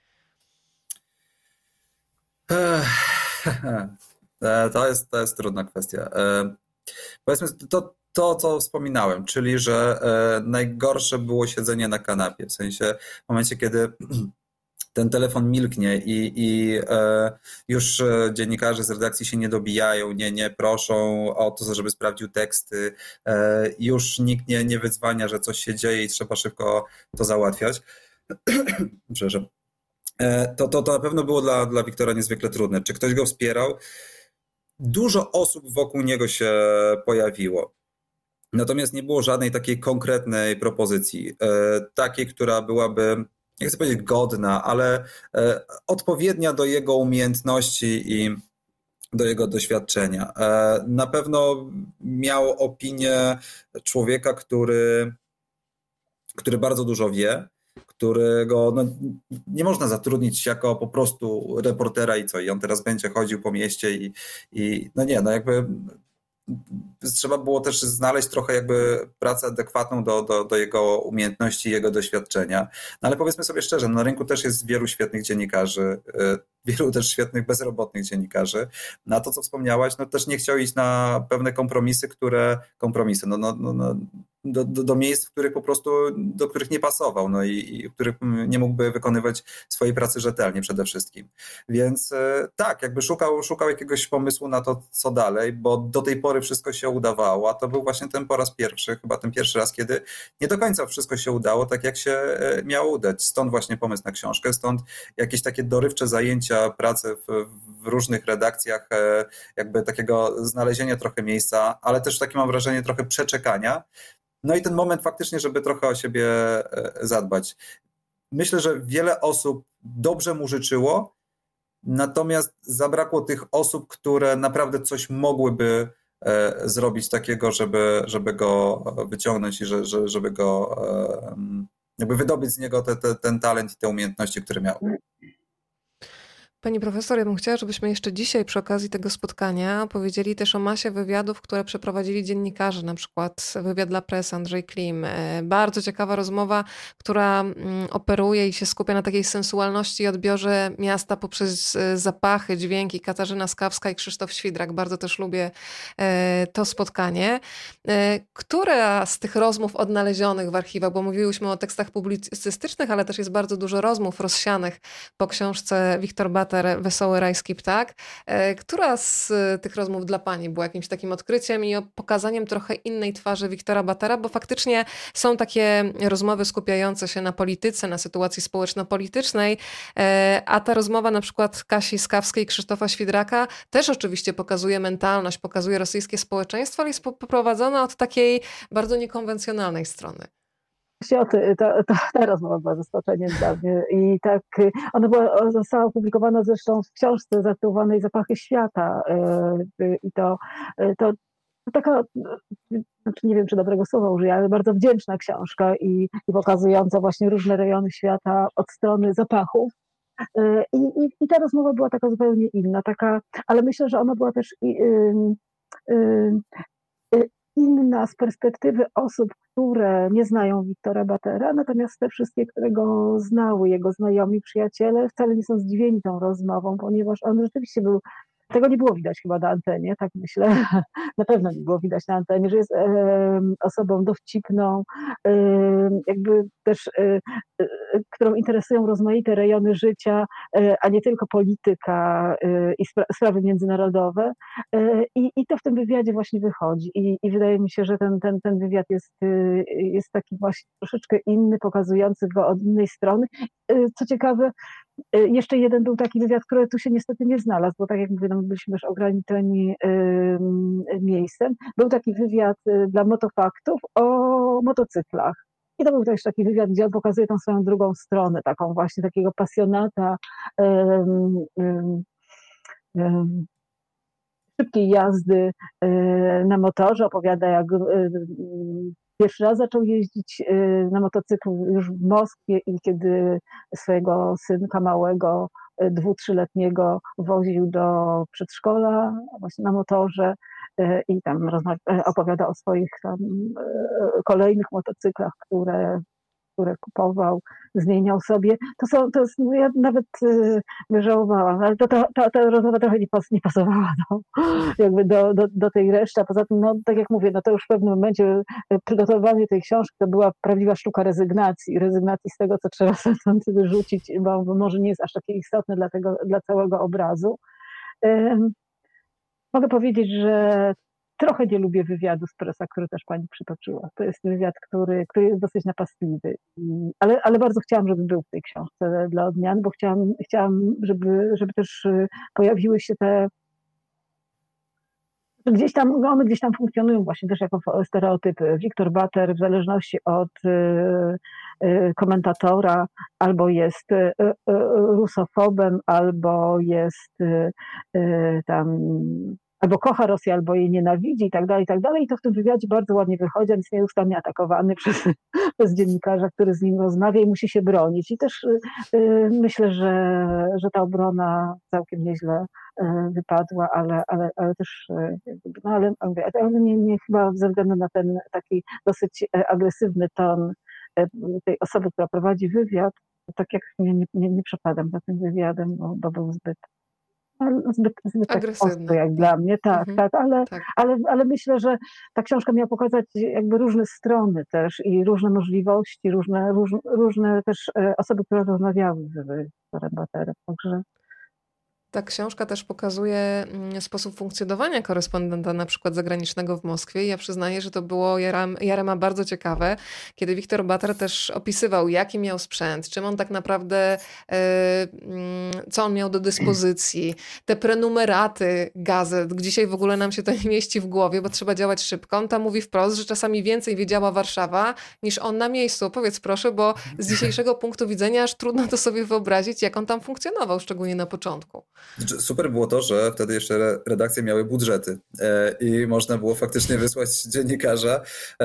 To jest, to jest trudna kwestia. Powiedzmy, to, to, co wspominałem, czyli że najgorsze było siedzenie na kanapie, w sensie w momencie, kiedy ten telefon milknie i, i e, już dziennikarze z redakcji się nie dobijają, nie, nie proszą o to, żeby sprawdził teksty, e, już nikt nie, nie wyzwania, że coś się dzieje i trzeba szybko to załatwiać. Przepraszam. E, to, to, to na pewno było dla, dla Wiktora niezwykle trudne. Czy ktoś go wspierał? Dużo osób wokół niego się pojawiło. Natomiast nie było żadnej takiej konkretnej propozycji, takiej, która byłaby, nie chcę powiedzieć godna, ale odpowiednia do jego umiejętności i do jego doświadczenia. Na pewno miał opinię człowieka, który, który bardzo dużo wie, którego no, nie można zatrudnić jako po prostu reportera i co, i on teraz będzie chodził po mieście i, i no nie, no jakby trzeba było też znaleźć trochę jakby pracę adekwatną do, do, do jego umiejętności, jego doświadczenia. No ale powiedzmy sobie szczerze, na rynku też jest wielu świetnych dziennikarzy, wielu też świetnych bezrobotnych dziennikarzy. Na to, co wspomniałaś, no też nie chciał iść na pewne kompromisy, które, kompromisy, no, no, no, no do, do, do miejsc, w których po prostu, do których nie pasował, no i, i w których nie mógłby wykonywać swojej pracy rzetelnie przede wszystkim. Więc tak, jakby szukał, szukał jakiegoś pomysłu na to, co dalej, bo do tej pory wszystko się udawało, a to był właśnie ten po raz pierwszy, chyba ten pierwszy raz, kiedy nie do końca wszystko się udało tak, jak się miało udać. Stąd właśnie pomysł na książkę, stąd jakieś takie dorywcze zajęcia, prace w, w różnych redakcjach, jakby takiego znalezienia trochę miejsca, ale też takie mam wrażenie trochę przeczekania. No i ten moment faktycznie, żeby trochę o siebie zadbać. Myślę, że wiele osób dobrze mu życzyło, natomiast zabrakło tych osób, które naprawdę coś mogłyby zrobić takiego, żeby, żeby go wyciągnąć i że, że, żeby go jakby wydobyć z niego te, te, ten talent i te umiejętności, które miał. Pani profesor, ja bym chciała, żebyśmy jeszcze dzisiaj przy okazji tego spotkania powiedzieli też o masie wywiadów, które przeprowadzili dziennikarze, na przykład wywiad dla Press Andrzej Klim. Bardzo ciekawa rozmowa, która operuje i się skupia na takiej sensualności i odbiorze miasta poprzez zapachy, dźwięki. Katarzyna Skawska i Krzysztof Świdrak. Bardzo też lubię to spotkanie. Która z tych rozmów odnalezionych w archiwach, bo mówiłyśmy o tekstach publicystycznych, ale też jest bardzo dużo rozmów rozsianych po książce Wiktor Bater Wesoły Rajski Ptak. Która z tych rozmów dla pani była jakimś takim odkryciem i pokazaniem trochę innej twarzy Wiktora Batera, bo faktycznie są takie rozmowy skupiające się na polityce, na sytuacji społeczno-politycznej, a ta rozmowa na przykład Kasi Skawskiej i Krzysztofa Świdraka też oczywiście pokazuje mentalność, pokazuje rosyjskie społeczeństwo, ale jest poprowadzona od takiej bardzo niekonwencjonalnej strony. Właśnie o ty, ta, ta, ta rozmowa była zaskoczeniem dla mnie i tak, ona była, została opublikowana zresztą w książce zatytułowanej Zapachy świata i to, to taka, znaczy nie wiem, czy dobrego słowa użyję, ale bardzo wdzięczna książka i, i pokazująca właśnie różne rejony świata od strony zapachów. I, i, I ta rozmowa była taka zupełnie inna, taka, ale myślę, że ona była też i, y, y, y, inna z perspektywy osób, które nie znają Wiktora Batera, natomiast te wszystkie, które go znały, jego znajomi, przyjaciele, wcale nie są zdziwieni tą rozmową, ponieważ on rzeczywiście był, tego nie było widać chyba na antenie, tak myślę, na pewno nie było widać na antenie, że jest e, osobą dowcipną, e, jakby też, e, e, którą interesują rozmaite rejony życia, e, a nie tylko polityka e, i spra- sprawy międzynarodowe. E, i, I to w tym wywiadzie właśnie wychodzi. I, i wydaje mi się, że ten, ten, ten wywiad jest, e, jest taki właśnie troszeczkę inny, pokazujący go od innej strony. E, co ciekawe, jeszcze jeden był taki wywiad, który tu się niestety nie znalazł, bo tak jak mówię, no, byliśmy już ograniczeni y, miejscem. Był taki wywiad dla Motofaktów o motocyklach. I to był też taki wywiad, gdzie on pokazuje tą swoją drugą stronę, taką właśnie takiego pasjonata y, y, y, szybkiej jazdy na motorze. Opowiada, jak pierwszy raz zaczął jeździć na motocyklu już w Moskwie i kiedy swojego synka małego, dwu-, trzyletniego woził do przedszkola właśnie na motorze i tam opowiada o swoich tam kolejnych motocyklach, które które kupował, zmieniał sobie. To są, to jest, no ja nawet y, żałowałam, ale to, to, ta, ta rozmowa trochę nie, pas, nie pasowała no, jakby do, do, do tej reszty, a poza tym, no tak jak mówię, no to już w pewnym momencie przygotowanie tej książki to była prawdziwa sztuka rezygnacji, rezygnacji z tego, co trzeba stąd wyrzucić, bo, bo może nie jest aż takie istotne dla, tego, dla całego obrazu. Um, mogę powiedzieć, że trochę nie lubię wywiadu z Pressa, który też pani przytoczyła. To jest wywiad, który, który jest dosyć napastliwy. Ale, ale bardzo chciałam, żeby był w tej książce dla odmian, bo chciałam, chciałam żeby, żeby też pojawiły się te gdzieś tam, one gdzieś tam funkcjonują właśnie też jako stereotypy. Wiktor Bater w zależności od y, y, komentatora albo jest y, y, rusofobem, albo jest y, y, tam, albo kocha Rosję, albo jej nienawidzi i tak dalej, i tak dalej. I to w tym wywiadzie bardzo ładnie wychodzi. On jest nieustannie atakowany przez, przez dziennikarza, który z nim rozmawia i musi się bronić. I też y, y, myślę, że, że ta obrona całkiem nieźle wypadła, ale, ale, ale też, no ale, ale nie, nie chyba ze względu na ten taki dosyć agresywny ton tej osoby, która prowadzi wywiad, tak jak nie, nie, nie przepadam za tym wywiadem, bo, bo był zbyt, zbyt, zbyt tak ostry jak dla mnie, tak, mhm. tak, ale, tak. Ale, ale myślę, że ta książka miała pokazać jakby różne strony też i różne możliwości, różne, róż, różne też osoby, które rozmawiały z Wiktorem Baterem, także ta książka też pokazuje sposób funkcjonowania korespondenta na przykład zagranicznego w Moskwie. Ja przyznaję, że to było Jarema bardzo ciekawe, kiedy Wiktor Bater też opisywał, jaki miał sprzęt, czym on tak naprawdę, co on miał do dyspozycji, te prenumeraty gazet. Dzisiaj w ogóle nam się to nie mieści w głowie, bo trzeba działać szybko. On tam mówi wprost, że czasami więcej wiedziała Warszawa niż on na miejscu. Powiedz proszę, bo z dzisiejszego punktu widzenia aż trudno to sobie wyobrazić, jak on tam funkcjonował, szczególnie na początku. Super było to, że wtedy jeszcze redakcje miały budżety i można było faktycznie wysłać dziennikarza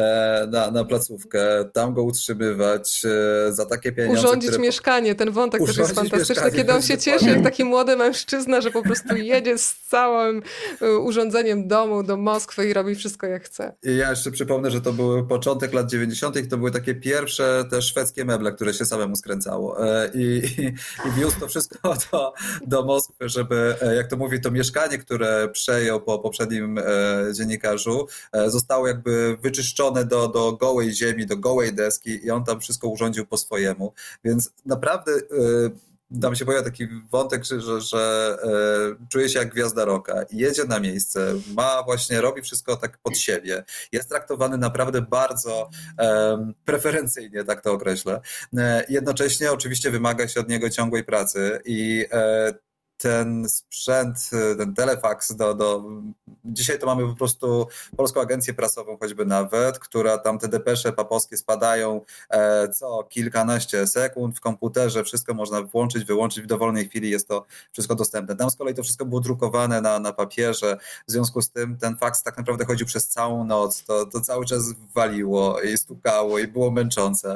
na, na placówkę, tam go utrzymywać za takie pieniądze. Urządzić które... mieszkanie, ten wątek też jest fantastyczny, kiedy on się cieszy jak taki młody mężczyzna, że po prostu jedzie z całym urządzeniem domu do Moskwy i robi wszystko jak chce. I ja jeszcze przypomnę, że to był początek lat dziewięćdziesiątych, to były takie pierwsze te szwedzkie meble, które się samemu skręcało i, i, i wiózł to wszystko do, do Moskwy, żeby, jak to mówi, to mieszkanie, które przejął po poprzednim dziennikarzu, zostało jakby wyczyszczone do, do gołej ziemi, do gołej deski i on tam wszystko urządził po swojemu. Więc naprawdę tam się pojawia taki wątek, że, że, że e, czuje się jak gwiazda rocka. Jedzie na miejsce, ma właśnie, robi wszystko tak pod siebie. Jest traktowany naprawdę bardzo e, preferencyjnie, tak to określę. E, jednocześnie oczywiście wymaga się od niego ciągłej pracy i e, ten sprzęt, ten telefaks do, do... Dzisiaj to mamy po prostu Polską Agencję Prasową choćby nawet, która tam te depesze papowskie spadają e, co kilkanaście sekund w komputerze, wszystko można włączyć, wyłączyć w dowolnej chwili, jest to wszystko dostępne. Tam z kolei to wszystko było drukowane na, na papierze, w związku z tym ten faks tak naprawdę chodził przez całą noc, to, to cały czas waliło i stukało i było męczące.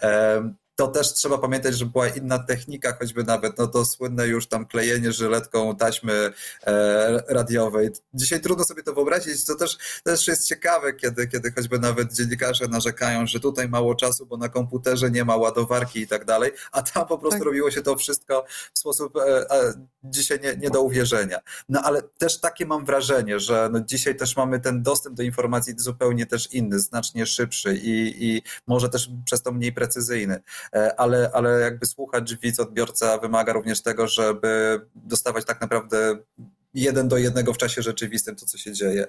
E, To też trzeba pamiętać, że była inna technika, choćby nawet no to słynne już tam klejenie żyletką taśmy e, radiowej. Dzisiaj trudno sobie to wyobrazić, to też, też jest ciekawe, kiedy, kiedy choćby nawet dziennikarze narzekają, że tutaj mało czasu, bo na komputerze nie ma ładowarki i tak dalej, a tam po prostu tak robiło się to wszystko w sposób e, e, dzisiaj nie, nie do uwierzenia. No ale też takie mam wrażenie, że no dzisiaj też mamy ten dostęp do informacji zupełnie też inny, znacznie szybszy i, i może też przez to mniej precyzyjny. Ale, ale jakby słuchacz, widz, odbiorca wymaga również tego, żeby dostawać tak naprawdę jeden do jednego w czasie rzeczywistym to, co się dzieje.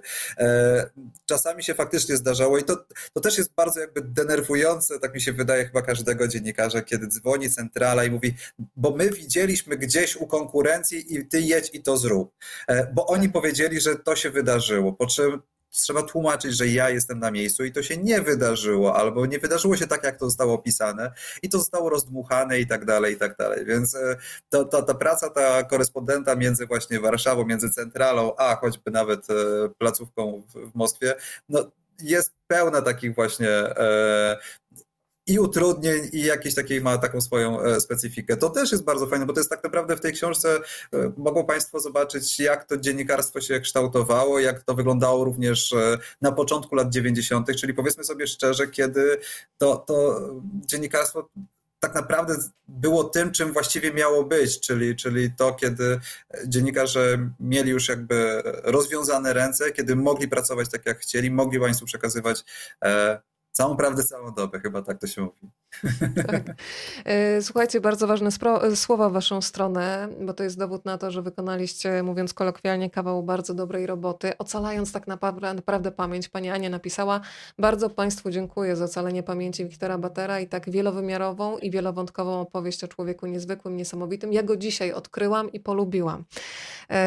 Czasami się faktycznie zdarzało i to, to też jest bardzo jakby denerwujące, tak mi się wydaje chyba każdego dziennikarza, kiedy dzwoni centrala i mówi, bo my widzieliśmy gdzieś u konkurencji i ty jedź i to zrób. Bo oni powiedzieli, że to się wydarzyło, po czym trzeba tłumaczyć, że ja jestem na miejscu i to się nie wydarzyło, albo nie wydarzyło się tak, jak to zostało opisane i to zostało rozdmuchane i tak dalej, i tak dalej. Więc to, to, ta praca, ta korespondenta między właśnie Warszawą, między centralą, a choćby nawet placówką w, w Moskwie, no jest pełna takich właśnie e, i utrudnień, i jakiejś takiej ma taką swoją specyfikę. To też jest bardzo fajne, bo to jest tak naprawdę w tej książce mogą Państwo zobaczyć, jak to dziennikarstwo się kształtowało, jak to wyglądało również na początku lat dziewięćdziesiątych, czyli powiedzmy sobie szczerze, kiedy to, to dziennikarstwo tak naprawdę było tym, czym właściwie miało być, czyli, czyli to, kiedy dziennikarze mieli już jakby rozwiązane ręce, kiedy mogli pracować tak, jak chcieli, mogli Państwu przekazywać e, całą prawdę, całą dobę, chyba tak to się mówi. Tak. Słuchajcie, bardzo ważne spro- słowa w waszą stronę, bo to jest dowód na to, że wykonaliście, mówiąc kolokwialnie, kawał bardzo dobrej roboty, ocalając tak naprawdę, naprawdę pamięć. Pani Ania napisała, bardzo Państwu dziękuję za ocalenie pamięci Wiktora Batera i tak wielowymiarową i wielowątkową opowieść o człowieku niezwykłym, niesamowitym. Ja go dzisiaj odkryłam i polubiłam.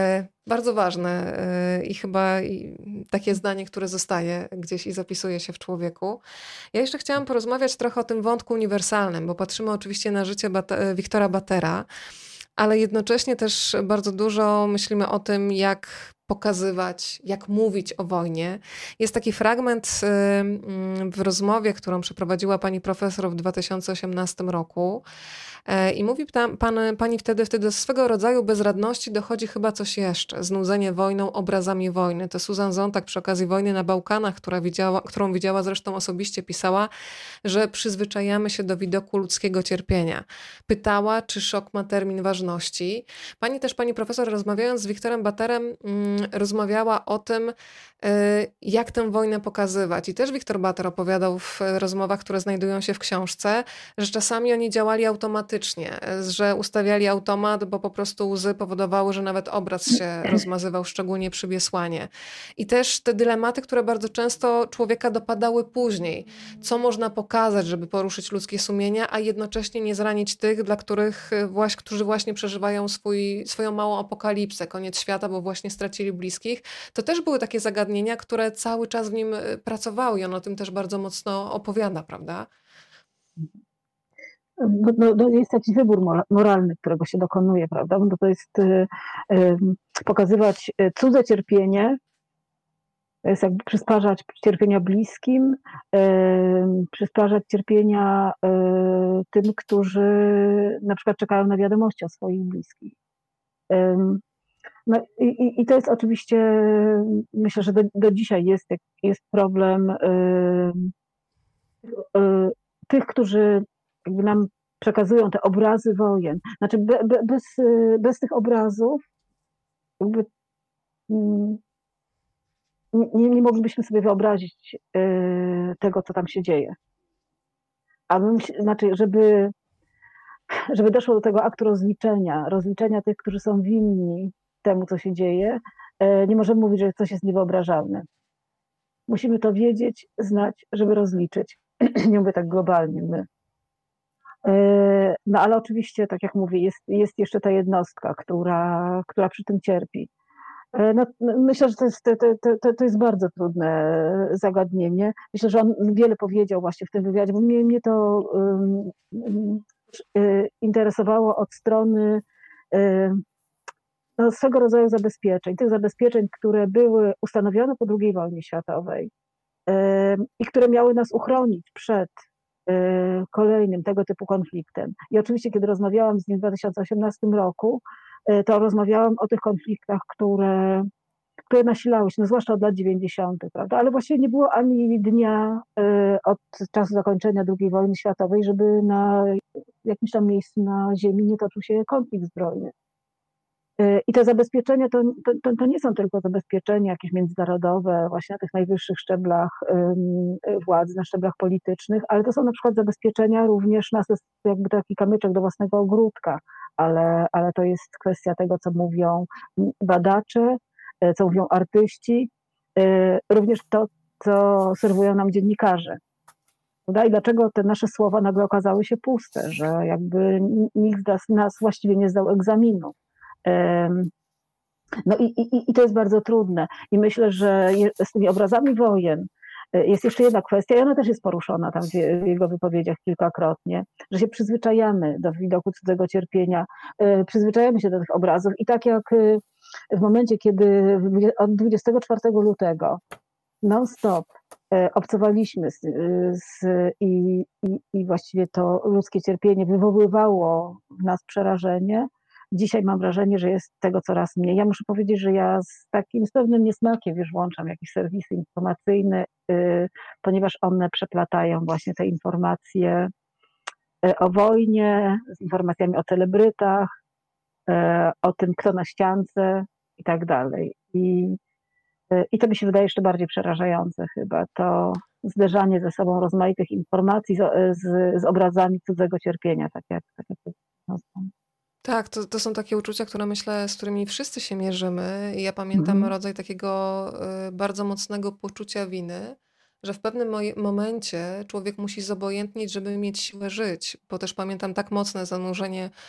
Bardzo ważne y, i chyba i takie zdanie, które zostaje gdzieś i zapisuje się w człowieku. Ja jeszcze chciałam porozmawiać trochę o tym wątku uniwersalnym, bo patrzymy oczywiście na życie Bate- Wiktora Battera, ale jednocześnie też bardzo dużo myślimy o tym, jak pokazywać, jak mówić o wojnie. Jest taki fragment y, w rozmowie, którą przeprowadziła pani profesor w dwa tysiące osiemnastym roku. I mówi tam, pan, pani wtedy, wtedy do swego rodzaju bezradności dochodzi chyba coś jeszcze. Znudzenie wojną, obrazami wojny. To Susan Sontag przy okazji wojny na Bałkanach, która widziała, którą widziała zresztą osobiście, pisała, że przyzwyczajamy się do widoku ludzkiego cierpienia. Pytała, czy szok ma termin ważności. Pani też, pani profesor, rozmawiając z Wiktorem Batterem, mm, rozmawiała o tym, jak tę wojnę pokazywać. I też Wiktor Batter opowiadał w rozmowach, które znajdują się w książce, że czasami oni działali automatycznie, że ustawiali automat, bo po prostu łzy powodowały, że nawet obraz się rozmazywał, szczególnie przy Biesłanie. I też te dylematy, które bardzo często człowieka dopadały później. Co można pokazać, żeby poruszyć ludzkie sumienia, a jednocześnie nie zranić tych, dla których właśnie, którzy właśnie przeżywają swój, swoją małą apokalipsę, koniec świata, bo właśnie stracili bliskich. To też były takie zagadnienia, które cały czas w nim pracowały i on o tym też bardzo mocno opowiada, prawda? No, no, jest jakiś wybór moralny, którego się dokonuje, prawda? Bo to jest y, y, pokazywać cudze cierpienie, to jest jakby przysparzać cierpienia bliskim, y, przysparzać cierpienia y, tym, którzy na przykład czekają na wiadomości o swoich bliskich. Y, No i, i to jest oczywiście, myślę, że do, do dzisiaj jest, jest problem y, y, tych, którzy jakby nam przekazują te obrazy wojen. Znaczy be, be, bez, bez tych obrazów jakby, nie, nie moglibyśmy sobie wyobrazić y, tego, co tam się dzieje. A my, znaczy, żeby, żeby doszło do tego aktu rozliczenia, rozliczenia tych, którzy są winni temu, co się dzieje, nie możemy mówić, że coś jest niewyobrażalne. Musimy to wiedzieć, znać, żeby rozliczyć. Nie mówię tak globalnie my. No ale oczywiście, tak jak mówię, jest, jest jeszcze ta jednostka, która, która przy tym cierpi. No, myślę, że to jest, to, to, to jest bardzo trudne zagadnienie. Myślę, że on wiele powiedział właśnie w tym wywiadzie, bo mnie, mnie to um, um, interesowało od strony um, no, swego rodzaju zabezpieczeń, tych zabezpieczeń, które były ustanowione po drugiej wojnie światowej yy, i które miały nas uchronić przed yy, kolejnym tego typu konfliktem. I oczywiście, kiedy rozmawiałam z nim w dwa tysiące osiemnastym roku, yy, to rozmawiałam o tych konfliktach, które, które nasilały się, no, zwłaszcza od lat dziewięćdziesiątych, prawda? Ale właściwie nie było ani dnia yy, od czasu zakończenia drugiej wojny światowej, żeby na jakimś tam miejscu na ziemi nie toczył się konflikt zbrojny. I te zabezpieczenia to, to, to nie są tylko zabezpieczenia jakieś międzynarodowe, właśnie na tych najwyższych szczeblach władzy, na szczeblach politycznych, ale to są na przykład zabezpieczenia również nas, jest jakby taki kamyczek do własnego ogródka, ale, ale to jest kwestia tego, co mówią badacze, co mówią artyści, również to, co serwują nam dziennikarze. I dlaczego te nasze słowa nagle okazały się puste, że jakby nikt z nas, nas właściwie nie zdał egzaminu. No i, i, i to jest bardzo trudne. I myślę, że z tymi obrazami wojen jest jeszcze jedna kwestia, i ona też jest poruszona tam w jego wypowiedziach kilkakrotnie, że się przyzwyczajamy do widoku cudzego cierpienia, przyzwyczajamy się do tych obrazów i tak jak w momencie, kiedy od dwudziestego czwartego lutego non-stop obcowaliśmy z, z, i, i, i właściwie to ludzkie cierpienie wywoływało w nas przerażenie, dzisiaj mam wrażenie, że jest tego coraz mniej. Ja muszę powiedzieć, że ja z takim z pewnym niesmakiem już włączam jakieś serwisy informacyjne, yy, ponieważ one przeplatają właśnie te informacje yy, o wojnie z informacjami o celebrytach, yy, o tym, kto na ściance i tak dalej. I, yy, I to mi się wydaje jeszcze bardziej przerażające chyba, to zderzanie ze sobą rozmaitych informacji z, z, z obrazami cudzego cierpienia, tak jak, tak jak to nazywam. Tak, to, to są takie uczucia, które myślę, z którymi wszyscy się mierzymy. I ja pamiętam mhm. rodzaj takiego y, bardzo mocnego poczucia winy, że w pewnym mo- momencie człowiek musi zobojętnić, żeby mieć siłę żyć. Bo też pamiętam tak mocne zanurzenie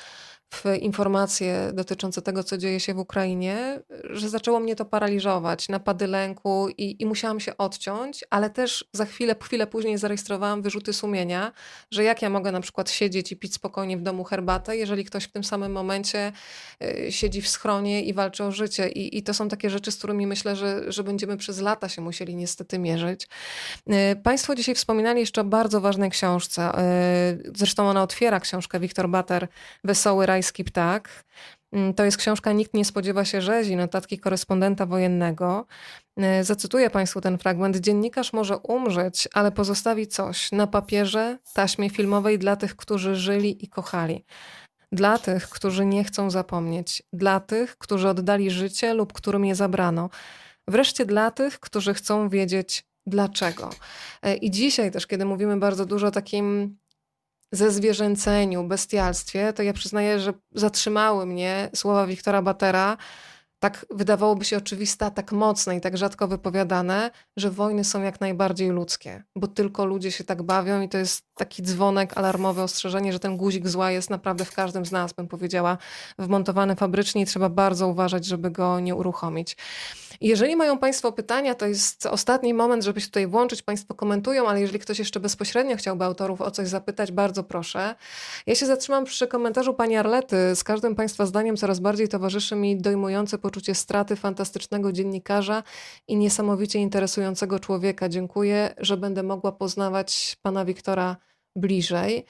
w informacje dotyczące tego, co dzieje się w Ukrainie, że zaczęło mnie to paraliżować, napady lęku i, i musiałam się odciąć, ale też za chwilę, chwilę później zarejestrowałam wyrzuty sumienia, że jak ja mogę na przykład siedzieć i pić spokojnie w domu herbatę, jeżeli ktoś w tym samym momencie y, siedzi w schronie i walczy o życie. I, i to są takie rzeczy, z którymi myślę, że, że będziemy przez lata się musieli niestety mierzyć. Y, Państwo dzisiaj wspominali jeszcze o bardzo ważnej książce. Y, Zresztą ona otwiera książkę Wiktor Bater, Wesoły rajski ptak. To jest książka Nikt nie spodziewa się rzezi, notatki korespondenta wojennego. Zacytuję Państwu ten fragment. Dziennikarz może umrzeć, ale pozostawi coś na papierze, taśmie filmowej dla tych, którzy żyli i kochali. Dla tych, którzy nie chcą zapomnieć. Dla tych, którzy oddali życie lub którym je zabrano. Wreszcie dla tych, którzy chcą wiedzieć dlaczego. I dzisiaj też, kiedy mówimy bardzo dużo o takim zezwierzęceniu, bestialstwie, to ja przyznaję, że zatrzymały mnie słowa Wiktora Batera, tak wydawałoby się oczywiste, a tak mocne i tak rzadko wypowiadane, że wojny są jak najbardziej ludzkie, bo tylko ludzie się tak bawią i to jest taki dzwonek alarmowy, ostrzeżenie, że ten guzik zła jest naprawdę w każdym z nas, bym powiedziała, wmontowany fabrycznie i trzeba bardzo uważać, żeby go nie uruchomić. Jeżeli mają Państwo pytania, to jest ostatni moment, żeby się tutaj włączyć. Państwo komentują, ale jeżeli ktoś jeszcze bezpośrednio chciałby autorów o coś zapytać, bardzo proszę. Ja się zatrzymam przy komentarzu pani Arlety. Z każdym Państwa zdaniem coraz bardziej towarzyszy mi dojmujące poczucie straty fantastycznego dziennikarza i niesamowicie interesującego człowieka. Dziękuję, że będę mogła poznawać pana Wiktora bliżej.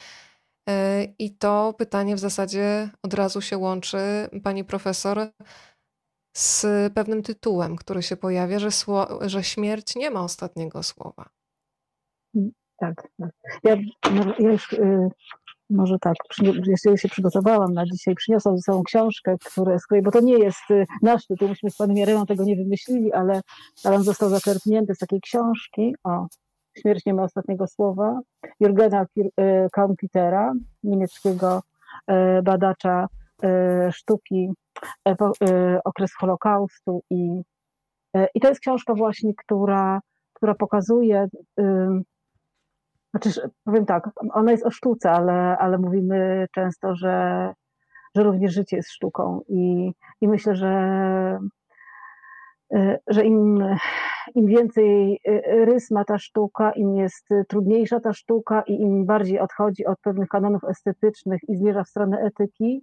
I to pytanie w zasadzie od razu się łączy, pani profesor, z pewnym tytułem, który się pojawia, że, sło- że śmierć nie ma ostatniego słowa. Tak, tak. Ja, ja już y, może tak, jeszcze się przygotowałam na dzisiaj, przyniosłam ze sobą książkę, które, z której, bo to nie jest y, nasz tytuł, myśmy z panem Jareną tego nie wymyślili, ale, ale on został zaczerpnięty z takiej książki, o, Śmierć nie ma ostatniego słowa, Jurgena Kaumpitera, niemieckiego y, badacza y, sztuki, okres Holokaustu i, i to jest książka właśnie, która, która pokazuje, znaczy powiem tak, ona jest o sztuce, ale, ale mówimy często, że, że również życie jest sztuką i, i myślę, że, że im, im więcej rys ma ta sztuka, im jest trudniejsza ta sztuka i im bardziej odchodzi od pewnych kanonów estetycznych i zmierza w stronę etyki,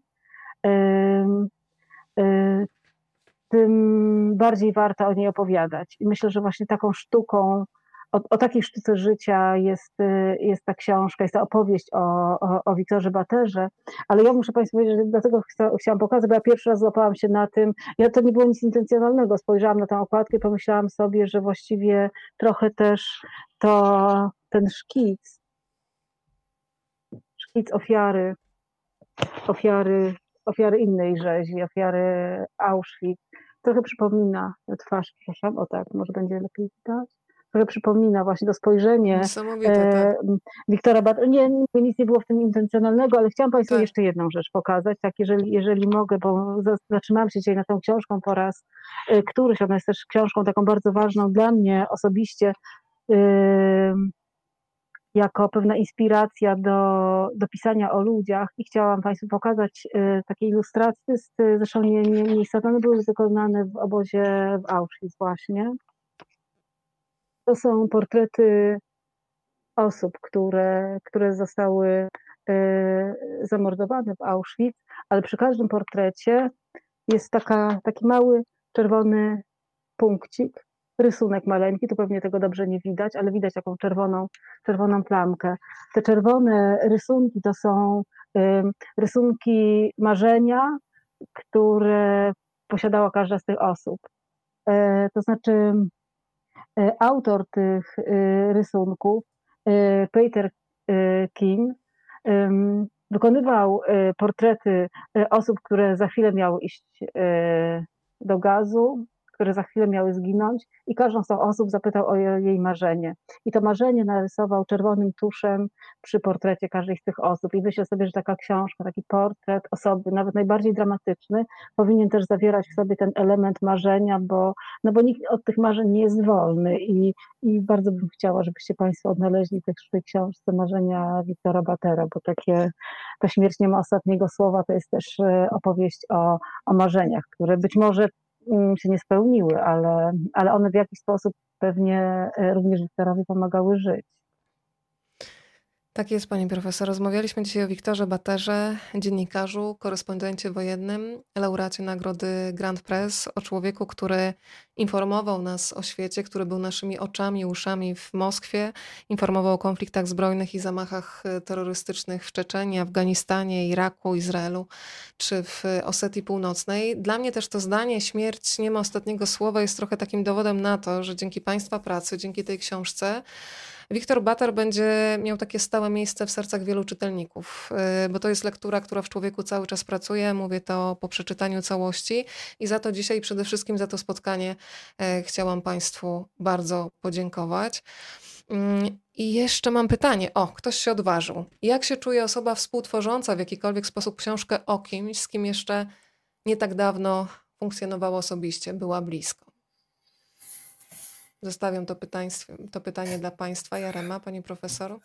tym bardziej warto o niej opowiadać. I myślę, że właśnie taką sztuką, o, o takiej sztuce życia jest, jest ta książka, jest ta opowieść o, o, o Wiktorze Baterze, ale ja muszę Państwu powiedzieć, że dlatego chciałam pokazać, bo ja pierwszy raz złapałam się na tym, ja to nie było nic intencjonalnego, spojrzałam na tę okładkę i pomyślałam sobie, że właściwie trochę też to ten szkic, szkic ofiary, ofiary ofiary innej rzezi, ofiary Auschwitz. Trochę przypomina twarz, przepraszam, o tak, może będzie lepiej widać. Trochę przypomina właśnie to spojrzenie Niesamowite, tak. e, Wiktora Batera. Nie, nic nie było w tym intencjonalnego, ale chciałam Państwu Tak. jeszcze jedną rzecz pokazać, tak jeżeli, jeżeli mogę, bo zatrzymałam się dzisiaj na tą książką po raz e, któryś, ona jest też książką taką bardzo ważną dla mnie osobiście, e, jako pewna inspiracja do, do pisania o ludziach i chciałam Państwu pokazać y, takie ilustracje, z, zresztą nie, nie, nieistotne, one były wykonane w obozie w Auschwitz właśnie. To są portrety osób, które, które zostały y, zamordowane w Auschwitz, ale przy każdym portrecie jest taka, taki mały czerwony punkcik, rysunek maleńki, tu pewnie tego dobrze nie widać, ale widać taką czerwoną, czerwoną plamkę. Te czerwone rysunki to są y, rysunki marzenia, które posiadała każda z tych osób. Y, to znaczy y, autor tych y, rysunków, y, Peter y, King, y, wykonywał y, portrety y, osób, które za chwilę miały iść y, do gazu, które za chwilę miały zginąć i każdą z tych osób zapytał o jej marzenie. I to marzenie narysował czerwonym tuszem przy portrecie każdej z tych osób. I myślę sobie, że taka książka, taki portret osoby, nawet najbardziej dramatyczny, powinien też zawierać w sobie ten element marzenia, bo, no bo nikt od tych marzeń nie jest wolny i, i bardzo bym chciała, żebyście Państwo odnaleźli też w tej książce marzenia Wiktora Battera, bo takie Ta śmierć nie ma ostatniego słowa to jest też opowieść o, o marzeniach, które być może się nie spełniły, ale, ale one w jakiś sposób pewnie również Wiktorowi pomagały żyć. Tak jest, pani profesor. Rozmawialiśmy dzisiaj o Wiktorze Batterze, dziennikarzu, korespondencie wojennym, laureacie nagrody Grand Press, o człowieku, który informował nas o świecie, który był naszymi oczami, uszami w Moskwie, informował o konfliktach zbrojnych i zamachach terrorystycznych w Czeczenii, Afganistanie, Iraku, Izraelu czy w Osetii Północnej. Dla mnie też to zdanie "śmierć nie ma ostatniego słowa" jest trochę takim dowodem na to, że dzięki państwa pracy, dzięki tej książce Wiktor Batter będzie miał takie stałe miejsce w sercach wielu czytelników, bo to jest lektura, która w człowieku cały czas pracuje. Mówię to po przeczytaniu całości i za to dzisiaj, przede wszystkim za to spotkanie chciałam Państwu bardzo podziękować. I jeszcze mam pytanie. O, ktoś się odważył. Jak się czuje osoba współtworząca w jakikolwiek sposób książkę o kimś, z kim jeszcze nie tak dawno funkcjonowała osobiście, była blisko? Zostawiam to, pytaństw, to pytanie dla Państwa. Jarema, Panie Profesoru?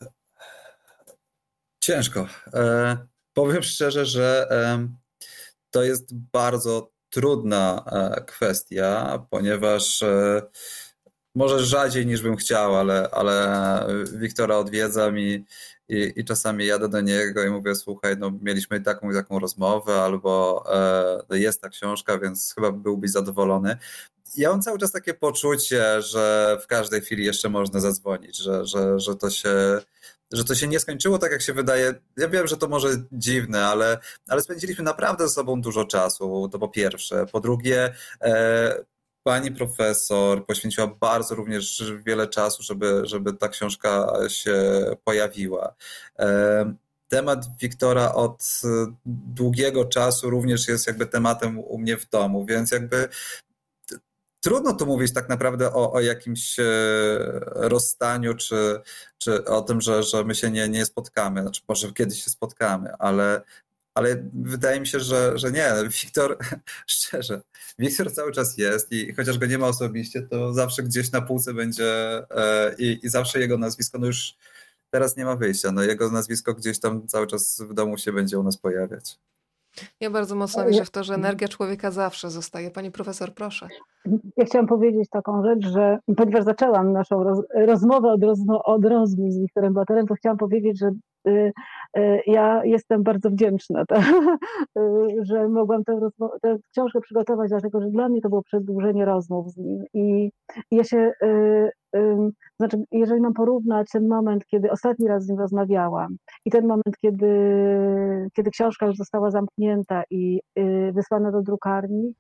Ciężko. E, powiem szczerze, że e, to jest bardzo trudna e, kwestia, ponieważ e, może rzadziej niż bym chciał, ale, ale Wiktora odwiedzam i, i, i czasami jadę do niego i mówię: słuchaj, no mieliśmy taką i taką rozmowę, albo e, jest ta książka, więc chyba byłbyś zadowolony. Ja mam cały czas takie poczucie, że w każdej chwili jeszcze można zadzwonić, że, że, że, to się, że to się nie skończyło tak, jak się wydaje. Ja wiem, że to może dziwne, ale, ale spędziliśmy naprawdę ze sobą dużo czasu, to po pierwsze. Po drugie, e, pani profesor poświęciła bardzo również wiele czasu, żeby, żeby ta książka się pojawiła. E, Temat Wiktora od długiego czasu również jest jakby tematem u mnie w domu, więc jakby trudno tu mówić tak naprawdę o, o jakimś rozstaniu, czy, czy o tym, że, że my się nie, nie spotkamy. Znaczy, może kiedyś się spotkamy, ale, ale wydaje mi się, że, że nie. Wiktor, szczerze, Wiktor cały czas jest i chociaż go nie ma osobiście, to zawsze gdzieś na półce będzie i, i zawsze jego nazwisko, no już teraz nie ma wyjścia, no jego nazwisko gdzieś tam cały czas w domu się będzie u nas pojawiać. Ja bardzo mocno wierzę w to, że energia człowieka zawsze zostaje. Pani profesor, proszę. Ja chciałam powiedzieć taką rzecz, że ponieważ zaczęłam naszą roz, rozmowę od, rozmo, od rozmów z Wiktorem Batterem, to chciałam powiedzieć, że y, y, ja jestem bardzo wdzięczna, ta, y, że mogłam tę, rozmo- tę książkę przygotować, dlatego że dla mnie to było przedłużenie rozmów z nim. I, i ja się, y, y, znaczy, jeżeli mam porównać ten moment, kiedy ostatni raz z nim rozmawiałam i ten moment, kiedy, kiedy książka już została zamknięta i y, wysłana do drukarni,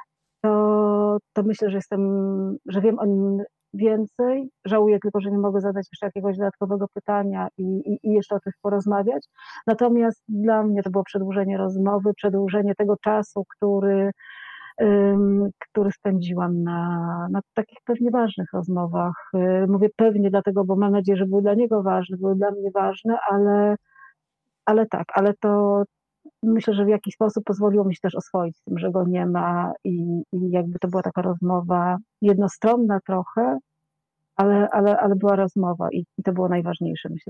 To, to myślę, że jestem, że wiem o nim więcej. Żałuję tylko, że nie mogę zadać jeszcze jakiegoś dodatkowego pytania i, i, i jeszcze o tym porozmawiać. Natomiast dla mnie to było przedłużenie rozmowy, przedłużenie tego czasu, który, um, który spędziłam na, na takich pewnie ważnych rozmowach. Mówię pewnie dlatego, bo mam nadzieję, że były dla niego ważne, były dla mnie ważne, ale, ale tak, ale to myślę, że w jakiś sposób pozwoliło mi się też oswoić z tym, że go nie ma i, i jakby to była taka rozmowa jednostronna trochę, ale, ale, ale była rozmowa i, i to było najważniejsze, myślę.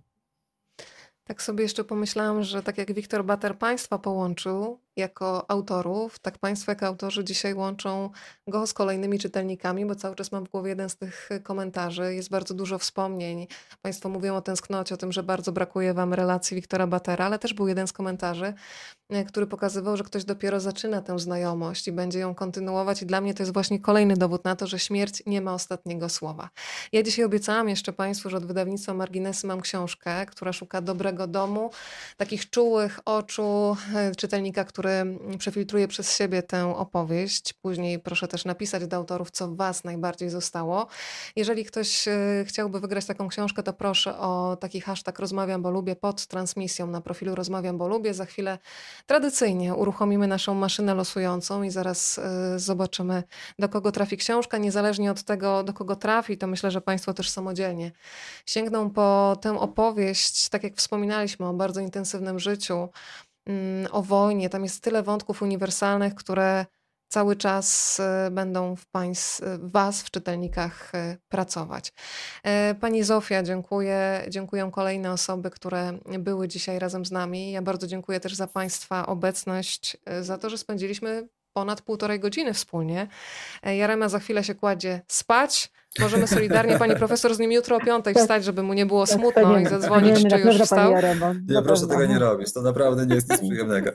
Tak sobie jeszcze pomyślałam, że tak jak Wiktor Batter Państwa połączył jako autorów, tak Państwo jako autorzy dzisiaj łączą go z kolejnymi czytelnikami, bo cały czas mam w głowie jeden z tych komentarzy. Jest bardzo dużo wspomnień. Państwo mówią o tęsknocie, o tym, że bardzo brakuje Wam relacji Wiktora Battera, ale też był jeden z komentarzy, który pokazywał, że ktoś dopiero zaczyna tę znajomość i będzie ją kontynuować i dla mnie to jest właśnie kolejny dowód na to, że śmierć nie ma ostatniego słowa. Ja dzisiaj obiecałam jeszcze Państwu, że od wydawnictwa Marginesy mam książkę, która szuka dobrego domu, takich czułych oczu czytelnika, który który przefiltruje przez siebie tę opowieść. Później proszę też napisać do autorów, co was najbardziej zostało. Jeżeli ktoś chciałby wygrać taką książkę, to proszę o taki hashtag Rozmawiam, bo lubię pod transmisją na profilu Rozmawiam, bo lubię. Za chwilę tradycyjnie uruchomimy naszą maszynę losującą i zaraz zobaczymy, do kogo trafi książka. Niezależnie od tego, do kogo trafi, to myślę, że państwo też samodzielnie sięgną po tę opowieść, tak jak wspominaliśmy, o bardzo intensywnym życiu, o wojnie. Tam jest tyle wątków uniwersalnych, które cały czas będą w państw, was, w czytelnikach pracować. Pani Zofia, dziękuję. Dziękuję kolejne osoby, które były dzisiaj razem z nami. Ja bardzo dziękuję też za państwa obecność, za to, że spędziliśmy ponad półtorej godziny wspólnie. Jarema za chwilę się kładzie spać. Możemy solidarnie, pani profesor, z nim jutro o piątej wstać, żeby mu nie było smutno i zadzwonić, czy już wstał. Nie, proszę tego nie robić. To naprawdę nie jest nic przyjemnego.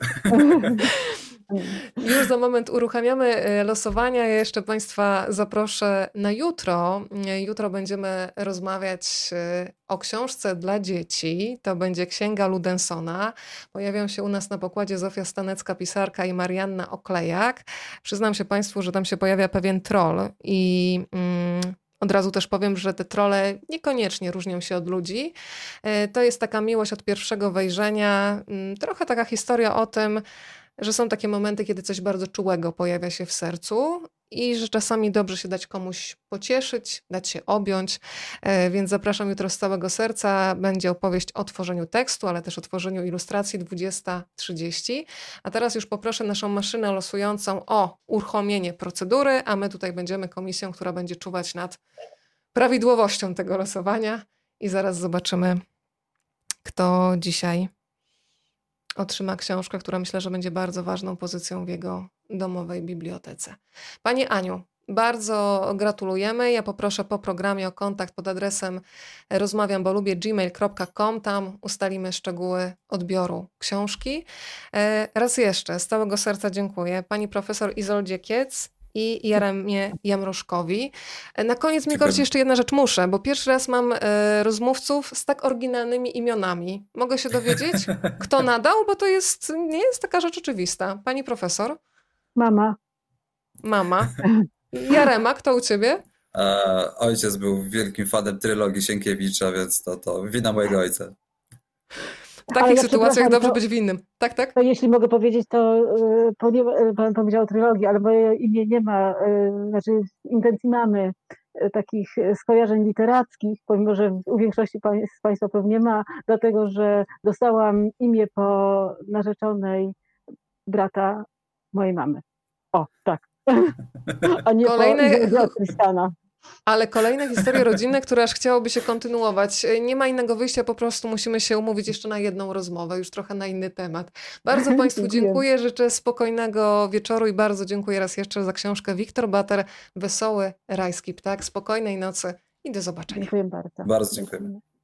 Już za moment uruchamiamy losowania. Ja jeszcze państwa zaproszę na jutro. Jutro będziemy rozmawiać o książce dla dzieci. To będzie Księga Ludensona. Pojawią się u nas na pokładzie Zofia Stanecka, pisarka, i Marianna Oklejak. Przyznam się państwu, że tam się pojawia pewien troll i mm, od razu też powiem, że te trolle niekoniecznie różnią się od ludzi. To jest taka miłość od pierwszego wejrzenia. Trochę taka historia o tym, że są takie momenty, kiedy coś bardzo czułego pojawia się w sercu i że czasami dobrze się dać komuś pocieszyć, dać się objąć, więc zapraszam jutro z całego serca. Będzie opowieść o tworzeniu tekstu, ale też o tworzeniu ilustracji dwudziesta trzydzieści. A teraz już poproszę naszą maszynę losującą o uruchomienie procedury, a my tutaj będziemy komisją, która będzie czuwać nad prawidłowością tego losowania i zaraz zobaczymy, kto dzisiaj otrzyma książkę, która myślę, że będzie bardzo ważną pozycją w jego domowej bibliotece. Pani Aniu, bardzo gratulujemy. Ja poproszę po programie o kontakt pod adresem rozmawiam, bo lubię gmail kropka com. Tam ustalimy szczegóły odbioru książki. Raz jeszcze z całego serca dziękuję pani profesor Izoldzie Kiec i Jaremie Jamroszkowi. Na koniec mi korci jeszcze jedna rzecz, muszę, bo pierwszy raz mam e, rozmówców z tak oryginalnymi imionami. Mogę się dowiedzieć, kto nadał, bo to jest, nie jest taka rzecz oczywista. Pani profesor? Mama. Mama. Jarema, kto u ciebie? E, ojciec był wielkim fanem trylogii Sienkiewicza, więc to, to wina mojego ojca. W takich ja sytuacjach dobrze to, być winnym. Tak, tak? To jeśli mogę powiedzieć, to y, pan powiedział o trylogii, ale moje imię nie ma, y, znaczy w intencji mamy y, takich skojarzeń literackich, pomimo że u większości z państwa pewnie ma, dlatego że dostałam imię po narzeczonej brata mojej mamy. O, tak. A nie Kolejne... po Krystiana. Ale kolejne historie rodzinne, które aż chciałoby się kontynuować. Nie ma innego wyjścia, po prostu musimy się umówić jeszcze na jedną rozmowę, już trochę na inny temat. Bardzo państwu dziękuję, życzę spokojnego wieczoru i bardzo dziękuję raz jeszcze za książkę. Wiktor Bater, Wesoły Rajski Ptak. Spokojnej nocy i do zobaczenia. Dziękuję bardzo. Bardzo dziękujemy.